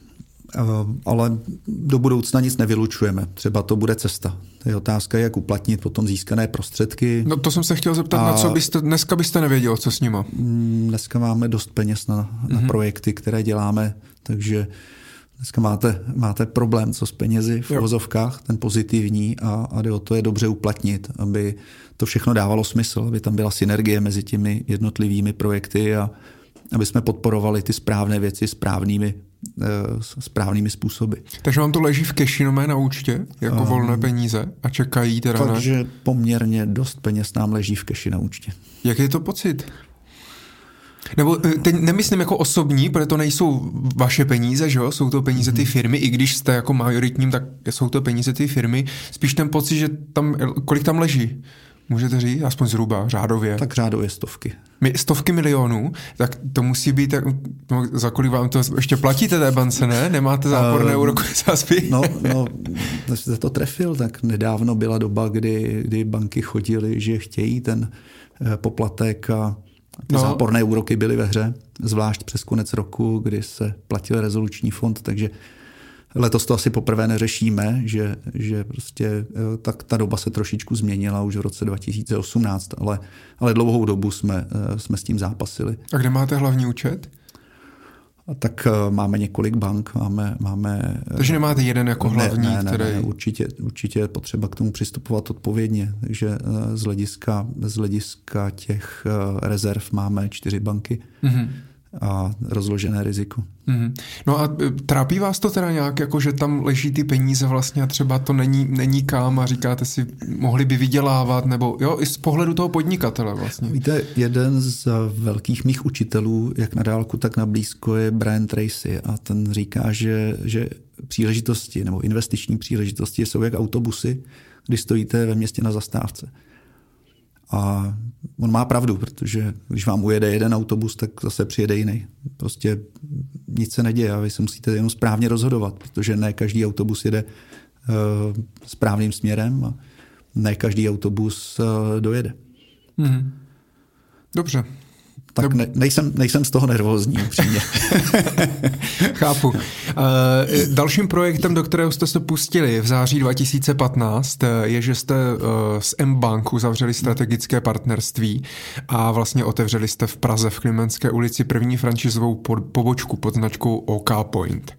ale do budoucna nic nevylučujeme. Třeba to bude cesta. To je otázka, jak uplatnit potom získané prostředky.
No to jsem se chtěl zeptat, a na co byste, dneska byste nevěděl, co s nima?
Dneska máme dost peněz na, na mm-hmm. projekty, které děláme, takže dneska máte, máte problém, co s penězi v uvozovkách, ten pozitivní a, a jde o to je dobře uplatnit, aby to všechno dávalo smysl, aby tam byla synergie mezi těmi jednotlivými projekty a aby jsme podporovali ty správné věci správnými, eh, správnými způsoby.
Takže vám to leží v keši na účtě, jako um, volné peníze a čekají teda na...
Takže poměrně dost peněz nám leží v keši na účtě.
Jaký je to pocit? Nebo teď nemyslím jako osobní, protože to nejsou vaše peníze, že jo? Jsou to peníze ty firmy, i když jste jako majoritním, tak jsou to peníze ty firmy. Spíš ten pocit, že tam, kolik tam leží? Můžete říct? Aspoň zhruba, řádově.
Tak řádově stovky.
My, stovky milionů, tak to musí být, no, za kolik vám to ještě platíte té bance, ne? Nemáte záporné uh, úrokové sazby?
No, no, jste to trefil, tak nedávno byla doba, kdy, kdy banky chodily, že chtějí ten poplatek a ty no. záporné úroky byly ve hře, zvlášť přes konec roku, kdy se platil rezoluční fond, takže letos to asi poprvé neřešíme, že, že prostě tak ta doba se trošičku změnila už v roce dva tisíce osmnáct, ale, ale dlouhou dobu jsme, jsme s tím zápasili.
A kde máte hlavní účet?
A tak máme několik bank, máme... máme
takže nemáte jeden jako hlavní,
ne, ne,
který...
Ne, určitě, určitě je potřeba k tomu přistupovat odpovědně, takže z hlediska, z hlediska těch rezerv máme čtyři banky. Mm-hmm. a rozložené riziko.
Mm. No a trápí vás to teda nějak, jako že tam leží ty peníze vlastně a třeba to není, není kam a říkáte si, mohli by vydělávat, nebo jo, i z pohledu toho podnikatele vlastně.
Víte, jeden z velkých mých učitelů, jak na dálku, tak na blízko, je Brian Tracy a ten říká, že, že příležitosti nebo investiční příležitosti jsou jak autobusy, když stojíte ve městě na zastávce. A on má pravdu, protože když vám ujede jeden autobus, tak zase přijede jiný. Prostě nic se neděje a vy se musíte jenom správně rozhodovat, protože ne každý autobus jede uh, správným směrem a ne každý autobus uh, dojede.
Mm. Dobře.
Tak ne, nejsem, nejsem z toho nervózní, upřímně.
Chápu. E, dalším projektem, do kterého jste se pustili v září dva tisíce patnáct, je, že jste e, s mBank uzavřeli strategické partnerství a vlastně otevřeli jste v Praze v Klimenské ulici první franšizovou pobočku pod značkou OK Point.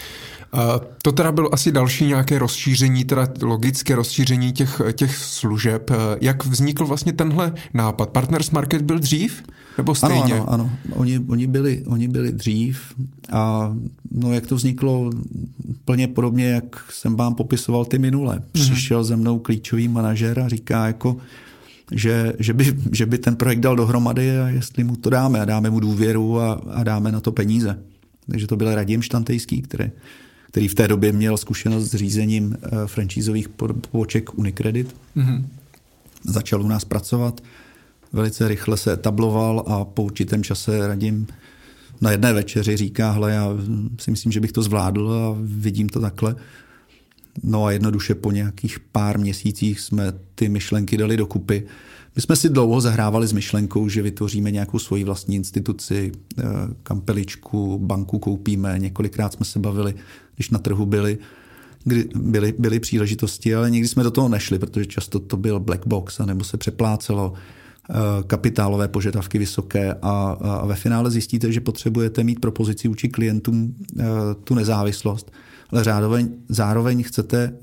To teda bylo asi další nějaké rozšíření, teda logické rozšíření těch, těch služeb. Jak vznikl vlastně tenhle nápad? Partners Market byl dřív? Nebo stejně?
Ano, ano, ano. Oni, oni, byli, oni byli dřív a no, jak to vzniklo úplně podobně, jak jsem vám popisoval ty minule. Přišel mm-hmm. ze mnou klíčový manažer a říká, jako, že, že, by, že by ten projekt dal dohromady a jestli mu to dáme a dáme mu důvěru a, a dáme na to peníze. Takže to byl Radim Štantejský, který který v té době měl zkušenost s řízením uh, franšízových poboček Unicredit. Mm-hmm. Začal u nás pracovat, velice rychle se etabloval a po určitém čase Radim na jedné večeři říká, hle, já si myslím, že bych to zvládl a vidím to takhle. No a jednoduše po nějakých pár měsících jsme ty myšlenky dali dokupy. My jsme si dlouho zahrávali s myšlenkou, že vytvoříme nějakou svoji vlastní instituci, kampeličku, banku koupíme. Několikrát jsme se bavili, když na trhu byly, kdy byly, byly příležitosti, ale nikdy jsme do toho nešli, protože často to byl black box, nebo se přeplácelo, kapitálové požadavky vysoké a, a ve finále zjistíte, že potřebujete mít pro pozici vůči klientům tu nezávislost, ale zároveň, zároveň chcete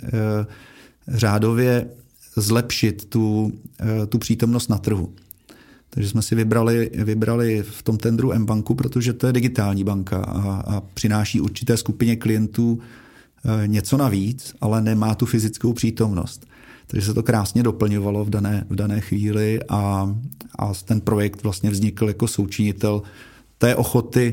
řádově zlepšit tu, tu přítomnost na trhu. Takže jsme si vybrali, vybrali v tom tendru mBanku, protože to je digitální banka a, a přináší určité skupině klientů něco navíc, ale nemá tu fyzickou přítomnost. Takže se to krásně doplňovalo v dané, v dané chvíli a, a ten projekt vlastně vznikl jako součinitel té ochoty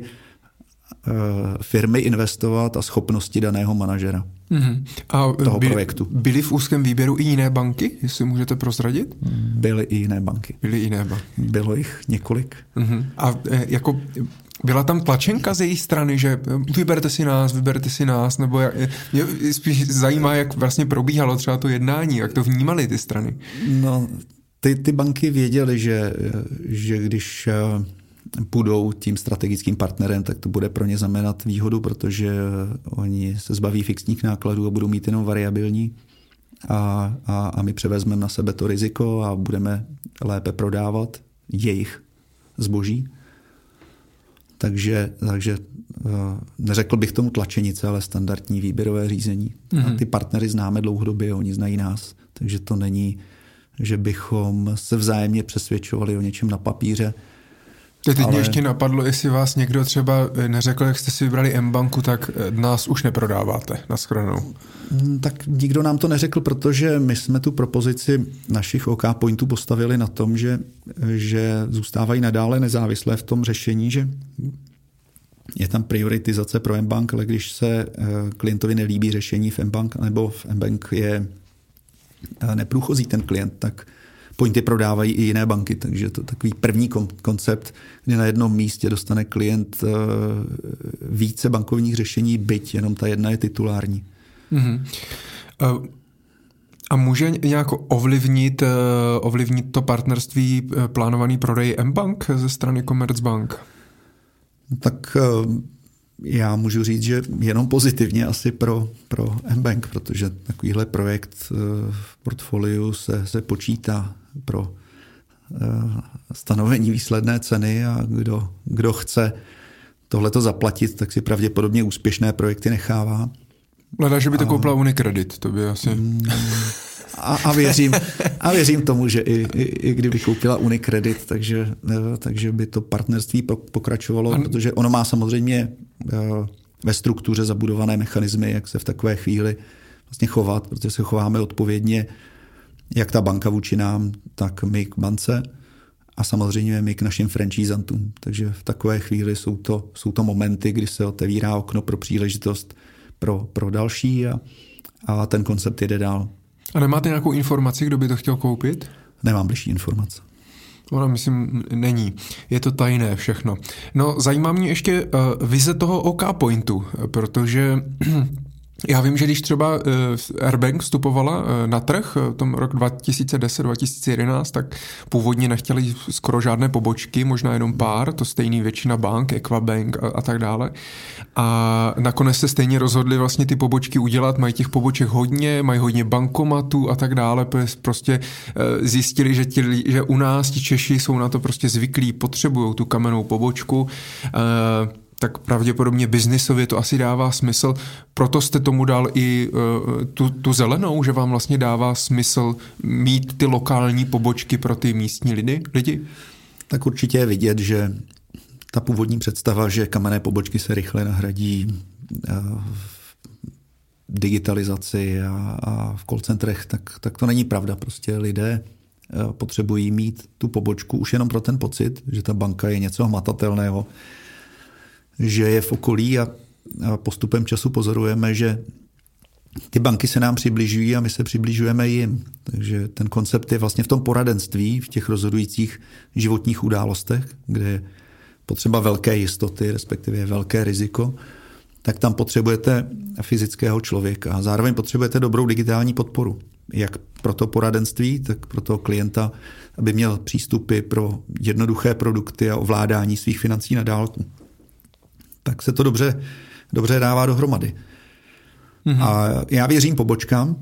firmy investovat a schopnosti daného manažera. Mm-hmm. A toho
byli,
projektu.
Byly v úzkém výběru i jiné banky, jestli můžete prozradit?
Byly i jiné banky.
Byly i jiné banky.
Bylo jich několik.
Mm-hmm. A e, jako byla tam tlačenka z její strany, že vyberte si nás, vyberte si nás, nebo jak, mě spíš zajímá, jak vlastně probíhalo třeba to jednání, jak to vnímaly ty strany.
No, ty, ty banky věděly, že, že když půjdou tím strategickým partnerem, tak to bude pro ně znamenat výhodu, protože oni se zbaví fixních nákladů a budou mít jenom variabilní a, a, a my převezmeme na sebe to riziko a budeme lépe prodávat jejich zboží. Takže, takže neřekl bych tomu tlačenice, ale standardní výběrové řízení. Mm-hmm. A ty partnery známe dlouhodobě, oni znají nás, takže to není, že bychom se vzájemně přesvědčovali o něčem na papíře.
Teď
ale...
mě ještě napadlo, jestli vás někdo třeba neřekl, jak jste si vybrali mBanku, tak nás už neprodáváte na shledanou.
Tak nikdo nám to neřekl, protože my jsme tu propozici našich OK Pointů postavili na tom, že, že zůstávají nadále nezávislé v tom řešení, že je tam prioritizace pro mBank, ale když se klientovi nelíbí řešení v mBank, nebo v mBank je neprůchozí ten klient, tak Pointy prodávají i jiné banky, takže to je takový první koncept, kdy na jednom místě dostane klient více bankovních řešení, byť jenom ta jedna je titulární. Mm-hmm.
A může nějak ovlivnit, ovlivnit to partnerství plánovaný prodej mBank ze strany Commerzbank?
Tak já můžu říct, že jenom pozitivně asi pro, pro mBank, protože takovýhle projekt v portfoliu se, se počítá pro stanovení výsledné ceny a kdo, kdo chce tohleto zaplatit, tak si pravděpodobně úspěšné projekty nechává.
Leda, že by to koupila Unicredit, to by asi...
a, a, věřím, a věřím tomu, že i, i, i kdyby koupila Unicredit, takže, takže by to partnerství pokračovalo, a... protože ono má samozřejmě ve struktuře zabudované mechanismy, jak se v takové chvíli vlastně chovat, protože se chováme odpovědně jak ta banka vůči nám, tak my k bance a samozřejmě my k našim franchisantům. Takže v takové chvíli jsou to, jsou to momenty, kdy se otevírá okno pro příležitost pro, pro další a, a ten koncept jede dál.
A nemáte nějakou informaci, kdo by to chtěl koupit?
Nemám bližší informace.
Ona, myslím, není. Je to tajné všechno. No, zajímá mě ještě uh, vize toho OK Pointu, protože já vím, že když třeba uh, Airbank vstupovala uh, na trh v tom rok dva tisíce deset dva tisíce jedenáct, tak původně nechtěli skoro žádné pobočky, možná jenom pár, to stejný většina bank, Equibank a, a tak dále. A nakonec se stejně rozhodli vlastně ty pobočky udělat, mají těch poboček hodně, mají hodně bankomatů a tak dále, prostě uh, zjistili, že, ti, že u nás ti Češi jsou na to prostě zvyklí, potřebují tu kamennou pobočku, uh, tak pravděpodobně biznisově to asi dává smysl. Proto jste tomu dal i uh, tu, tu zelenou, že vám vlastně dává smysl mít ty lokální pobočky pro ty místní lidi? lidi?
Tak určitě je vidět, že ta původní představa, že kamenné pobočky se rychle nahradí uh, digitalizaci a, a v call centrech, tak, tak to není pravda. Prostě lidé uh, potřebují mít tu pobočku už jenom pro ten pocit, že ta banka je něco hmatatelného, že je v okolí a postupem času pozorujeme, že ty banky se nám přibližují a my se přibližujeme jim. Takže ten koncept je vlastně v tom poradenství, v těch rozhodujících životních událostech, kde je potřeba velké jistoty, respektive velké riziko, tak tam potřebujete fyzického člověka a zároveň potřebujete dobrou digitální podporu. Jak pro to poradenství, tak pro toho klienta, aby měl přístupy pro jednoduché produkty a ovládání svých financí na dálku. Tak se to dobře, dobře dává dohromady. Mm-hmm. A já věřím pobočkám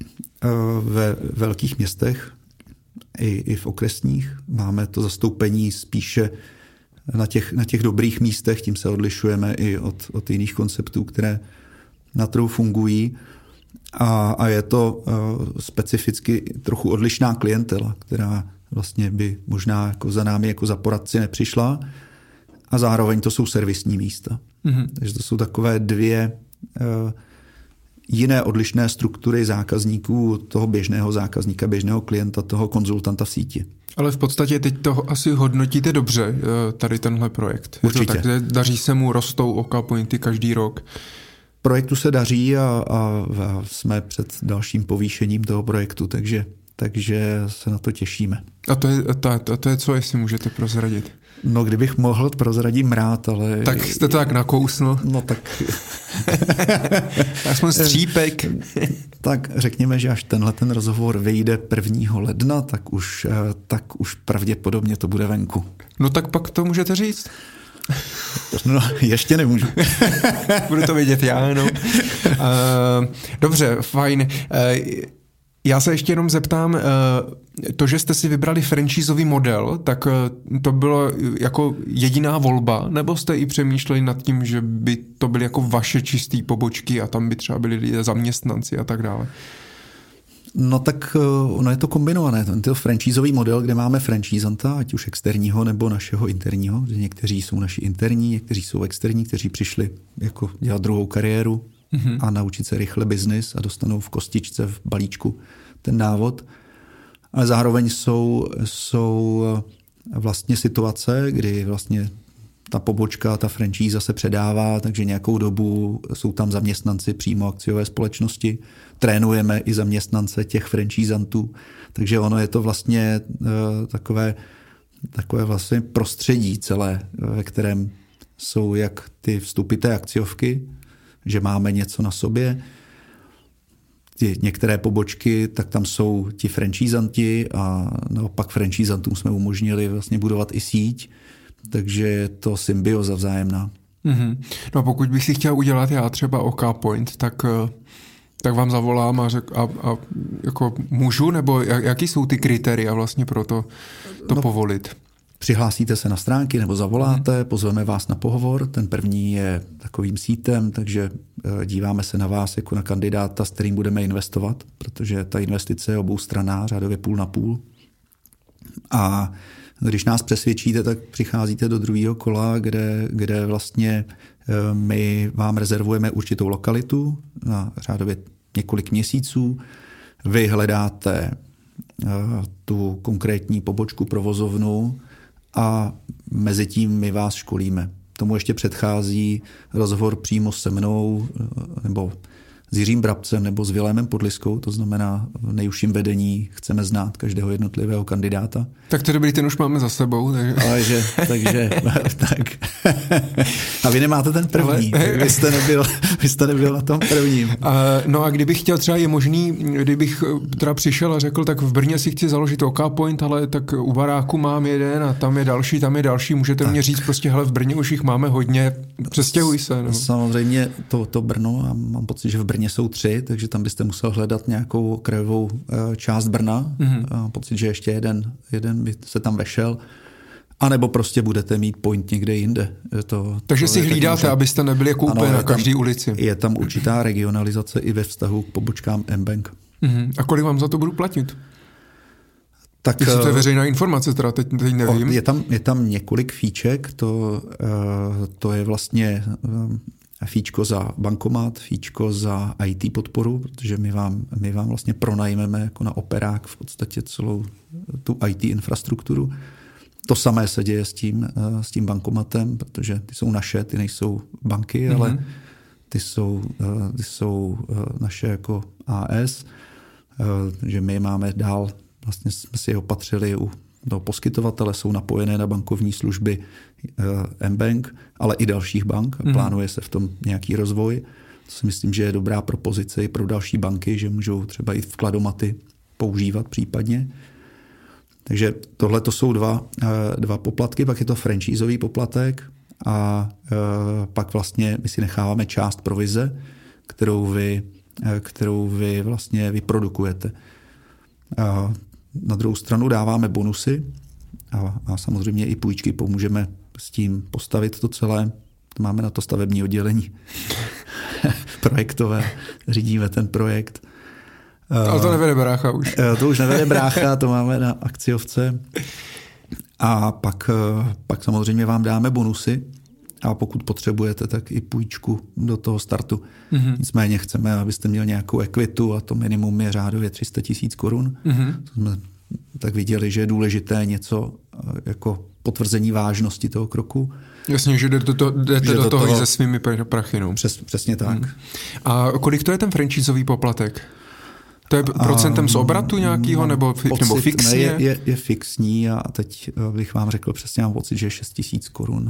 ve velkých městech i, i v okresních. Máme to zastoupení spíše na těch, na těch dobrých místech, tím se odlišujeme i od, od jiných konceptů, které na trhu fungují. A, a je to specificky trochu odlišná klientela, která vlastně by možná jako za námi jako za poradci nepřišla, a zároveň to jsou servisní místa. Mm-hmm. Takže to jsou takové dvě uh, jiné odlišné struktury zákazníků, toho běžného zákazníka, běžného klienta, toho konzultanta v síti.
Ale v podstatě teď to asi hodnotíte dobře, tady tenhle projekt.
Určitě.
Tak daří se mu, rostou OK Pointy každý rok.
Projektu se daří a, a, a jsme před dalším povýšením toho projektu, takže, takže se na to těšíme.
A to je, to, a to je co, jestli můžete prozradit?
No, kdybych mohl, prozradím rád, ale...
Tak jste to tak nakousnul.
No tak...
Aspoň střípek.
Tak řekněme, že až tenhle ten rozhovor vyjde prvního ledna, tak už, tak už pravděpodobně to bude venku.
No tak pak to můžete říct.
No, ještě nemůžu.
Budu to vědět já jenom. Uh, dobře, fajn. Uh, Já se ještě jenom zeptám, to, že jste si vybrali franchízový model, tak to bylo jako jediná volba, nebo jste i přemýšleli nad tím, že by to byly jako vaše čisté pobočky a tam by třeba byli lidé zaměstnanci a tak dále?
No tak ono je to kombinované. To je franchízový model, kde máme franchízanta, ať už externího nebo našeho interního. Někteří jsou naši interní, někteří jsou externí, kteří přišli jako dělat druhou kariéru mm-hmm. a naučit se rychle biznis a dostanou v kostičce, v balíčku ten návod. Ale zároveň jsou, jsou vlastně situace, kdy vlastně ta pobočka, ta franšíza se předává, takže nějakou dobu jsou tam zaměstnanci přímo akciové společnosti. Trénujeme i zaměstnance těch franšízantů, takže ono je to vlastně uh, takové, takové vlastně prostředí celé, ve kterém jsou jak ty vstupité akciovky, že máme něco na sobě. Ty některé pobočky, tak tam jsou ti franšízanti a naopak franšízantům jsme umožnili vlastně budovat i síť, takže je to symbioza vzájemná.
Mm-hmm. No pokud bych si chtěl udělat já třeba OK Point, tak, tak vám zavolám a, řek, a, a jako můžu, nebo jaký jsou ty kritéria vlastně pro to, to no, povolit?
Přihlásíte se na stránky nebo zavoláte, pozveme vás na pohovor. Ten první je takovým sítem, takže díváme se na vás jako na kandidáta, s kterým budeme investovat, protože ta investice je oboustranná, řádově půl na půl. A když nás přesvědčíte, tak přicházíte do druhého kola, kde, kde vlastně my vám rezervujeme určitou lokalitu na řádově několik měsíců. Vy hledáte tu konkrétní pobočku, provozovnu a mezi tím my vás školíme. Tomu ještě předchází rozhovor přímo se mnou nebo s Jiřím Brabcem nebo s Vilémem Podliskou, to znamená v nejužším vedení chceme znát každého jednotlivého kandidáta.
Tak to dobrý, ten už máme za sebou. Takže,
Ale že, takže tak. A vy nemáte ten první, ale, vy, jste nebyl, vy jste nebyl na tom prvním.
A, no a kdybych chtěl třeba, je možný, kdybych teda přišel a řekl, tak v Brně si chci založit OK Point, ale tak u baráku mám jeden a tam je další, tam je další, můžete tak mě říct prostě, hele, v Brně už jich máme hodně, přestěhuj se. No.
Samozřejmě to, to Brno, a mám pocit, že v Brně jsou tři, takže tam byste musel hledat nějakou krajovou část Brna. Mm-hmm. Mám pocit, že ještě jeden, jeden by se tam vešel. A nebo prostě budete mít point někde jinde. To,
takže
to
si hlídáte, může... abyste nebyli jako úplně na každé ulici.
Je tam určitá regionalizace i ve vztahu k pobočkám mBank.
Mm-hmm. A kolik vám za to budu platit?
Tak,
jestli to je veřejná informace, teda teď, teď nevím.
Je tam, je tam několik fíček, to, to je vlastně fíčko za bankomat, fíčko za í té podporu, protože my vám, my vám vlastně pronajmeme jako na operák v podstatě celou tu í té infrastrukturu. To samé se děje s tím, s tím bankomatem, protože ty jsou naše, ty nejsou banky, mm-hmm. ale ty jsou, ty jsou naše jako á es, že my máme dál, vlastně jsme si je opatřili u toho poskytovatele, jsou napojené na bankovní služby mBank, ale i dalších bank a mm-hmm. plánuje se v tom nějaký rozvoj. To si myslím, že je dobrá propozice i pro další banky, že můžou třeba i vkladomaty používat případně. Takže tohle to jsou dva, dva poplatky, pak je to franchiseový poplatek a pak vlastně my si necháváme část provize, kterou vy, kterou vy vlastně vyprodukujete. A na druhou stranu dáváme bonusy a, a samozřejmě i půjčky pomůžeme s tím postavit to celé. Máme na to stavební oddělení projektové, řídíme ten projekt.
Ale to nevede brácha už.
To už nevede brácha, to máme na akciovce. A pak, pak samozřejmě vám dáme bonusy a pokud potřebujete, tak i půjčku do toho startu. Mm-hmm. Nicméně chceme, abyste měl nějakou ekvitu a to minimum je řádově tři sta tisíc korun. Mm-hmm. Jsme tak viděli, že je důležité něco jako potvrzení vážnosti toho kroku.
Jasně, že jdete do, jdete že do, do toho, toho i se svými prachy. No.
Přes, přesně tak. Mm.
A kolik to je ten franchiseový poplatek? To je procentem z obratu nějakého nebo, fi, nebo fixně?
Ne, je, je, je fixní a teď bych vám řekl přesně, mám pocit, že je šest tisíc korun.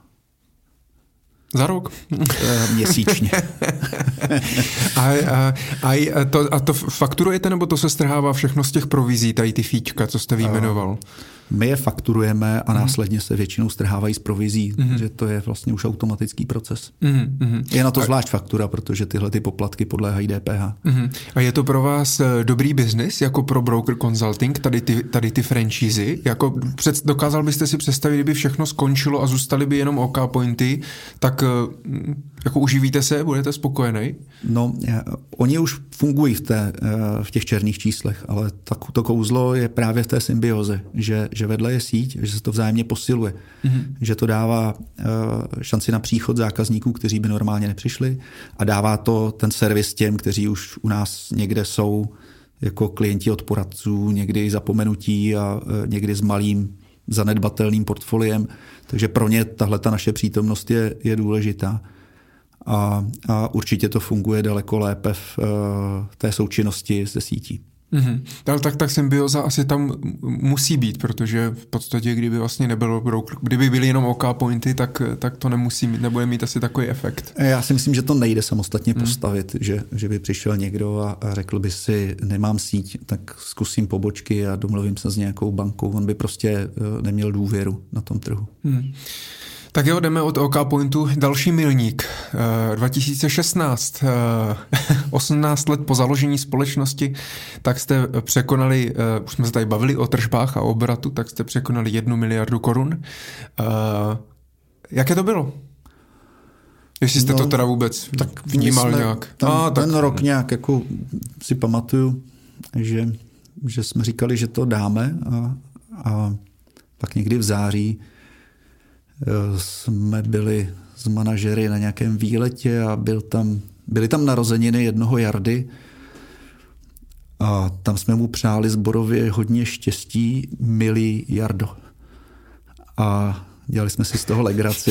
Za rok?
Měsíčně.
a, a, a, to, a to fakturujete, nebo to se strhává všechno z těch provizí, tady ty fíčka, co jste vyjmenoval?
My je fakturujeme a následně se většinou strhávají z provizí, mm-hmm. že to je vlastně už automatický proces. Mm-hmm. Je na to zvlášť faktura, protože tyhle ty poplatky podléhají D P H.
Mm-hmm. A je to pro vás dobrý biznis, jako pro broker consulting, tady ty, tady ty franšízy? Jako před, dokázal byste si představit, kdyby všechno skončilo a zůstaly by jenom OK Pointy, tak jako uživíte se, budete spokojený?
No, oni už fungují v, té, v těch černých číslech, ale tak, to kouzlo je právě v té symbioze, že, že vedle je síť, že se to vzájemně posiluje, mm-hmm. že to dává šanci na příchod zákazníků, kteří by normálně nepřišli a dává to ten servis těm, kteří už u nás někde jsou jako klienti od poradců, někdy zapomenutí a někdy s malým zanedbatelným portfoliem, takže pro ně tahle ta naše přítomnost je, je důležitá. A, a určitě to funguje daleko lépe v uh, té součinnosti se sítí.
Mm-hmm. Ale tak ta symbioza asi tam musí být, protože v podstatě, kdyby vlastně nebylo broker, kdyby byly jenom OK Pointy, tak, tak to nemusí mít, nebude mít asi takový efekt.
Já si myslím, že to nejde samostatně postavit, mm. že, že by přišel někdo a, a řekl by si, nemám síť, tak zkusím pobočky a domluvím se s nějakou bankou. On by prostě neměl důvěru na tom trhu. Mm.
Tak jo, jdeme od OK Pointu. Další milník. dva tisíce šestnáct, osmnáct let po založení společnosti, tak jste překonali, už jsme se tady bavili o tržbách a obratu, tak jste překonali jednu miliardu korun. Jaké to bylo? Jestli jste no, to teda vůbec tak vnímal nějak.
Ten,
A,
ten
tak...
rok nějak jako si pamatuju, že, že jsme říkali, že to dáme a, a pak někdy v září jsme byli s manažery na nějakém výletě a byl tam, byly tam narozeniny jednoho Jardy a tam jsme mu přáli sborově hodně štěstí, milý Jardo. A dělali jsme si z toho legraci.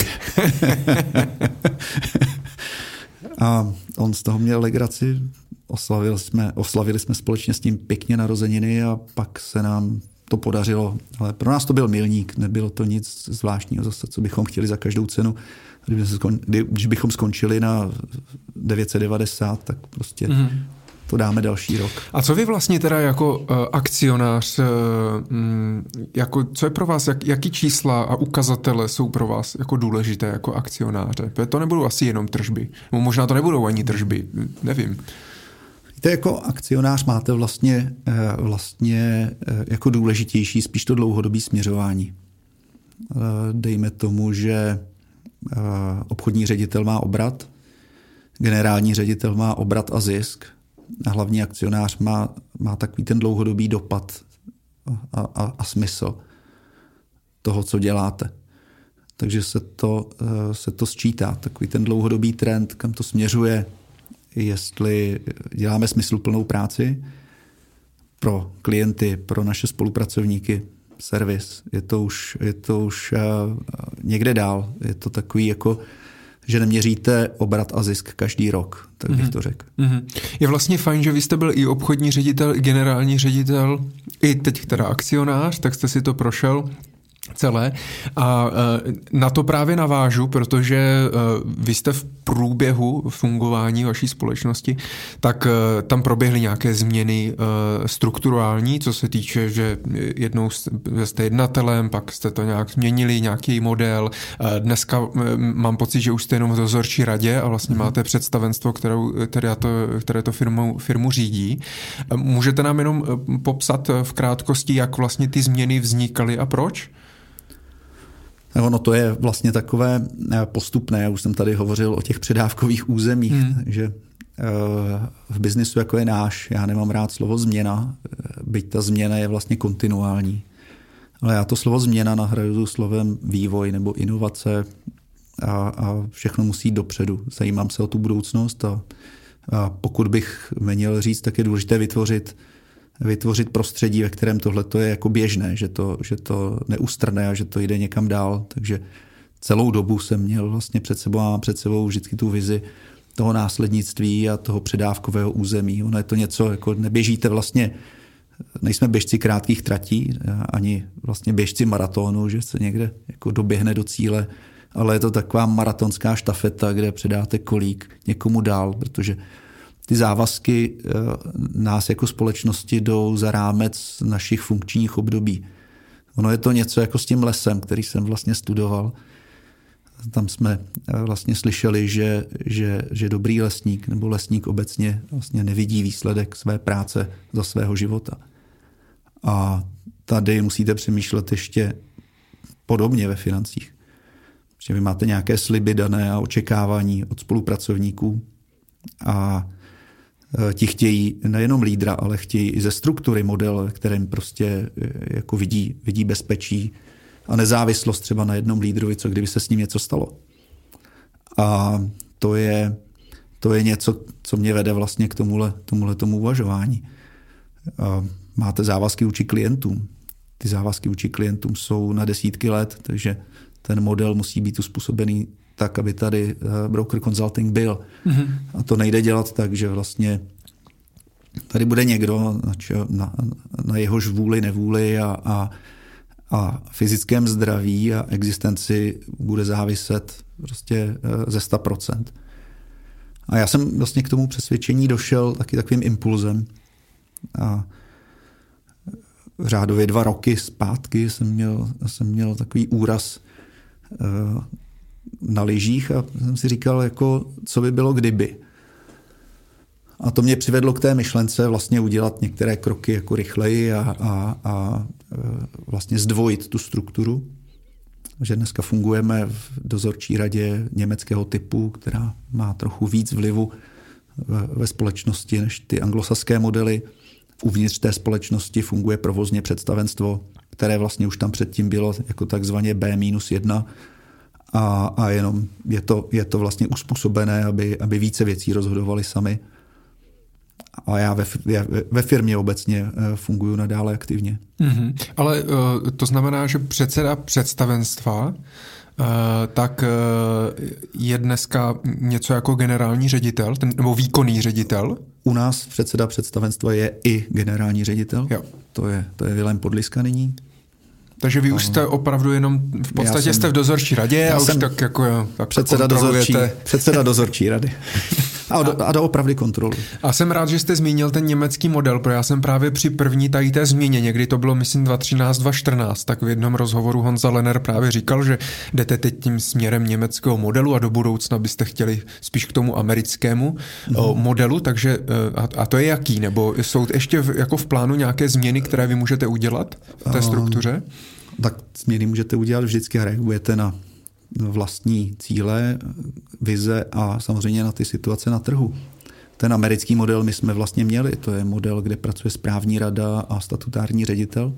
A on z toho měl legraci, oslavili jsme, oslavili jsme společně s ním pěkně narozeniny a pak se nám to podařilo. Ale pro nás to byl milník, nebylo to nic zvláštního zase, co bychom chtěli za každou cenu. Když bychom skončili na devět set devadesát, tak prostě mm. to dáme další rok.
A co vy vlastně teda jako uh, akcionář, uh, um, jako, co je pro vás, jak, jaký čísla a ukazatele jsou pro vás jako důležité jako akcionáře? To nebudou asi jenom tržby. Možná to nebudou ani tržby, nevím.
Víte, jako akcionář máte vlastně, vlastně jako důležitější spíš to dlouhodobý směřování. Dejme tomu, že obchodní ředitel má obrat, generální ředitel má obrat a zisk a hlavní akcionář má, má takový ten dlouhodobý dopad a, a, a smysl toho, co děláte. Takže se to, se to sčítá, takový ten dlouhodobý trend, kam to směřuje, jestli děláme smysluplnou práci pro klienty, pro naše spolupracovníky, servis. Je to už, je to už uh, někde dál. Je to takový jako, že neměříte obrat a zisk každý rok, tak bych mm-hmm. to řekl.
Mm-hmm. Je vlastně fajn, že vy jste byl i obchodní ředitel, i generální ředitel, i teď teda akcionář, tak jste si to prošel celé. A na to právě navážu, protože vy jste v průběhu fungování vaší společnosti, tak tam proběhly nějaké změny strukturální, co se týče, že jednou jste jednatelem, pak jste to nějak změnili, nějaký model. Dneska mám pocit, že už jste jenom v dozorčí radě a vlastně máte představenstvo, kterou, které to, které to firmu, firmu řídí. Můžete nám jenom popsat v krátkosti, jak vlastně ty změny vznikaly a proč?
Ono to je vlastně takové postupné. Já už jsem tady hovořil o těch předávkových územích, hmm. že v biznisu, jako je náš, já nemám rád slovo změna, byť ta změna je vlastně kontinuální. Ale já to slovo změna nahrazuji slovem vývoj nebo inovace a, a všechno musí jít dopředu. Zajímám se o tu budoucnost a, a pokud bych měl říct, tak je důležité vytvořit vytvořit prostředí, ve kterém tohle je jako běžné, že to, že to neustrne a že to jde někam dál. Takže celou dobu jsem měl vlastně před sebou a před sebou vždycky tu vizi toho následnictví a toho předávkového území. Ono je to něco, jako neběžíte vlastně, nejsme běžci krátkých tratí, ani vlastně běžci maratonu, že se někde jako doběhne do cíle, ale je to taková maratonská štafeta, kde předáte kolík někomu dál, protože ty závazky nás jako společnosti jdou za rámec našich funkčních období. Ono je to něco jako s tím lesem, který jsem vlastně studoval. Tam jsme vlastně slyšeli, že, že, že dobrý lesník nebo lesník obecně vlastně nevidí výsledek své práce za svého života. A tady musíte přemýšlet ještě podobně ve financích. Že vy máte nějaké sliby dané a očekávání od spolupracovníků a ti chtějí nejenom lídra, ale chtějí i ze struktury model, ve kterém prostě jako vidí, vidí bezpečí a nezávislost třeba na jednom lídrovi, co kdyby se s ním něco stalo. A to je, to je něco, co mě vede vlastně k tomuhle, tomuhle tomu uvažování. A máte závazky vůči klientům. Ty závazky vůči klientům jsou na desítky let, takže ten model musí být uspůsobený tak, aby tady broker consulting byl. Mm-hmm. A to nejde dělat tak, že vlastně tady bude někdo na, na, na jehož vůli, nevůli a, a, a fyzickém zdraví a existenci bude záviset prostě ze sto procent. A já jsem vlastně k tomu přesvědčení došel taky takovým impulzem. A řádově dva roky zpátky jsem měl, jsem měl takový úraz na lyžích a jsem si říkal, jako, co by bylo kdyby. A to mě přivedlo k té myšlence vlastně udělat některé kroky jako rychleji a, a, a vlastně zdvojit tu strukturu. Že dneska fungujeme v dozorčí radě německého typu, která má trochu víc vlivu ve společnosti než ty anglosaské modely. Uvnitř té společnosti funguje provozně představenstvo, které vlastně už tam předtím bylo jako takzvaně bé minus jedna a, a jenom je to, je to vlastně uspůsobené, aby, aby více věcí rozhodovali sami. A já ve, ve firmě obecně funguju nadále aktivně.
Mm-hmm. Ale uh, to znamená, že předseda představenstva uh, tak uh, je dneska něco jako generální ředitel, ten, nebo výkonný ředitel?
U nás předseda představenstva je i generální ředitel. Jo. To je, to je Vilém Podliska nyní.
Takže vy už jste opravdu jenom, v podstatě jsem, jste v dozorčí radě a už tak jako jo, tak
předseda dozorčí, předseda dozorčí rady. A, do, a doopravdy kontrolu.
A jsem rád, že jste zmínil ten německý model, protože já jsem právě při první tady té změně, někdy to bylo myslím dva tisíce třináct dva tisíce čtrnáct, tak v jednom rozhovoru Honza Lenner právě říkal, že jdete teď tím směrem německého modelu a do budoucna byste chtěli spíš k tomu americkému mm-hmm. modelu, takže a, a to je jaký? Nebo jsou ještě v, jako v plánu nějaké změny, které vy můžete udělat v té struktuře?
Um, tak změny můžete udělat vždycky a reagujete na vlastní cíle, vize a samozřejmě na ty situace na trhu. Ten americký model my jsme vlastně měli, to je model, kde pracuje správní rada a statutární ředitel.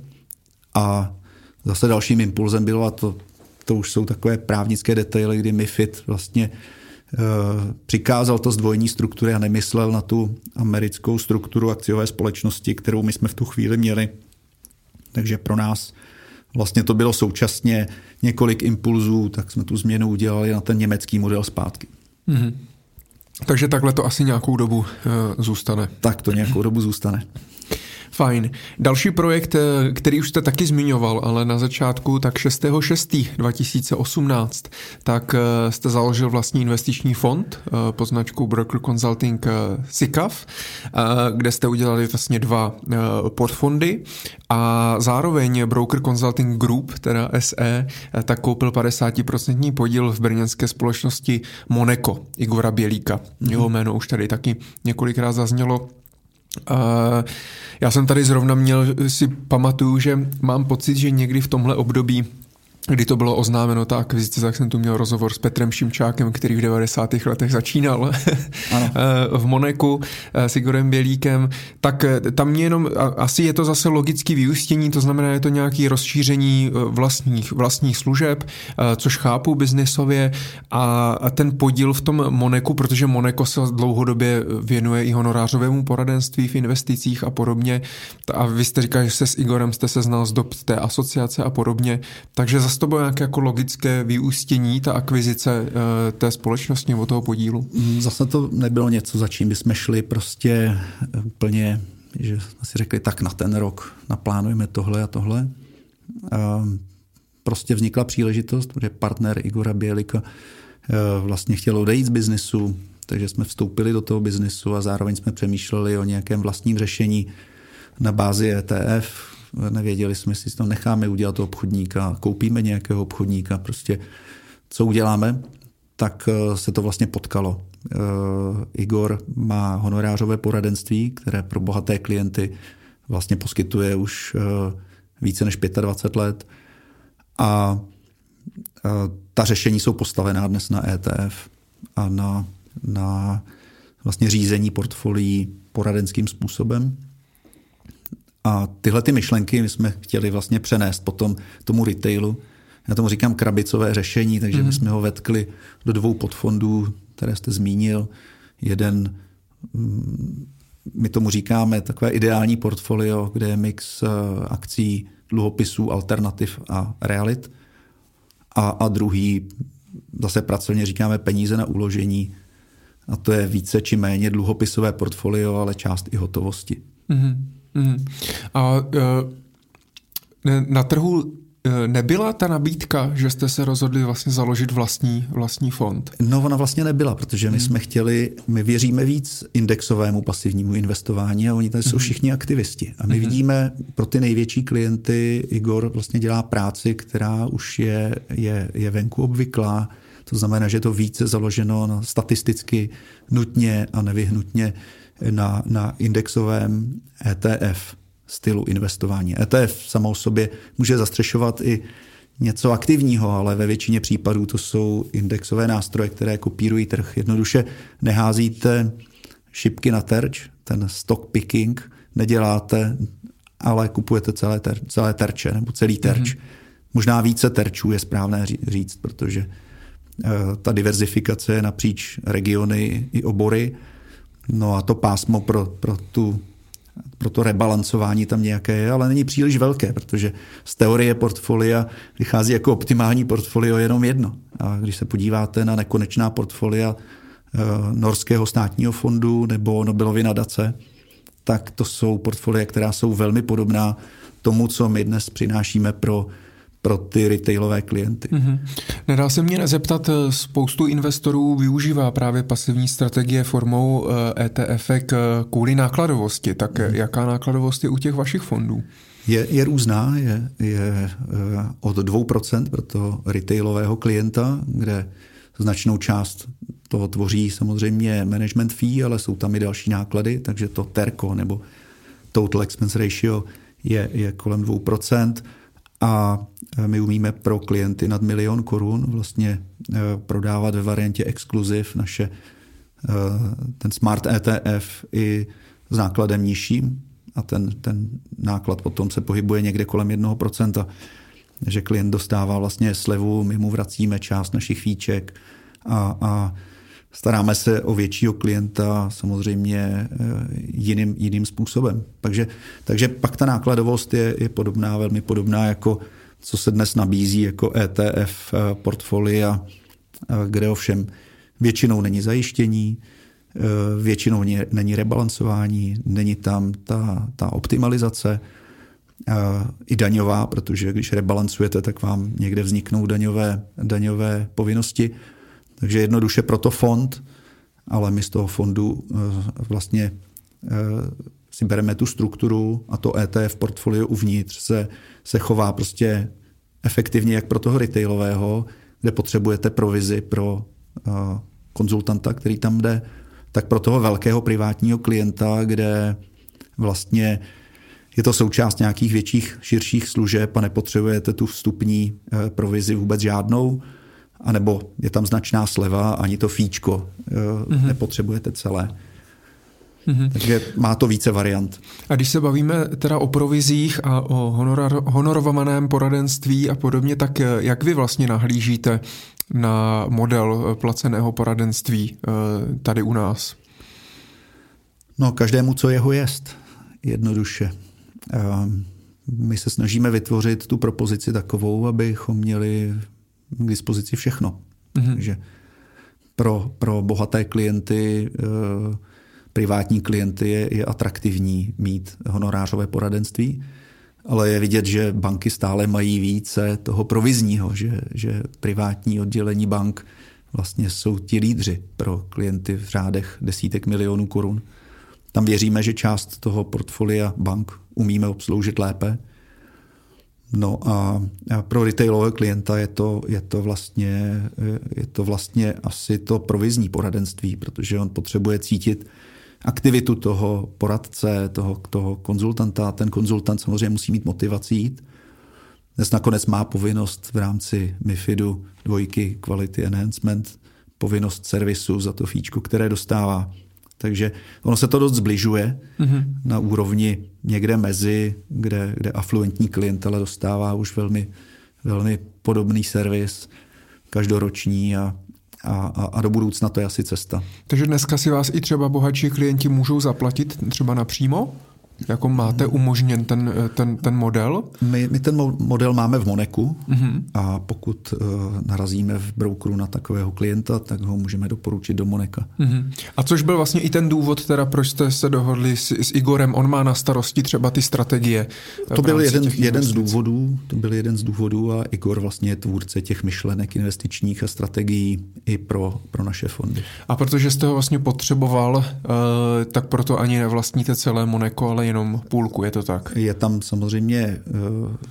A zase dalším impulzem bylo, a to, to už jsou takové právnické detaily, kdy MiFID vlastně e, přikázal to zdvojení struktury a nemyslel na tu americkou strukturu akciové společnosti, kterou my jsme v tu chvíli měli. Takže pro nás vlastně to bylo současně několik impulzů, tak jsme tu změnu udělali na ten německý model zpátky.
Mm-hmm. Takže takhle to asi nějakou dobu uh, zůstane.
Tak to nějakou dobu zůstane.
Fajn. Další projekt, který už jste taky zmiňoval, ale na začátku, tak šestého šestého dva tisíce osmnáct, tak jste založil vlastní investiční fond pod značkou Broker Consulting S I C A F, kde jste udělali vlastně dva podfondy a zároveň Broker Consulting Group, teda S E, tak koupil padesát procent podíl v brněnské společnosti Moneco, Igora Bělíka. Jeho jméno už tady taky několikrát zaznělo. Uh, já jsem tady zrovna měl, si pamatuju, že mám pocit, že někdy v tomhle období, kdy to bylo oznámeno ta akvizice, tak jsem tu měl rozhovor s Petrem Šimčákem, který v devadesátých letech začínal v Moneku s Igorem Bělíkem, tak tam mě jenom, asi je to zase logické vyústění, to znamená, je to nějaké rozšíření vlastních, vlastních služeb, což chápu biznesově a ten podíl v tom Moneku, protože Moneco se dlouhodobě věnuje i honorářovému poradenství v investicích a podobně a vy jste říkali, že se s Igorem jste se znal z dob té asociace a podobně, takže zase to bylo nějaké jako logické vyústění, ta akvizice uh, té společnosti nebo toho podílu?
Zase to nebylo něco, za čím bychom šli prostě úplně, že jsme si řekli, tak na ten rok naplánujeme tohle a tohle. Uh, prostě vznikla příležitost, protože partner Igora Bělíka uh, vlastně chtěl odejít z biznesu, takže jsme vstoupili do toho biznesu a zároveň jsme přemýšleli o nějakém vlastním řešení na bázi E T F. Nevěděli jsme, jestli to necháme udělat obchodníka, koupíme nějakého obchodníka, prostě co uděláme, tak se to vlastně potkalo. Igor má honorářové poradenství, které pro bohaté klienty vlastně poskytuje už více než dvacet pět let a ta řešení jsou postavená dnes na E T F a na, na vlastně řízení portfolií poradenským způsobem. A tyhle ty myšlenky my jsme chtěli vlastně přenést potom tomu retailu. Já tomu říkám krabicové řešení, takže mm-hmm. my jsme ho vetkli do dvou podfondů, které jste zmínil. Jeden, my tomu říkáme takové ideální portfolio, kde je mix akcí, dluhopisů, alternativ a realit. A, a druhý, zase pracovně říkáme peníze na uložení. A to je více či méně dluhopisové portfolio, ale část i hotovosti.
Mm-hmm. Mm. A na trhu nebyla ta nabídka, že jste se rozhodli vlastně založit vlastní, vlastní fond?
No, ona vlastně nebyla, protože my mm. jsme chtěli, my věříme víc indexovému pasivnímu investování a oni tady jsou všichni aktivisti. A my mm. vidíme pro ty největší klienty, Igor vlastně dělá práci, která už je, je, je venku obvyklá, To znamená, že je to více založeno na statisticky nutně a nevyhnutně na, na indexovém E T F stylu investování. E T F samo o sobě může zastřešovat i něco aktivního, ale ve většině případů to jsou indexové nástroje, které kopírují trh. Jednoduše neházíte šipky na terč, ten stock picking neděláte, ale kupujete celé, ter, celé terče nebo celý terč. Mm-hmm. Možná více terčů je správné říct, protože ta diverzifikace je napříč regiony i obory. No a to pásmo pro, pro, tu, pro to rebalancování tam nějaké je, ale není příliš velké, protože z teorie portfolia vychází jako optimální portfolio jenom jedno. A když se podíváte na nekonečná portfolia norského státního fondu nebo Nobelovy nadace, tak to jsou portfolia, která jsou velmi podobná tomu, co my dnes přinášíme pro pro ty retailové klienty.
Mm-hmm. Nedá se mě nezeptat, spoustu investorů využívá právě pasivní strategie formou E T F kvůli nákladovosti. Tak mm-hmm. jaká nákladovost je u těch vašich fondů?
Je, je různá, je, je od dvou procent pro toho retailového klienta, kde značnou část toho tvoří samozřejmě management fee, ale jsou tam i další náklady, takže to T E R C O nebo Total Expense Ratio je, je kolem dvou procent. A my umíme pro klienty nad milion korun vlastně prodávat ve variantě exkluziv naše ten Smart E T F i s nákladem nižším a ten, ten náklad potom se pohybuje někde kolem jednoho procenta. Takže klient dostává vlastně slevu, my mu vracíme část našich fíček a, a staráme se o většího klienta samozřejmě jiným, jiným způsobem. Takže, takže pak ta nákladovost je, je podobná, velmi podobná, jako co se dnes nabízí jako E T F portfolia, kde ovšem většinou není zajištění, většinou není rebalancování, není tam ta, ta optimalizace, i daňová, protože když rebalancujete, tak vám někde vzniknou daňové, daňové povinnosti. Takže jednoduše proto fond, ale my z toho fondu vlastně si bereme tu strukturu a to E T F portfolio uvnitř se, se chová prostě efektivně jak pro toho retailového, kde potřebujete provizi pro konzultanta, který tam jde, tak pro toho velkého privátního klienta, kde vlastně je to součást nějakých větších, širších služeb a nepotřebujete tu vstupní provizi vůbec žádnou, anebo je tam značná sleva, ani to fíčko mm-hmm. nepotřebujete celé. Mm-hmm. Takže má to více variant.
A když se bavíme teda o provizích a o honor- honorovaném poradenství a podobně, tak jak vy vlastně nahlížíte na model placeného poradenství tady u nás?
No, každému, co jeho jest. Jednoduše. My se snažíme vytvořit tu propozici takovou, abychom měli k dispozici všechno. Mm-hmm. Takže pro, pro bohaté klienty, privátní klienty je, je atraktivní mít honorářové poradenství, ale je vidět, že banky stále mají více toho provizního, že, že privátní oddělení bank vlastně jsou ti lídři pro klienty v řádech desítek milionů korun. Tam věříme, že část toho portfolia bank umíme obsloužit lépe. No a pro retailového klienta je to, je to, vlastně, je to vlastně asi to provizní poradenství, protože on potřebuje cítit aktivitu toho poradce, toho, toho konzultanta. Ten konzultant samozřejmě musí mít motivaci jít. Dnes nakonec má povinnost v rámci MiFIDu dvojky Quality Enhancement, povinnost servisu za to fíčko, které dostává. Takže ono se to dost zbližuje mm-hmm. na úrovni někde mezi, kde, kde afluentní klientele dostává už velmi, velmi podobný servis každoroční a, a, a do budoucna to je asi cesta.
Takže dneska si vás i třeba bohatší klienti můžou zaplatit třeba napřímo? Jako máte umožněn ten, ten, ten model?
My, my ten model máme v Moneku mm-hmm. a pokud uh, narazíme v brokeru na takového klienta, tak ho můžeme doporučit do Moneka.
Mm-hmm. A což byl vlastně i ten důvod, teda, proč jste se dohodli s, s Igorem, on má na starosti třeba ty strategie.
To byl jeden, jeden z důvodů, to byl jeden z důvodů a Igor vlastně je tvůrce těch myšlenek investičních a strategií i pro, pro naše fondy.
A protože jste ho vlastně potřeboval, uh, tak proto ani nevlastníte celé Moneko, ale jenom půlku, je to tak?
Je tam samozřejmě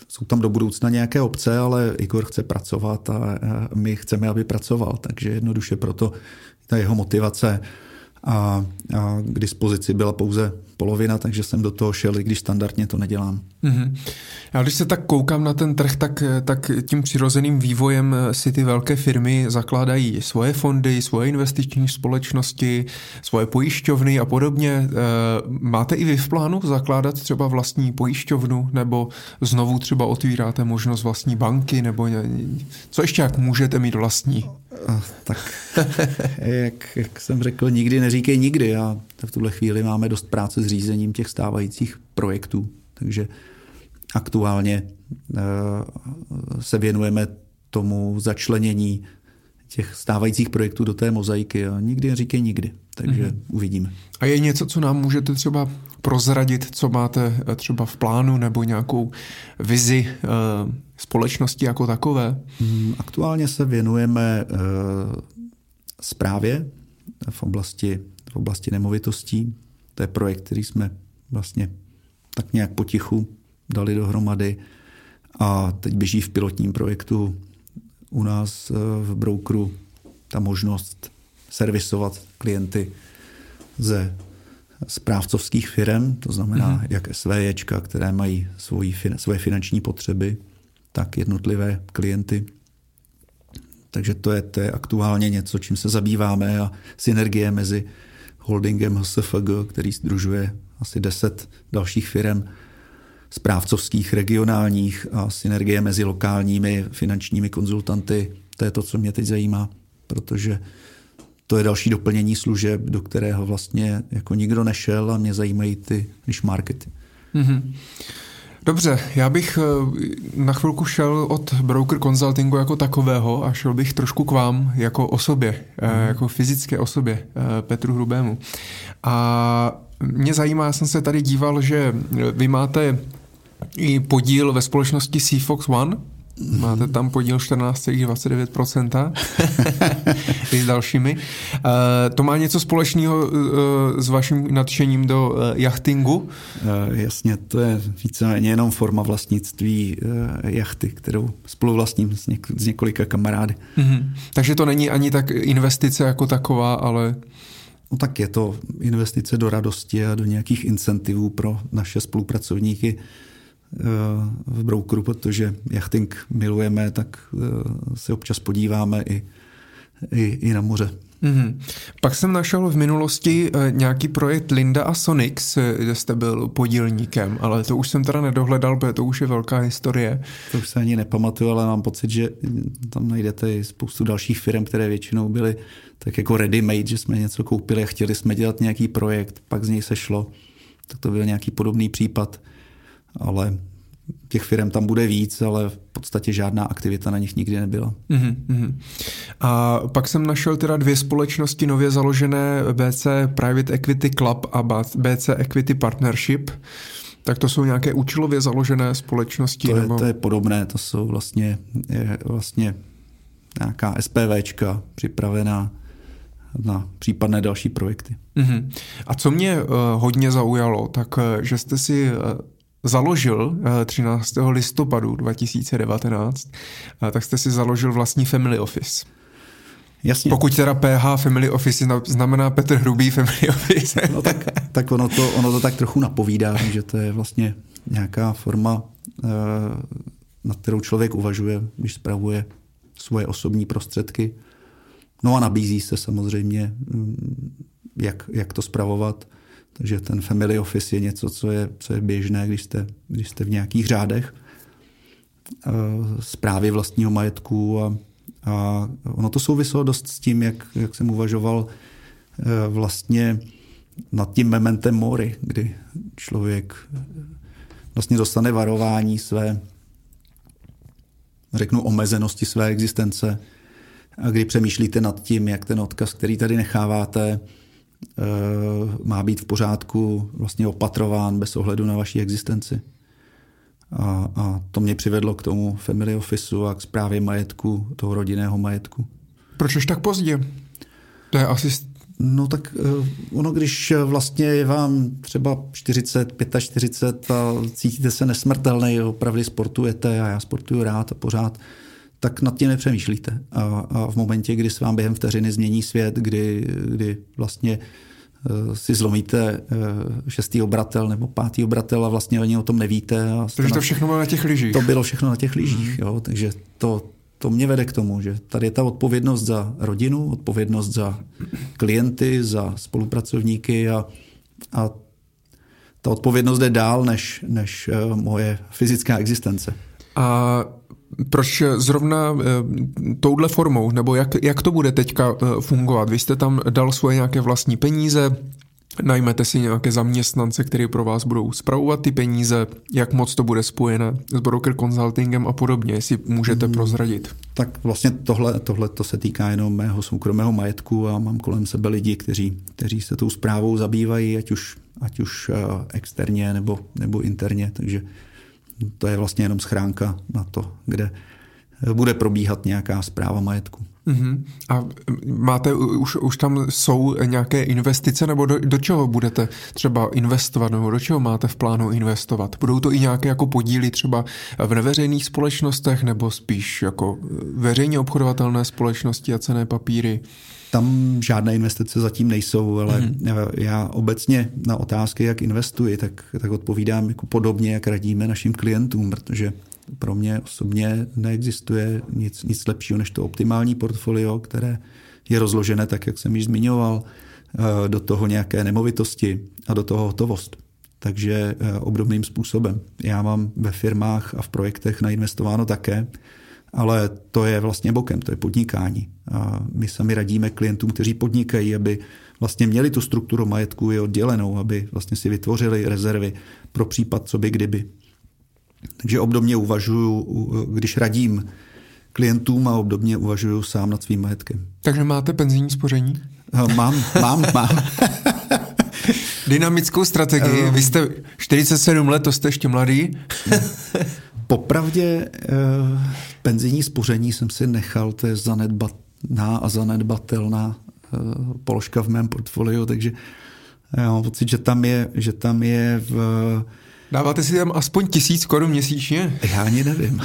jsou tam do budoucna nějaké obce, ale Igor chce pracovat a my chceme, aby pracoval. Takže jednoduše proto ta jeho motivace a, a k dispozici byla pouze polovina, takže jsem do toho šel, i když standardně to nedělám.
Mm-hmm. Já když se tak koukám na ten trh, tak, tak tím přirozeným vývojem si ty velké firmy zakládají svoje fondy, svoje investiční společnosti, svoje pojišťovny a podobně. Máte i vy v plánu zakládat třeba vlastní pojišťovnu, nebo znovu třeba otvíráte možnost vlastní banky, nebo co ještě jak můžete mít vlastní?
Tak jak, jak jsem řekl, nikdy neříkej nikdy a v tuhle chvíli máme dost práce s řízením těch stávajících projektů, takže aktuálně se věnujeme tomu začlenění těch stávajících projektů do té mozaiky a nikdy neříkej nikdy, takže mm-hmm. uvidíme.
A je něco, co nám můžete třeba prozradit, co máte třeba v plánu nebo nějakou vizi e, společnosti jako takové?
Aktuálně se věnujeme e, správě v oblasti, v oblasti nemovitostí. To je projekt, který jsme vlastně tak nějak potichu dali dohromady a teď běží v pilotním projektu u nás v brokeru ta možnost servisovat klienty ze správcovských firem, to znamená mm-hmm. jak SVJčka, které mají svoji, svoje finanční potřeby, tak jednotlivé klienty. Takže to je, to je aktuálně něco, čím se zabýváme a synergie mezi holdingem H S F G, který sdružuje asi deset dalších firem správcovských, regionálních a synergie mezi lokálními finančními konzultanty. To je to, co mě teď zajímá, protože to je další doplnění služeb, do kterého vlastně jako nikdo nešel a mě zajímají ty niche markety.
Mm-hmm. Dobře, já bych na chvilku šel od broker consultingu jako takového a šel bych trošku k vám jako osobě, mm. jako fyzické osobě, Petru Hrubému. A mě zajímá, já jsem se tady díval, že vy máte i podíl ve společnosti Seafox One, máte tam podíl čtrnáct celá dvacet devět procenta i s dalšími. Uh, to má něco společného uh, s vaším nadšením do uh, jachtingu? Uh,
jasně, to je víceméně jenom forma vlastnictví uh, jachty, kterou spoluvlastním s, něk- s několika kamarády.
Uh-huh. Takže to není ani tak investice jako taková, ale...
No tak je to investice do radosti a do nějakých incentivů pro naše spolupracovníky v brokeru, protože jachting milujeme, tak se občas podíváme i, i, i na moře.
Mm-hmm. Pak jsem našel v minulosti nějaký projekt Linda a Sonix, kde jste byl podílníkem, ale to už jsem teda nedohledal, protože to už je velká historie.
To už se ani nepamatuju, ale mám pocit, že tam najdete i spoustu dalších firm, které většinou byly tak jako ready-made, že jsme něco koupili a chtěli jsme dělat nějaký projekt, pak z něj se šlo. Tak to byl nějaký podobný případ, ale těch firm tam bude víc, ale v podstatě žádná aktivita na nich nikdy nebyla.
Mm-hmm. A pak jsem našel teda dvě společnosti nově založené, B C Private Equity Club a B C Equity Partnership. Tak to jsou nějaké účelově založené společnosti?
To je,
nebo...
to je podobné, to jsou vlastně, je vlastně nějaká SPVčka připravená na případné další projekty.
Mm-hmm. A co mě uh, hodně zaujalo, tak uh, že jste si... Uh, založil třináctého listopadu dva tisíce devatenáct, tak jste si založil vlastní family office.
Jasně.
Pokud teda P H Family Office znamená Petr Hrubý Family Office.
No tak, tak ono, to, ono to tak trochu napovídá, že to je vlastně nějaká forma, nad kterou člověk uvažuje, když spravuje svoje osobní prostředky. No a nabízí se samozřejmě, jak, jak to spravovat. Takže ten family office je něco, co je, co je běžné, když jste, když jste v nějakých řádech správy vlastního majetku a, a ono to souviselo dost s tím, jak, jak jsem uvažoval vlastně nad tím mementem mori, kdy člověk vlastně dostane varování své, řeknu, omezenosti své existence a kdy přemýšlíte nad tím, jak ten odkaz, který tady necháváte, má být v pořádku, vlastně opatrován bez ohledu na vaši existenci. A, a to mě přivedlo k tomu family officeu a k správě majetku, toho rodinného majetku.
Proč až tak pozdě? To je asi
No tak ono, když vlastně je vám třeba čtyřicet, čtyřicet pět a cítíte se nesmrtelný, opravdu sportujete a já sportuju rád a pořád, tak nad tím nepřemýšlíte. A, a v momentě, kdy se vám během vteřiny změní svět, kdy, kdy vlastně uh, si zlomíte uh, šestý obratel nebo pátý obratel a vlastně ani o tom nevíte. A
takže to všechno bylo na těch lyžích.
To bylo všechno na těch lyžích, jo, takže to To mě vede k tomu, že tady je ta odpovědnost za rodinu, odpovědnost za klienty, za spolupracovníky a, a ta odpovědnost jde dál než, než moje fyzická existence.
A proč zrovna touhle formou, nebo jak, jak to bude teďka fungovat? Vy jste tam dal svoje nějaké vlastní peníze, najmete si nějaké zaměstnance, kteří pro vás budou spravovat ty peníze, jak moc to bude spojené s broker consultingem a podobně, jestli můžete hmm. prozradit.
Tak vlastně tohle, tohle to se týká jenom mého soukromého majetku a mám kolem sebe lidi, kteří, kteří se tou správou zabývají, ať už, ať už externě nebo, nebo interně, takže to je vlastně jenom schránka na to, kde bude probíhat nějaká správa majetku.
Uh-huh. A máte, už, už tam jsou nějaké investice, nebo do, do čeho budete třeba investovat, nebo do čeho máte v plánu investovat? Budou to i nějaké jako podíly třeba v neveřejných společnostech, nebo spíš jako veřejně obchodovatelné společnosti a cenné papíry?
Tam žádné investice zatím nejsou, ale uh-huh. já obecně na otázky, jak investuji, tak, tak odpovídám jako podobně, jak radíme našim klientům, protože pro mě osobně neexistuje nic, nic lepšího než to optimální portfolio, které je rozložené tak, jak jsem již zmiňoval, do toho nějaké nemovitosti a do toho hotovost. Takže obdobným způsobem. Já mám ve firmách a v projektech nainvestováno také, ale to je vlastně bokem, to je podnikání. A my sami radíme klientům, kteří podnikají, aby vlastně měli tu strukturu majetku i oddělenou, aby vlastně si vytvořili rezervy pro případ, co by kdyby. Takže obdobně uvažuju, když radím klientům, a obdobně uvažuju sám nad svým majetkem.
Takže máte penzijní spoření?
Mám, mám, mám.
Dynamickou strategii. Vy jste čtyřicet sedm let, to jste ještě mladý.
Popravdě penzijní spoření jsem si nechal, to je zanedbatná a zanedbatelná položka v mém portfoliu, takže já mám pocit, že tam je, že tam je v...
Dáváte si tam aspoň tisíc korun měsíčně?
Já ani nevím.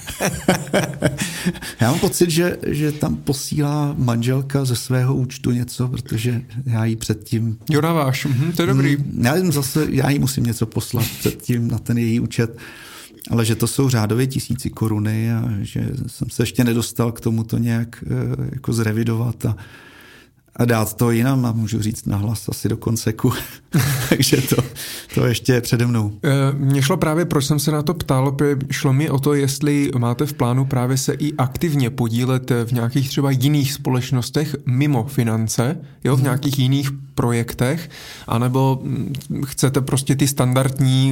Já mám pocit, že, že tam posílá manželka ze svého účtu něco, protože já jí předtím...
Jo, dáváš, mhm, to je dobrý.
Já jim zase, já jí musím něco poslat předtím na ten její účet, ale že to jsou řádově tisíci koruny a že jsem se ještě nedostal k tomu to nějak jako zrevidovat a a dát to jinam a můžu říct nahlas asi do konceku. Takže to, to ještě je přede mnou.
Mně šlo právě, proč jsem se na to ptal, šlo mi o to, jestli máte v plánu právě se i aktivně podílet v nějakých třeba jiných společnostech mimo finance, jo, v nějakých jiných projektech, anebo chcete prostě ty standardní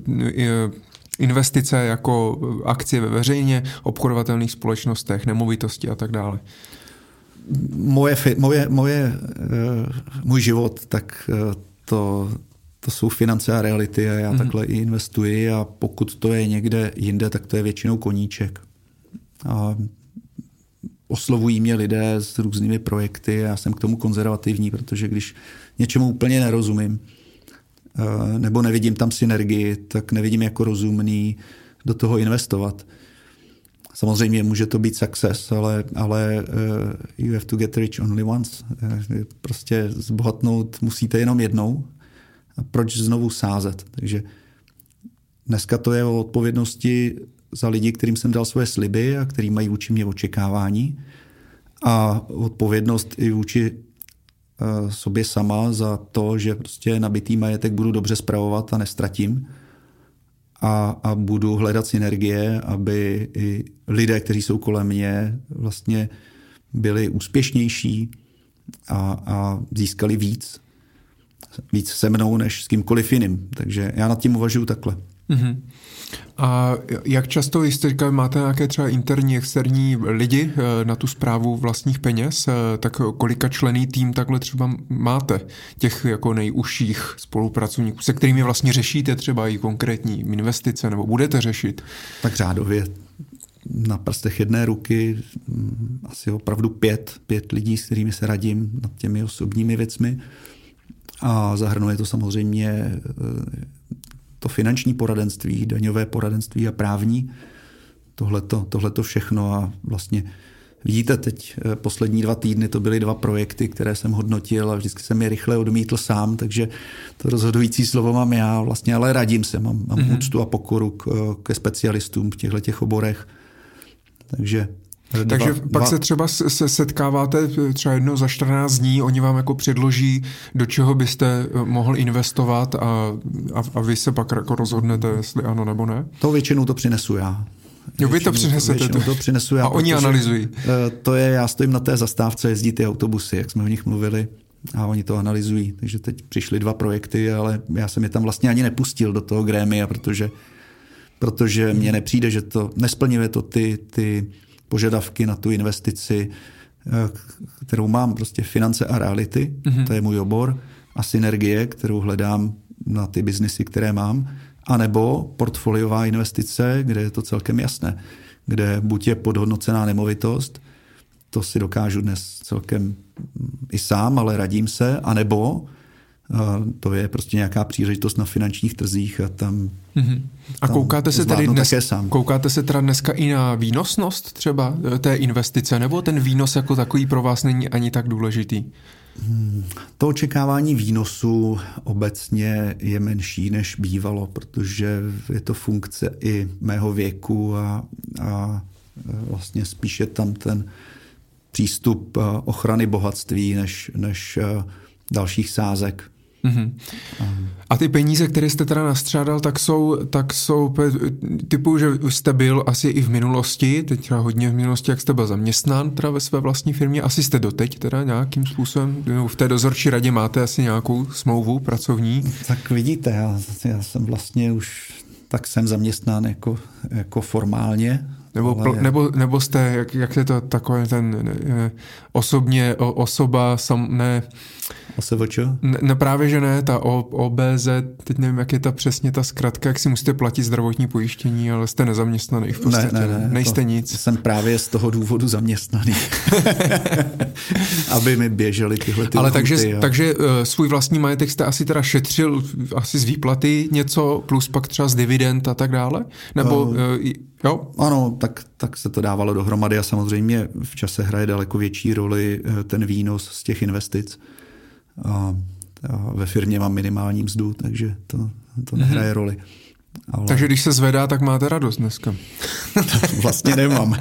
investice jako akcie ve veřejně obchodovatelných společnostech, nemovitosti a tak dále.
Moje, moje, moje, můj život, tak to, to jsou finance a reality a já mm. takhle i investuji a pokud to je někde jinde, tak to je většinou koníček. A oslovují mě lidé s různými projekty a já jsem k tomu konzervativní, protože když něčemu úplně nerozumím nebo nevidím tam synergii, tak nevidím jako rozumný do toho investovat. Samozřejmě může to být success, ale, ale uh, you have to get rich only once. Uh, prostě zbohatnout musíte jenom jednou. A proč znovu sázet? Takže dneska to je o odpovědnosti za lidi, kterým jsem dal svoje sliby a který mají vůči mě očekávání. A odpovědnost i vůči uh, sobě sama za to, že prostě nabitý majetek budu dobře spravovat a nestratím. A, a budu hledat synergie, aby i lidé, kteří jsou kolem mě, vlastně byli úspěšnější a, a získali víc. Víc se mnou, než s kýmkoliv jiným. Takže já nad tím uvažuji takhle.
Mm-hmm. A jak často jste říkali, máte nějaké třeba interní, externí lidi na tu správu vlastních peněz, tak kolika členný tým takhle třeba máte, těch jako nejužších spolupracovníků, se kterými vlastně řešíte třeba i konkrétní investice, nebo budete řešit?
Tak řádově na prstech jedné ruky asi opravdu pět, pět lidí, s kterými se radím nad těmi osobními věcmi. A zahrnuje to samozřejmě to finanční poradenství, daňové poradenství a právní. Tohleto, tohleto všechno a vlastně vidíte teď poslední dva týdny to byly dva projekty, které jsem hodnotil a vždycky jsem je rychle odmítl sám, takže to rozhodující slovo mám já vlastně, ale radím se, mám, mám mm-hmm. úctu a pokoru k, ke specialistům v těchto těch oborech. Takže Dva,
Takže pak
dva.
se třeba se setkáváte třeba jednou za čtrnáct dní, oni vám jako předloží, do čeho byste mohl investovat a, a, a vy se pak jako rozhodnete, jestli ano nebo ne?
To většinou to přinesu já.
Jo, vy to přinesete.
Většinou to přinesu já.
A oni analyzují.
To je, já stojím na té zastávce, jezdí ty autobusy, jak jsme o nich mluvili, a oni to analyzují. Takže teď přišly dva projekty, ale já jsem je tam vlastně ani nepustil do toho grémia, protože, protože mně nepřijde, že to nesplňuje to ty, ty požadavky na tu investici, kterou mám, prostě finance a reality, mm-hmm. to je můj obor, a synergie, kterou hledám na ty biznisy, které mám, anebo portfoliová investice, kde je to celkem jasné, kde buď je podhodnocená nemovitost, to si dokážu dnes celkem i sám, ale radím se, anebo to je prostě nějaká příležitost na finančních trzích a tam... Mm-hmm.
A
tam
koukáte se tedy dnes,
sám.
koukáte se teda dneska i na výnosnost třeba té investice, nebo ten výnos jako takový pro vás není ani tak důležitý?
Hmm. To očekávání výnosu obecně je menší, než bývalo, protože je to funkce i mého věku a, a vlastně spíše tam ten přístup ochrany bohatství než, než dalších sázek.
Mm-hmm. A ty peníze, které jste teda nastřádal, tak jsou, tak jsou typu, že jste byl asi i v minulosti, teď teda hodně v minulosti, jak jste byl zaměstnán teda ve své vlastní firmě, asi jste doteď teda nějakým způsobem, v té dozorčí radě máte asi nějakou smlouvu pracovní?
Tak vidíte, já, já jsem vlastně už, tak jsem zaměstnán jako, jako formálně.
Nebo, ale... nebo, nebo jste, jak, jak je to takové ten ne, osobně o, osoba, sam, ne...
O S V Č?
Ne, ne právě, že ne, ta o, O B Z, teď nevím, jak je ta přesně ta zkratka, jak si musíte platit zdravotní pojištění, ale jste nezaměstnaný v podstatě,
ne, ne, ne,
nejste
to,
nic.
Jsem právě z toho důvodu zaměstnaný, aby mi běžely tyhle ty
Ale
lhuty,
takže,
a...
takže uh, svůj vlastní majetek jste asi teda šetřil asi z výplaty něco, plus pak třeba z dividend a tak dále? Nebo uh, uh, jo?
Ano, tak, tak se to dávalo dohromady a samozřejmě v čase hraje daleko větší roli ten výnos z těch investic. A, a ve firmě mám minimální mzdu, takže to, to nehraje mm-hmm. roli. Ale...
Takže když se zvedá, tak máte radost dneska.
Vlastně nemám.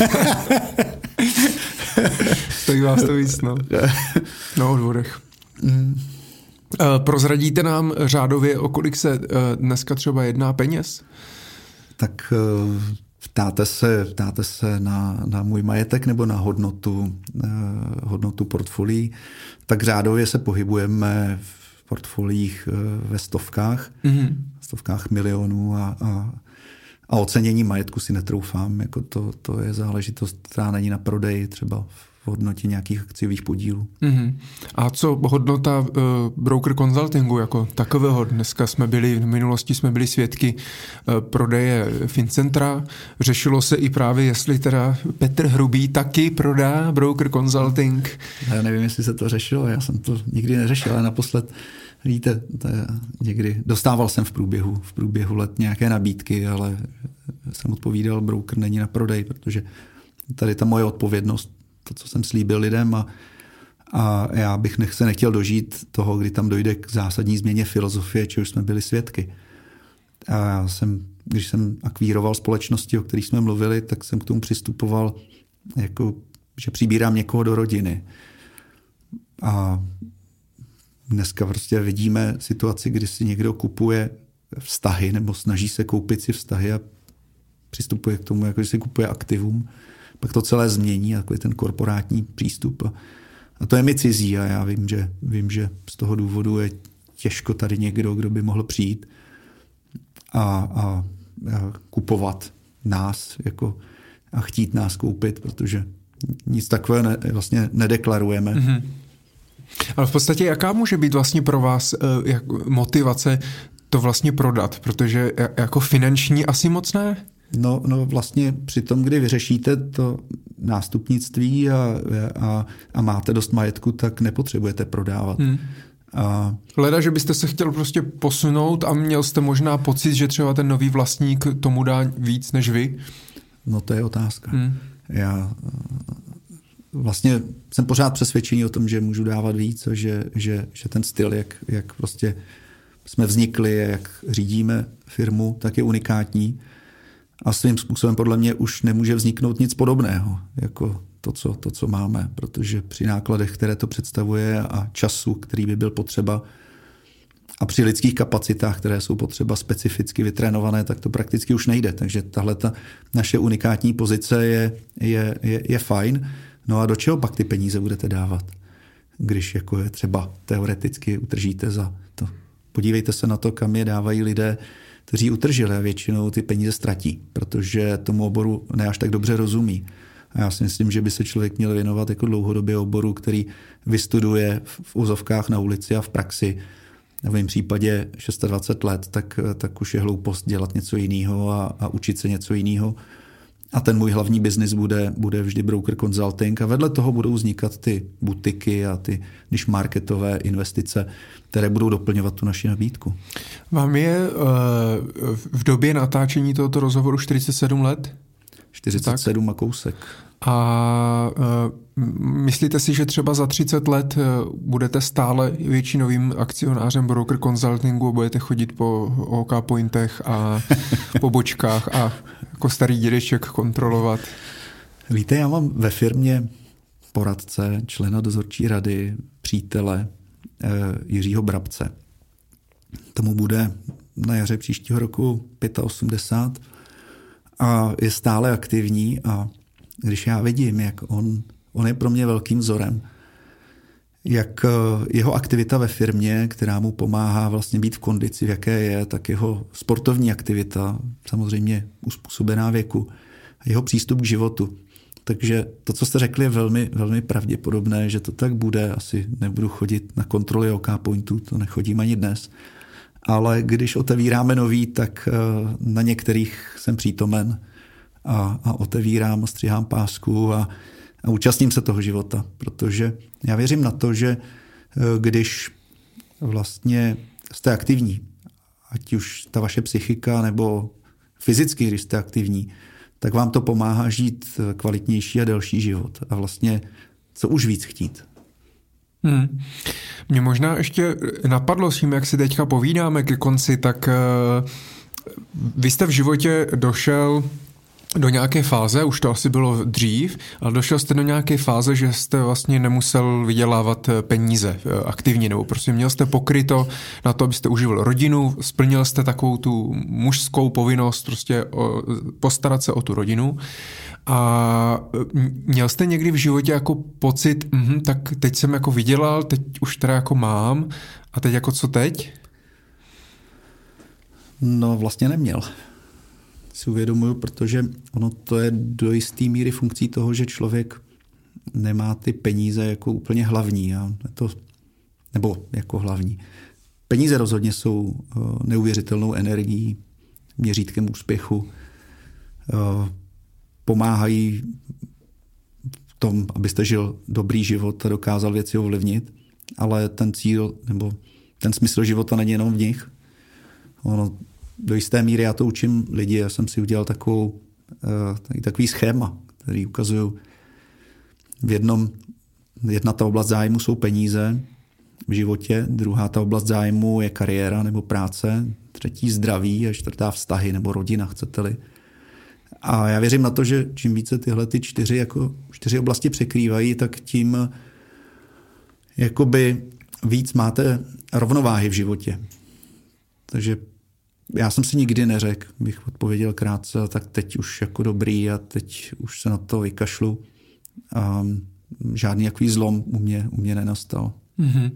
Stojí vás to víc, no. Na odvodech. Mm. Prozradíte nám řádově, o kolik se dneska třeba jedná peněz?
Tak ptáte se, ptáte se na, na můj majetek nebo na hodnotu, hodnotu portfolií, tak řádově se pohybujeme v portfoliích ve stovkách, mm-hmm. stovkách milionů a, a, a ocenění majetku si netroufám. Jako to, to je záležitost, která není na prodej třeba v hodnotě nějakých akciových podílů.
Mm-hmm. A co hodnota uh, broker consultingu jako takového? Dneska jsme byli, v minulosti jsme byli svědky uh, prodeje Fincentra. Řešilo se i právě, jestli teda Petr Hrubý taky prodá broker consulting.
Já nevím, jestli se to řešilo, já jsem to nikdy neřešil, ale naposled, víte, to je někdy dostával jsem v průběhu, v průběhu let nějaké nabídky, ale jsem odpovídal, broker není na prodej, protože tady ta moje odpovědnost, to, co jsem slíbil lidem a, a já bych nech, se nechtěl dožít toho, kdy tam dojde k zásadní změně filozofie, čehož jsme byli svědky. A já jsem, když jsem akvíroval společnosti, o kterých jsme mluvili, tak jsem k tomu přistupoval, jako, že přibírám někoho do rodiny. A dneska prostě vidíme situaci, kdy si někdo kupuje vztahy nebo snaží se koupit si vztahy a přistupuje k tomu, jako že si kupuje aktivum. Pak to celé změní, takový ten korporátní přístup. A, a to je mi cizí a já vím že, vím, že z toho důvodu je těžko tady někdo, kdo by mohl přijít a, a, a kupovat nás jako, a chtít nás koupit, protože nic takového ne, vlastně nedeklarujeme. Mm-hmm.
Ale v podstatě jaká může být vlastně pro vás jak motivace to vlastně prodat? Protože jako finanční asi moc ne?
No, no vlastně při tom, kdy vyřešíte to nástupnictví a, a, a máte dost majetku, tak nepotřebujete prodávat. Hmm.
A... Leda, že byste se chtěl prostě posunout a měl jste možná pocit, že třeba ten nový vlastník tomu dá víc než vy?
No to je otázka. Hmm. Já vlastně jsem pořád přesvědčený o tom, že můžu dávat víc a že, že, že ten styl, jak, jak prostě jsme vznikli, jak řídíme firmu, tak je unikátní. A svým způsobem podle mě už nemůže vzniknout nic podobného, jako to co, to, co máme, protože při nákladech, které to představuje a času, který by byl potřeba a při lidských kapacitách, které jsou potřeba specificky vytrénované, tak to prakticky už nejde. Takže tahle ta naše unikátní pozice je, je, je, je fajn. No a do čeho pak ty peníze budete dávat, když jako je třeba teoreticky utržíte za to? Podívejte se na to, kam je dávají lidé, kteří utržili a většinou ty peníze ztratí, protože tomu oboru ne až tak dobře rozumí. A já si myslím, že by se člověk měl věnovat jako dlouhodobě oboru, který vystuduje v úzovkách na ulici a v praxi. V mém případě dvacet šest let, tak, tak už je hloupost dělat něco jiného a, a učit se něco jiného. A ten můj hlavní biznis bude, bude vždy broker consulting a vedle toho budou vznikat ty butiky a ty když marketové investice, které budou doplňovat tu naši nabídku.
Vám je uh, v době natáčení tohoto rozhovoru čtyřicet sedm let?
čtyřicet sedm tak? A kousek.
A uh, myslíte si, že třeba za třicet let uh, budete stále většinovým akcionářem broker consultingu a budete chodit po O K pointech a pobočkách a jako starý dědeček kontrolovat?
Víte, já mám ve firmě poradce, člena dozorčí rady, přítele eh, Jiřího Brabce. Tomu bude na jaře příštího roku osmdesát pět a je stále aktivní a když já vidím, jak on, on je pro mě velkým vzorem, jak jeho aktivita ve firmě, která mu pomáhá vlastně být v kondici, v jaké je, tak jeho sportovní aktivita, samozřejmě uspůsobená věku, jeho přístup k životu. Takže to, co jste řekli, je velmi, velmi pravděpodobné, že to tak bude. Asi nebudu chodit na kontroly O K pointů, to nechodím ani dnes. Ale když otevíráme nový, tak na některých jsem přítomen a, a otevírám, střihám pásku a, a účastním se toho života, protože já věřím na to, že když vlastně jste aktivní, ať už ta vaše psychika nebo fyzicky, když jste aktivní, tak vám to pomáhá žít kvalitnější a delší život. A vlastně co už víc chtít.
Hmm. Mě možná ještě napadlo s tím, jak si teďka povídáme ke konci, tak uh, vy jste v životě došel do nějaké fáze, už to asi bylo dřív, ale došel jste do nějaké fáze, že jste vlastně nemusel vydělávat peníze aktivně, nebo prostě měl jste pokryto na to, abyste uživil rodinu, splnil jste takovou tu mužskou povinnost prostě o, postarat se o tu rodinu a měl jste někdy v životě jako pocit, mh, tak teď jsem jako vydělal, teď už teda jako mám a teď jako co teď?
No vlastně neměl. Si uvědomuju, protože ono to je do jisté míry funkcí toho, že člověk nemá ty peníze jako úplně hlavní. A to, nebo jako hlavní. Peníze rozhodně jsou neuvěřitelnou energií, měřítkem úspěchu. Pomáhají v tom, abyste žil dobrý život a dokázal věci ovlivnit, ale ten cíl nebo ten smysl života není jenom v nich. Ono do jisté míry já to učím lidi. Já jsem si udělal takovou, takový schéma, který ukazuju. V jednom, jedna ta oblast zájmu jsou peníze v životě, druhá ta oblast zájmu je kariéra nebo práce, třetí zdraví a čtvrtá vztahy nebo rodina, chcete-li. A já věřím na to, že čím více tyhle ty čtyři, jako čtyři oblasti překrývají, tak tím jakoby víc máte rovnováhy v životě. Takže já jsem si nikdy neřekl, bych odpověděl krátce, tak teď už jako dobrý a teď už se na to vykašlu. A žádný takový zlom u mě, u mě nenastal. Mm-hmm.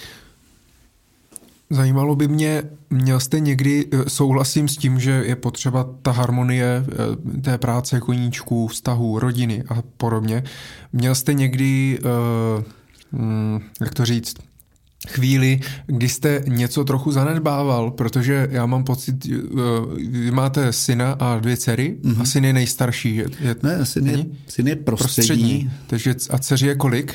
Zajímalo by mě, měl jste někdy, souhlasím s tím, že je potřeba ta harmonie té práce, koníčků, vztahů, rodiny a podobně. Měl jste někdy, jak to říct, chvíli, kdy jste něco trochu zanedbával, protože já mám pocit, vy máte syna a dvě dcery mm-hmm. a syn je nejstarší. Je, je,
ne, syn je, syn je prostřední. prostřední.
Takže a dceři je kolik?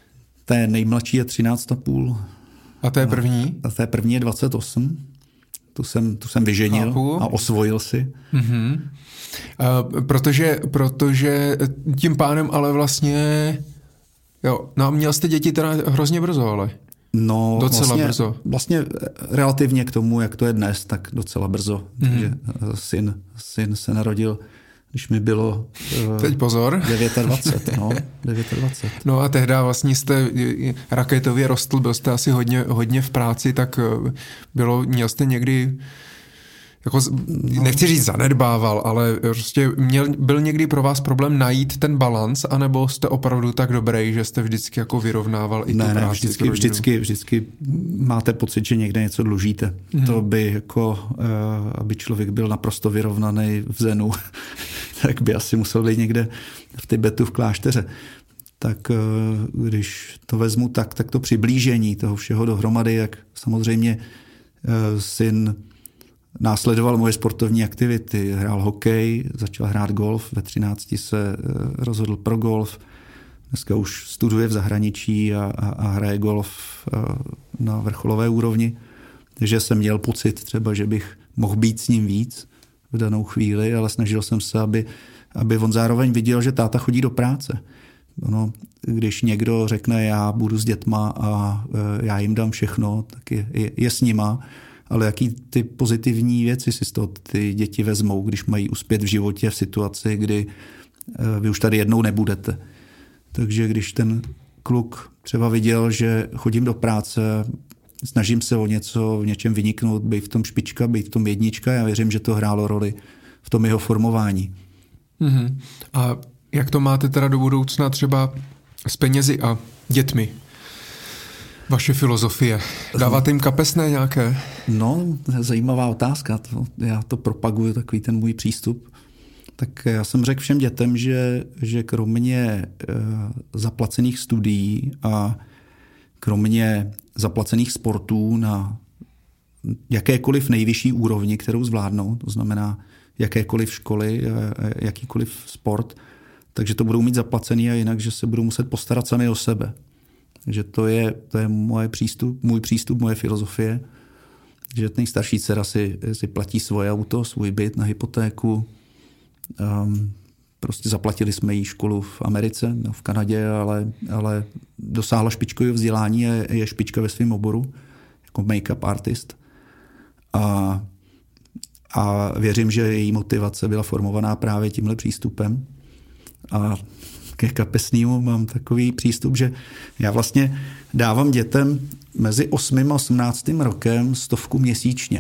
Té nejmladší je třináct a půl.
A té první?
A té první je dvacet osm. Tu jsem, tu jsem vyženil Chápu. a osvojil si.
Mm-hmm. Uh, protože, protože tím pánem ale vlastně... Jo, no a měl jste děti teda hrozně brzo, ale...
No,
docela
vlastně,
brzo.
Vlastně relativně k tomu, jak to je dnes, tak docela brzo. Mm-hmm. Takže syn, syn se narodil, když mi bylo...
Teď pozor.
dvacet devět, no, dvacet devět.
No a tehdy vlastně jste raketově rostl, byl jste asi hodně, hodně v práci, tak bylo, měl jste někdy... Jako, nechci říct zanedbával, ale prostě měl, byl někdy pro vás problém najít ten balans, anebo jste opravdu tak dobrý, že jste vždycky jako vyrovnával i tu
ne,
práci?
Ne, vždycky, vždycky, vždycky máte pocit, že někde něco dlužíte. Hmm. To by jako, aby člověk byl naprosto vyrovnaný v zenu, tak by asi musel být někde v Tibetu v klášteře. Tak když to vezmu tak, tak to přiblížení toho všeho dohromady, jak samozřejmě syn následoval moje sportovní aktivity, hrál hokej, začal hrát golf, ve třinácti se rozhodl pro golf, dneska už studuje v zahraničí a, a, a hraje golf na vrcholové úrovni, takže jsem měl pocit třeba, že bych mohl být s ním víc v danou chvíli, ale snažil jsem se, aby, aby on zároveň viděl, že táta chodí do práce. Ono, když někdo řekne, já budu s dětma a já jim dám všechno, tak je, je, je s nima, ale jaký ty pozitivní věci si z toho ty děti vezmou, když mají uspět v životě v situaci, kdy vy už tady jednou nebudete. Takže když ten kluk třeba viděl, že chodím do práce, snažím se o něco, v něčem vyniknout, být v tom špička, být v tom jednička, já věřím, že to hrálo roli v tom jeho formování.
Mm-hmm. A jak to máte teda do budoucna třeba s penězi a dětmi? Vaše filozofie. Dáváte jim kapesné nějaké?
No, zajímavá otázka. To, já to propaguju, takový ten můj přístup. Tak já jsem řekl všem dětem, že, že kromě e, zaplacených studií a kromě zaplacených sportů na jakékoliv nejvyšší úrovni, kterou zvládnou, to znamená jakékoliv školy, e, jakýkoliv sport, takže to budou mít zaplacený a jinak, že se budou muset postarat sami o sebe. Takže to je, to je moje přístup, můj přístup, moje filozofie, že nejstarší dcera si, si platí svoje auto, svůj byt na hypotéku. Um, prostě zaplatili jsme jí školu v Americe, no v Kanadě, ale, ale dosáhla špičkového vzdělání, je, je špička ve svém oboru, jako make-up artist. A, a věřím, že její motivace byla formovaná právě tímhle přístupem. A ke kapesnímu mám takový přístup, že já vlastně dávám dětem mezi osmým a osmnáctým rokem stovku měsíčně.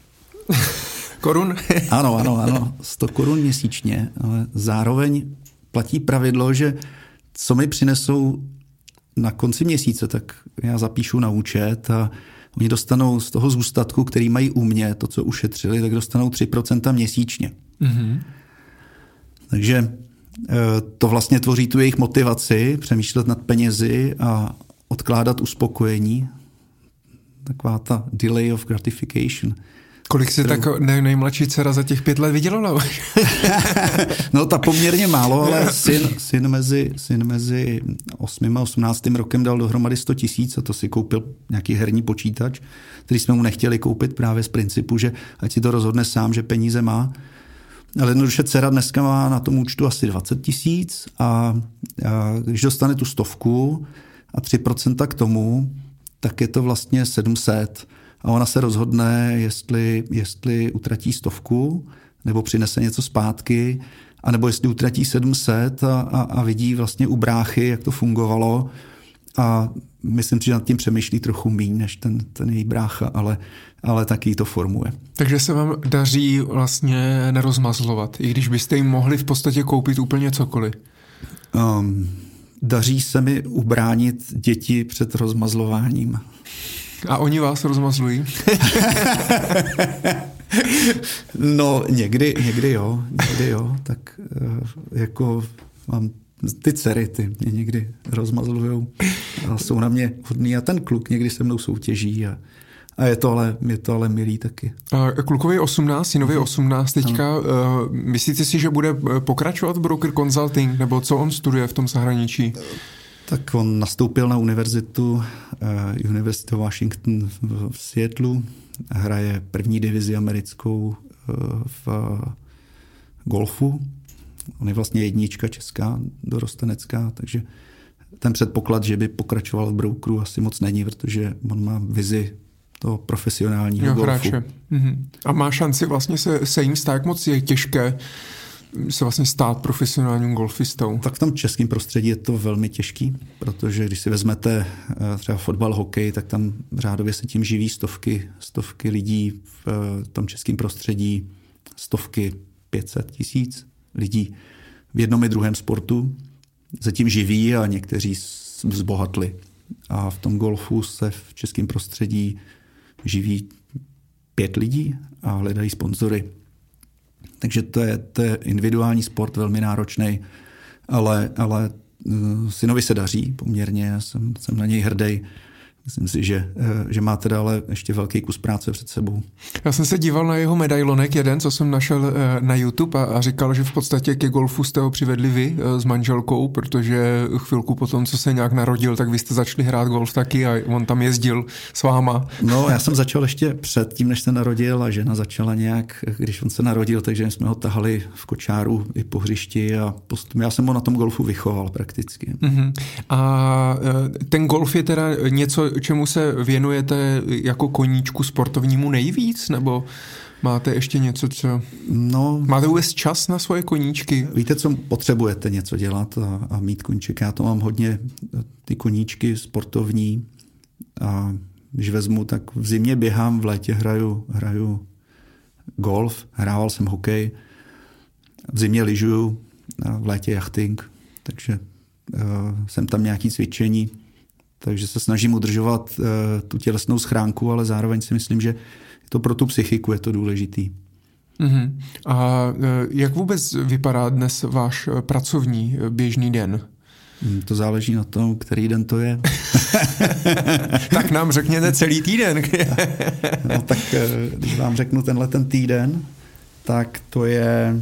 Korun?
Ano, ano, ano, sto korun měsíčně, ale zároveň platí pravidlo, že co mi přinesou na konci měsíce, tak já zapíšu na účet a oni dostanou z toho zůstatku, který mají u mě, to, co ušetřili, tak dostanou tři procenta měsíčně. Mm-hmm. Takže to vlastně tvoří tu jejich motivaci, přemýšlet nad penězi a odkládat uspokojení. Taková ta delay of gratification.
Kolik si kterou... tak nej, nejmladší dcera za těch pět let vydělala?
No ta poměrně málo, ale syn, syn, mezi, syn mezi osmým a osmnáctým rokem dal dohromady sto tisíc a to si koupil nějaký herní počítač, který jsme mu nechtěli koupit právě z principu, že ať si to rozhodne sám, že peníze má. Ale jednoduše dcera dneska má na tom účtu asi dvacet tisíc a, a když dostane tu stovku a tři procenta k tomu, tak je to vlastně sedm set. A ona se rozhodne, jestli, jestli utratí stovku, nebo přinese něco zpátky, anebo jestli utratí sedm set a, a, a vidí vlastně u bráchy, jak to fungovalo. A myslím si, že nad tím přemýšlí trochu míň než ten, ten její brácha, ale, ale taky to formuje.
Takže se vám daří vlastně nerozmazlovat, i když byste jim mohli v podstatě koupit úplně cokoliv.
Um, daří se mi ubránit děti před rozmazlováním.
A oni vás rozmazlují?
No, někdy, někdy jo, někdy jo, tak jako mám ty dcery, ty mě někdy rozmazlujou. a jsou na mě hodný a ten kluk někdy se mnou soutěží a, a je to ale, je to ale milý taky.
Klukovi osmnáct, synovi osmnáct teďka, uh, myslíte si, že bude pokračovat Broker Consulting, nebo co on studuje v tom zahraničí?
Tak on nastoupil na univerzitu, uh, University of Washington v, v Seattlu, hraje první divizi americkou uh, v golfu. On je vlastně jednička česká, dorostenecká, takže ten předpoklad, že by pokračoval v brokeru, asi moc není, protože on má vizi toho profesionálního jo, golfu. Hráče.
Mhm. A má šanci vlastně se, se jim stát, jak moc je těžké se vlastně stát profesionálním golfistou?
Tak v tom českém prostředí je to velmi těžký, protože když si vezmete třeba fotbal, hokej, tak tam řádově se tím živí stovky, stovky lidí v tom českém prostředí, stovky, pět set tisíc lidí v jednom i druhém sportu se tím živí a někteří zbohatli. A v tom golfu se v českém prostředí živí pět lidí a hledají sponzory. Takže to je, to je individuální sport, velmi náročný, ale, ale synovi se daří poměrně, já jsem, jsem na něj hrdý. Myslím si, že, že má teda ale ještě velký kus práce před sebou.
Já jsem se díval na jeho medailonek jeden, co jsem našel na YouTube a, a říkal, že v podstatě ke golfu jste ho přivedli vy s manželkou, protože chvilku potom, co se nějak narodil, tak vy jste začali hrát golf taky a on tam jezdil s váma.
No, já jsem začal ještě před tím, než se narodil a žena začala nějak, když on se narodil, takže jsme ho tahali v kočáru i po hřišti a postupně. Já jsem ho na tom golfu vychoval prakticky.
Uh-huh. A ten golf je teda něco, čemu se věnujete jako koníčku sportovnímu nejvíc, nebo máte ještě něco, co...
No,
máte vůbec čas na svoje koníčky?
Víte, co potřebujete něco dělat a, a mít koníček. Já to mám hodně, ty koníčky sportovní a když vezmu, tak v zimě běhám, v létě hraju, hraju golf, hrával jsem hokej, v zimě lyžuju, a v létě jachting, takže uh, jsem tam nějaký cvičení. Takže se snažím udržovat uh, tu tělesnou schránku, ale zároveň si myslím, že je to pro tu psychiku je to důležitý.
Uh-huh. A uh, jak vůbec vypadá dnes váš pracovní běžný den?
Hmm, to záleží na tom, který den to je.
Tak nám řekněte celý týden.
No tak uh, když vám řeknu tenhle ten týden, tak to je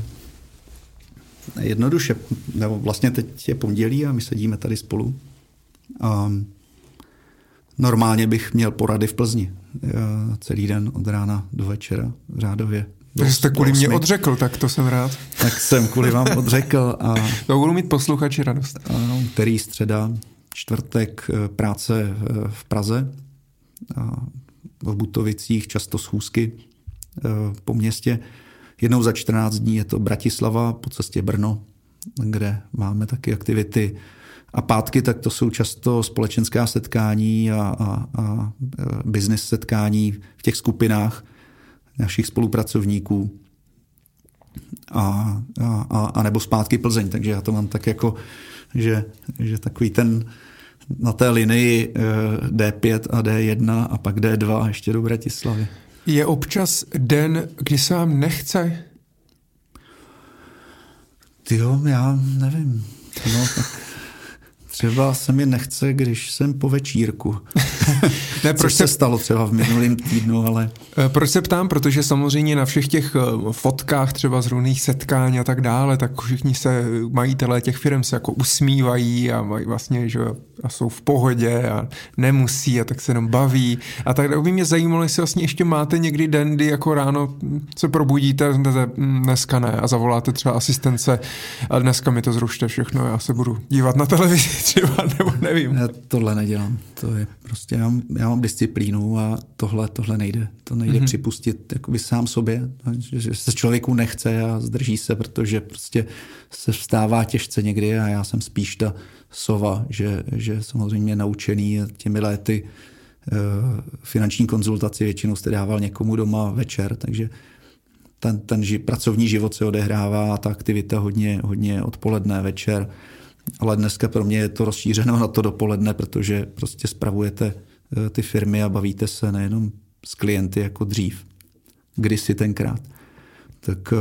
jednoduše, nebo vlastně teď je pondělí a my sedíme tady spolu. Um, Normálně bych měl porady v Plzni. Celý den od rána do večera řádově.
Takže jste kvůli mě odřekl, tak to jsem rád.
Tak jsem kvůli vám odřekl. A,
to budu mít posluchači radost.
Ano, který středa, čtvrtek práce v Praze, a v Butovicích, často schůzky po městě. Jednou za čtrnáct dní je to Bratislava, po cestě Brno, kde máme taky aktivity. A pátky, tak to jsou často společenská setkání a, a, a business setkání v těch skupinách našich spolupracovníků a, a, a nebo zpátky Plzeň. Takže já to mám tak jako, že, že takový ten na té linii D pět a D jedna a pak D dva ještě do Bratislavy.
Je občas den, kdy se vám nechce?
Tyjo, já nevím. No, tak třeba se mi nechce, když jsem po večírku. Ne, proč se stalo třeba v minulém týdnu, ale...
Proč se ptám? Protože samozřejmě na všech těch fotkách třeba z různých setkání a tak dále, tak všichni se, majitelé těch firm se jako usmívají a mají vlastně, že a jsou v pohodě a nemusí a tak se jenom baví. A tak by mě zajímalo, jestli vlastně ještě máte někdy den, kdy jako ráno se probudíte, dneska ne a zavoláte třeba asistence a dneska mi to zrušte všechno, já se budu dívat na televizi třeba, nebo nevím.
Já tohle nedělám. To je prostě, já mám, já mám disciplínu a tohle, tohle nejde. To nejde mm-hmm. připustit jakoby sám sobě, že se člověku nechce a zdrží se, protože prostě se vstává těžce někdy a já jsem spíš ta sova, že, že samozřejmě naučený těmi léty finanční konzultaci většinou jste dával někomu doma večer, takže ten, ten ži, pracovní život se odehrává a ta aktivita hodně, hodně odpoledne, večer. Ale dneska pro mě je to rozšířeno na to dopoledne, protože prostě spravujete ty firmy a bavíte se nejenom s klienty jako dřív, kdysi tenkrát. Tak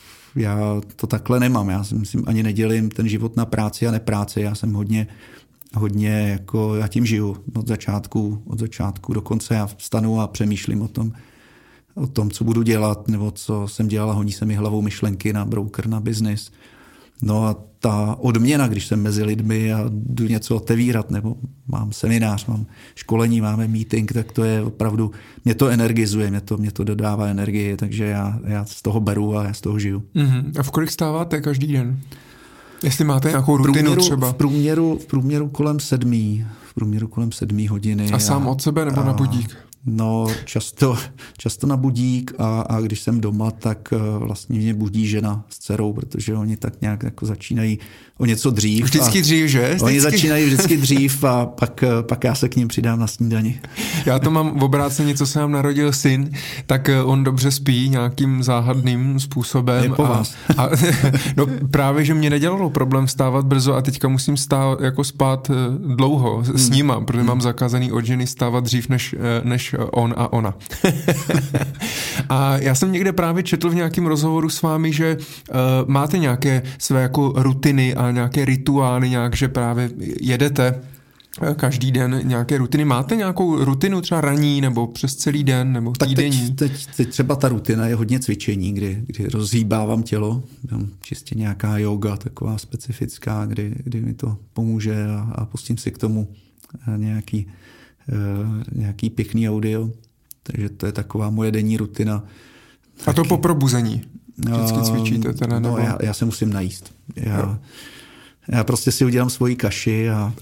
já to takhle nemám. Já si myslím, ani nedělím ten život na práci a nepráci. Já jsem hodně hodně jako já tím žiju od začátku, od začátku do konce. Já vstanu a přemýšlím o tom, o tom, co budu dělat, nebo co jsem dělala, honí se mi hlavou myšlenky na broker, na biznis. No a ta odměna, když jsem mezi lidmi a jdu něco otevírat, nebo mám seminář, mám školení, máme meeting, tak to je opravdu, mě to energizuje, mě to, mě to dodává energii, takže já, já z toho beru a já z toho žiju.
Mm-hmm. A v kolik stáváte každý den? Jestli máte nějakou rutinu
průměru,
třeba?
V průměru, v průměru kolem sedmí, v průměru kolem sedmí hodiny.
A sám a, od sebe nebo a, na budík?
No, často, často na budík a, a když jsem doma, tak vlastně mě budí žena s dcerou, protože oni tak nějak jako začínají o něco dřív.
Vždycky dřív, že? Vždycky.
Oni začínají vždycky dřív a pak, pak já se k ním přidám na snídani.
Já to mám v obráceně, co se nám narodil syn, tak on dobře spí nějakým záhadným způsobem.
Je po vás.
A, a, no právě, že mě nedělalo problém vstávat brzo a teďka musím stát, jako spát dlouho s nima, protože hmm. mám zakázaný od ženy stávat dřív než, než on a ona. A já jsem někde právě četl v nějakém rozhovoru s vámi, že uh, máte nějaké své jako rutiny a nějaké rituály, nějak, že právě jedete každý den nějaké rutiny. Máte nějakou rutinu třeba ranní nebo přes celý den nebo týdenní?
Tak teď, teď, teď třeba ta rutina je hodně cvičení, kdy, kdy rozhýbávám tělo. Čistě nějaká yoga, taková specifická, kdy, kdy mi to pomůže a, a pustím si k tomu nějaký, uh, nějaký pěkný audio. Takže to je taková moje denní rutina.
A to po probuzení? Vždycky cvičíte teda?
No, já, já se musím najíst. Já, já prostě si udělám svoji kaši a,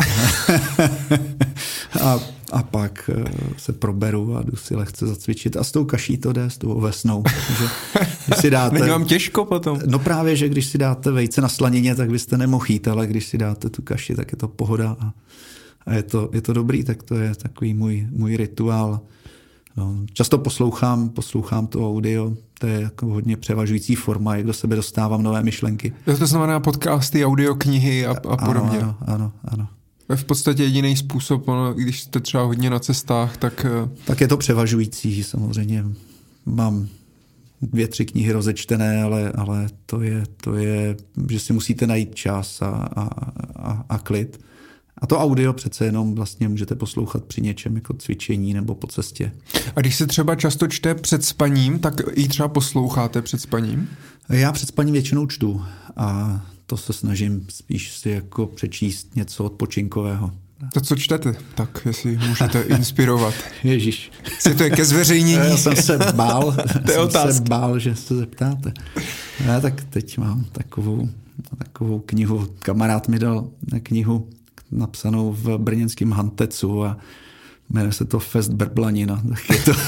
a, a pak se proberu a jdu si lehce zacvičit. A s tou kaší to jde, s tou ovesnou. Takže, když si dáte,
není vám těžko potom?
No právě, že když si dáte vejce na slanině, tak byste nemohl jít, ale když si dáte tu kaši, tak je to pohoda a, a je, to, je to dobrý, tak to je takový můj, můj rituál. No, často poslouchám, poslouchám to audio, to je jako hodně převažující forma, jak do sebe dostávám nové myšlenky.
To znamená podcasty, audioknihy a, a podobně.
Ano, ano, ano.
V podstatě jediný způsob, když jste třeba hodně na cestách, tak...
Tak je to převažující, samozřejmě. Mám dvě, tři knihy rozečtené, ale, ale to, je, to je, že si musíte najít čas a, a, a, a klid. A to audio přece jenom vlastně můžete poslouchat při něčem jako cvičení nebo po cestě.
A když se třeba často čte před spaním, tak i třeba posloucháte před spaním?
Já před spaním většinou čtu a to se snažím spíš si jako přečíst něco odpočinkového.
To, co čtete, tak jestli můžete inspirovat.
Ježiš.
Si to je ke zveřejnění.
Já jsem se bál,
to je
jsem
otázka.
se bál, že se zeptáte. Já tak teď mám takovou, takovou knihu, kamarád mi dal knihu napsanou v brněnském Hantecu a jmenuje se to Fest Brblanina. Tak je to...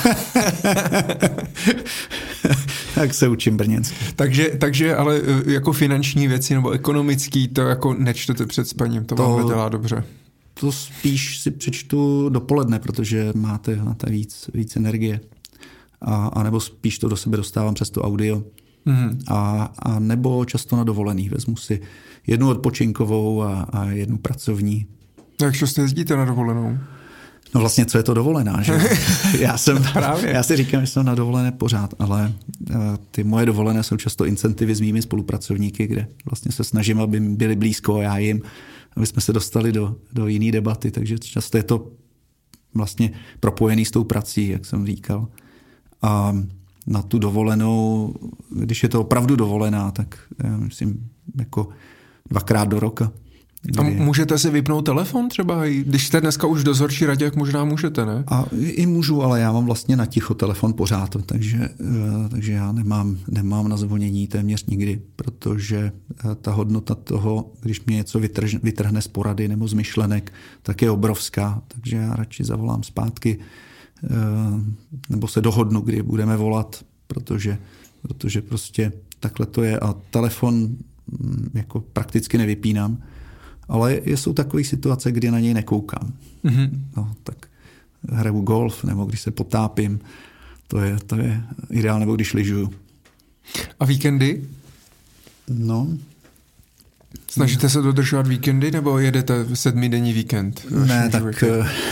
tak se učím brněnsky.
Takže, takže ale jako finanční věci nebo ekonomický, to jako nečtete před spaním, to, to vám nedělá dobře.
To spíš si přečtu dopoledne, protože máte, máte víc, víc energie. A, a nebo spíš to do sebe dostávám přes to audio. Mm-hmm. A, a nebo často na dovolený. Vezmu si jednu odpočinkovou a, a jednu pracovní.
Jak často jezdíte na dovolenou?
No vlastně, co je to dovolená, že? Já jsem, já si říkám, že jsem na dovolené pořád, ale uh, ty moje dovolené jsou často incentivy s mými spolupracovníky, kde vlastně se snažím, aby byli blízko a já jim, aby jsme se dostali do, do jiné debaty, takže často je to vlastně propojený s tou prací, jak jsem říkal. A na tu dovolenou, když je to opravdu dovolená, tak já myslím jako dvakrát do roka.
A můžete si vypnout telefon třeba? Když jste dneska už v dozorčí radě, jak možná můžete, ne?
A i můžu, ale já mám vlastně na ticho telefon pořád, takže, takže já nemám, nemám na zvonění téměř nikdy, protože ta hodnota toho, když mě něco vytrž, vytrhne z porady nebo z myšlenek, tak je obrovská, takže já radši zavolám zpátky nebo se dohodnu, kdy budeme volat, protože, protože prostě takhle to je a telefon jako prakticky nevypínám. Ale jsou takové situace, kdy na něj nekoukám. Mm-hmm. No, tak hraju golf, nebo když se potápím, to je, to je ideál, nebo když lyžuju.
A víkendy?
No.
Snažíte se dodržovat víkendy, nebo jedete sedmidenní víkend?
Ne, tak...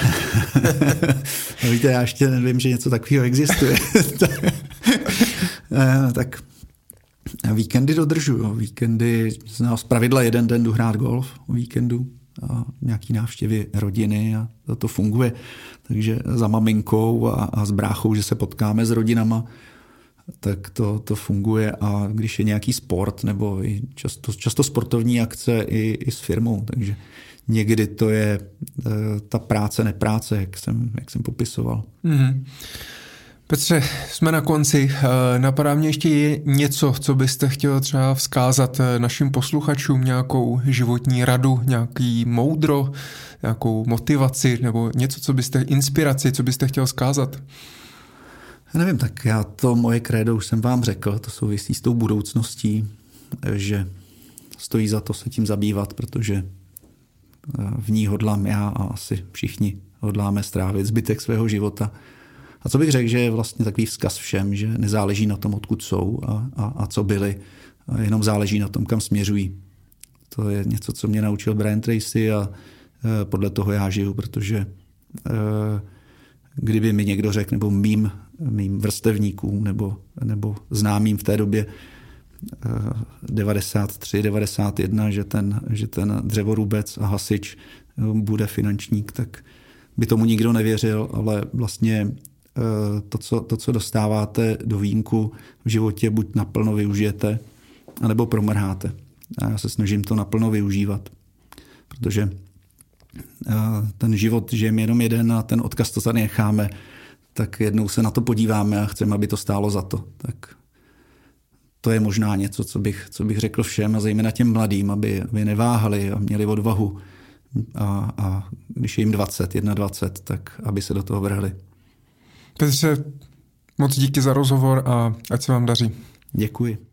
no, víte, já ještě nevím, že něco takového existuje. tak... Víkendy dodržuju. Víkendy, z pravidla jeden den jdu hrát golf o víkendu a nějaký návštěvy rodiny a to, to funguje. Takže za maminkou a, a s bráchou, že se potkáme s rodinama, tak to, to funguje. A když je nějaký sport nebo i často, často sportovní akce i, i s firmou, takže někdy to je ta práce, nepráce, jak jsem, jak jsem popisoval.
Mm-hmm. Petře, jsme na konci. Napadá mě ještě něco, co byste chtěl třeba vzkázat našim posluchačům, nějakou životní radu, nějaký moudro, nějakou motivaci nebo něco, co byste, inspiraci, co byste chtěl vzkázat?
Já nevím, tak já to moje krédo už jsem vám řekl, to souvisí s tou budoucností, že stojí za to se tím zabývat, protože v ní hodlám já a asi všichni hodláme strávit zbytek svého života. A co bych řekl, že je vlastně takový vzkaz všem, že nezáleží na tom, odkud jsou a, a, a co byli, a jenom záleží na tom, kam směřují. To je něco, co mě naučil Brian Tracy a e, podle toho já žiju, protože e, kdyby mi někdo řekl, nebo mým, mým vrstevníkům, nebo, nebo známým v té době e, devadesát tři devadesát jedna, že ten, že ten dřevorubec a hasič bude finančník, tak by tomu nikdo nevěřil, ale vlastně to co, to, co dostáváte do vínku v životě, buď naplno využijete, anebo promrháte. A já se snažím to naplno využívat, protože ten život žijeme jenom jeden a ten odkaz to tady necháme, tak jednou se na to podíváme a chceme, aby to stálo za to. Tak to je možná něco, co bych, co bych řekl všem a zejména těm mladým, aby, aby neváhali a měli odvahu a, a když je jim dvacet, dvacet jedna, tak aby se do toho vrhli.
Petře, moc díky za rozhovor a ať se vám daří.
Děkuji.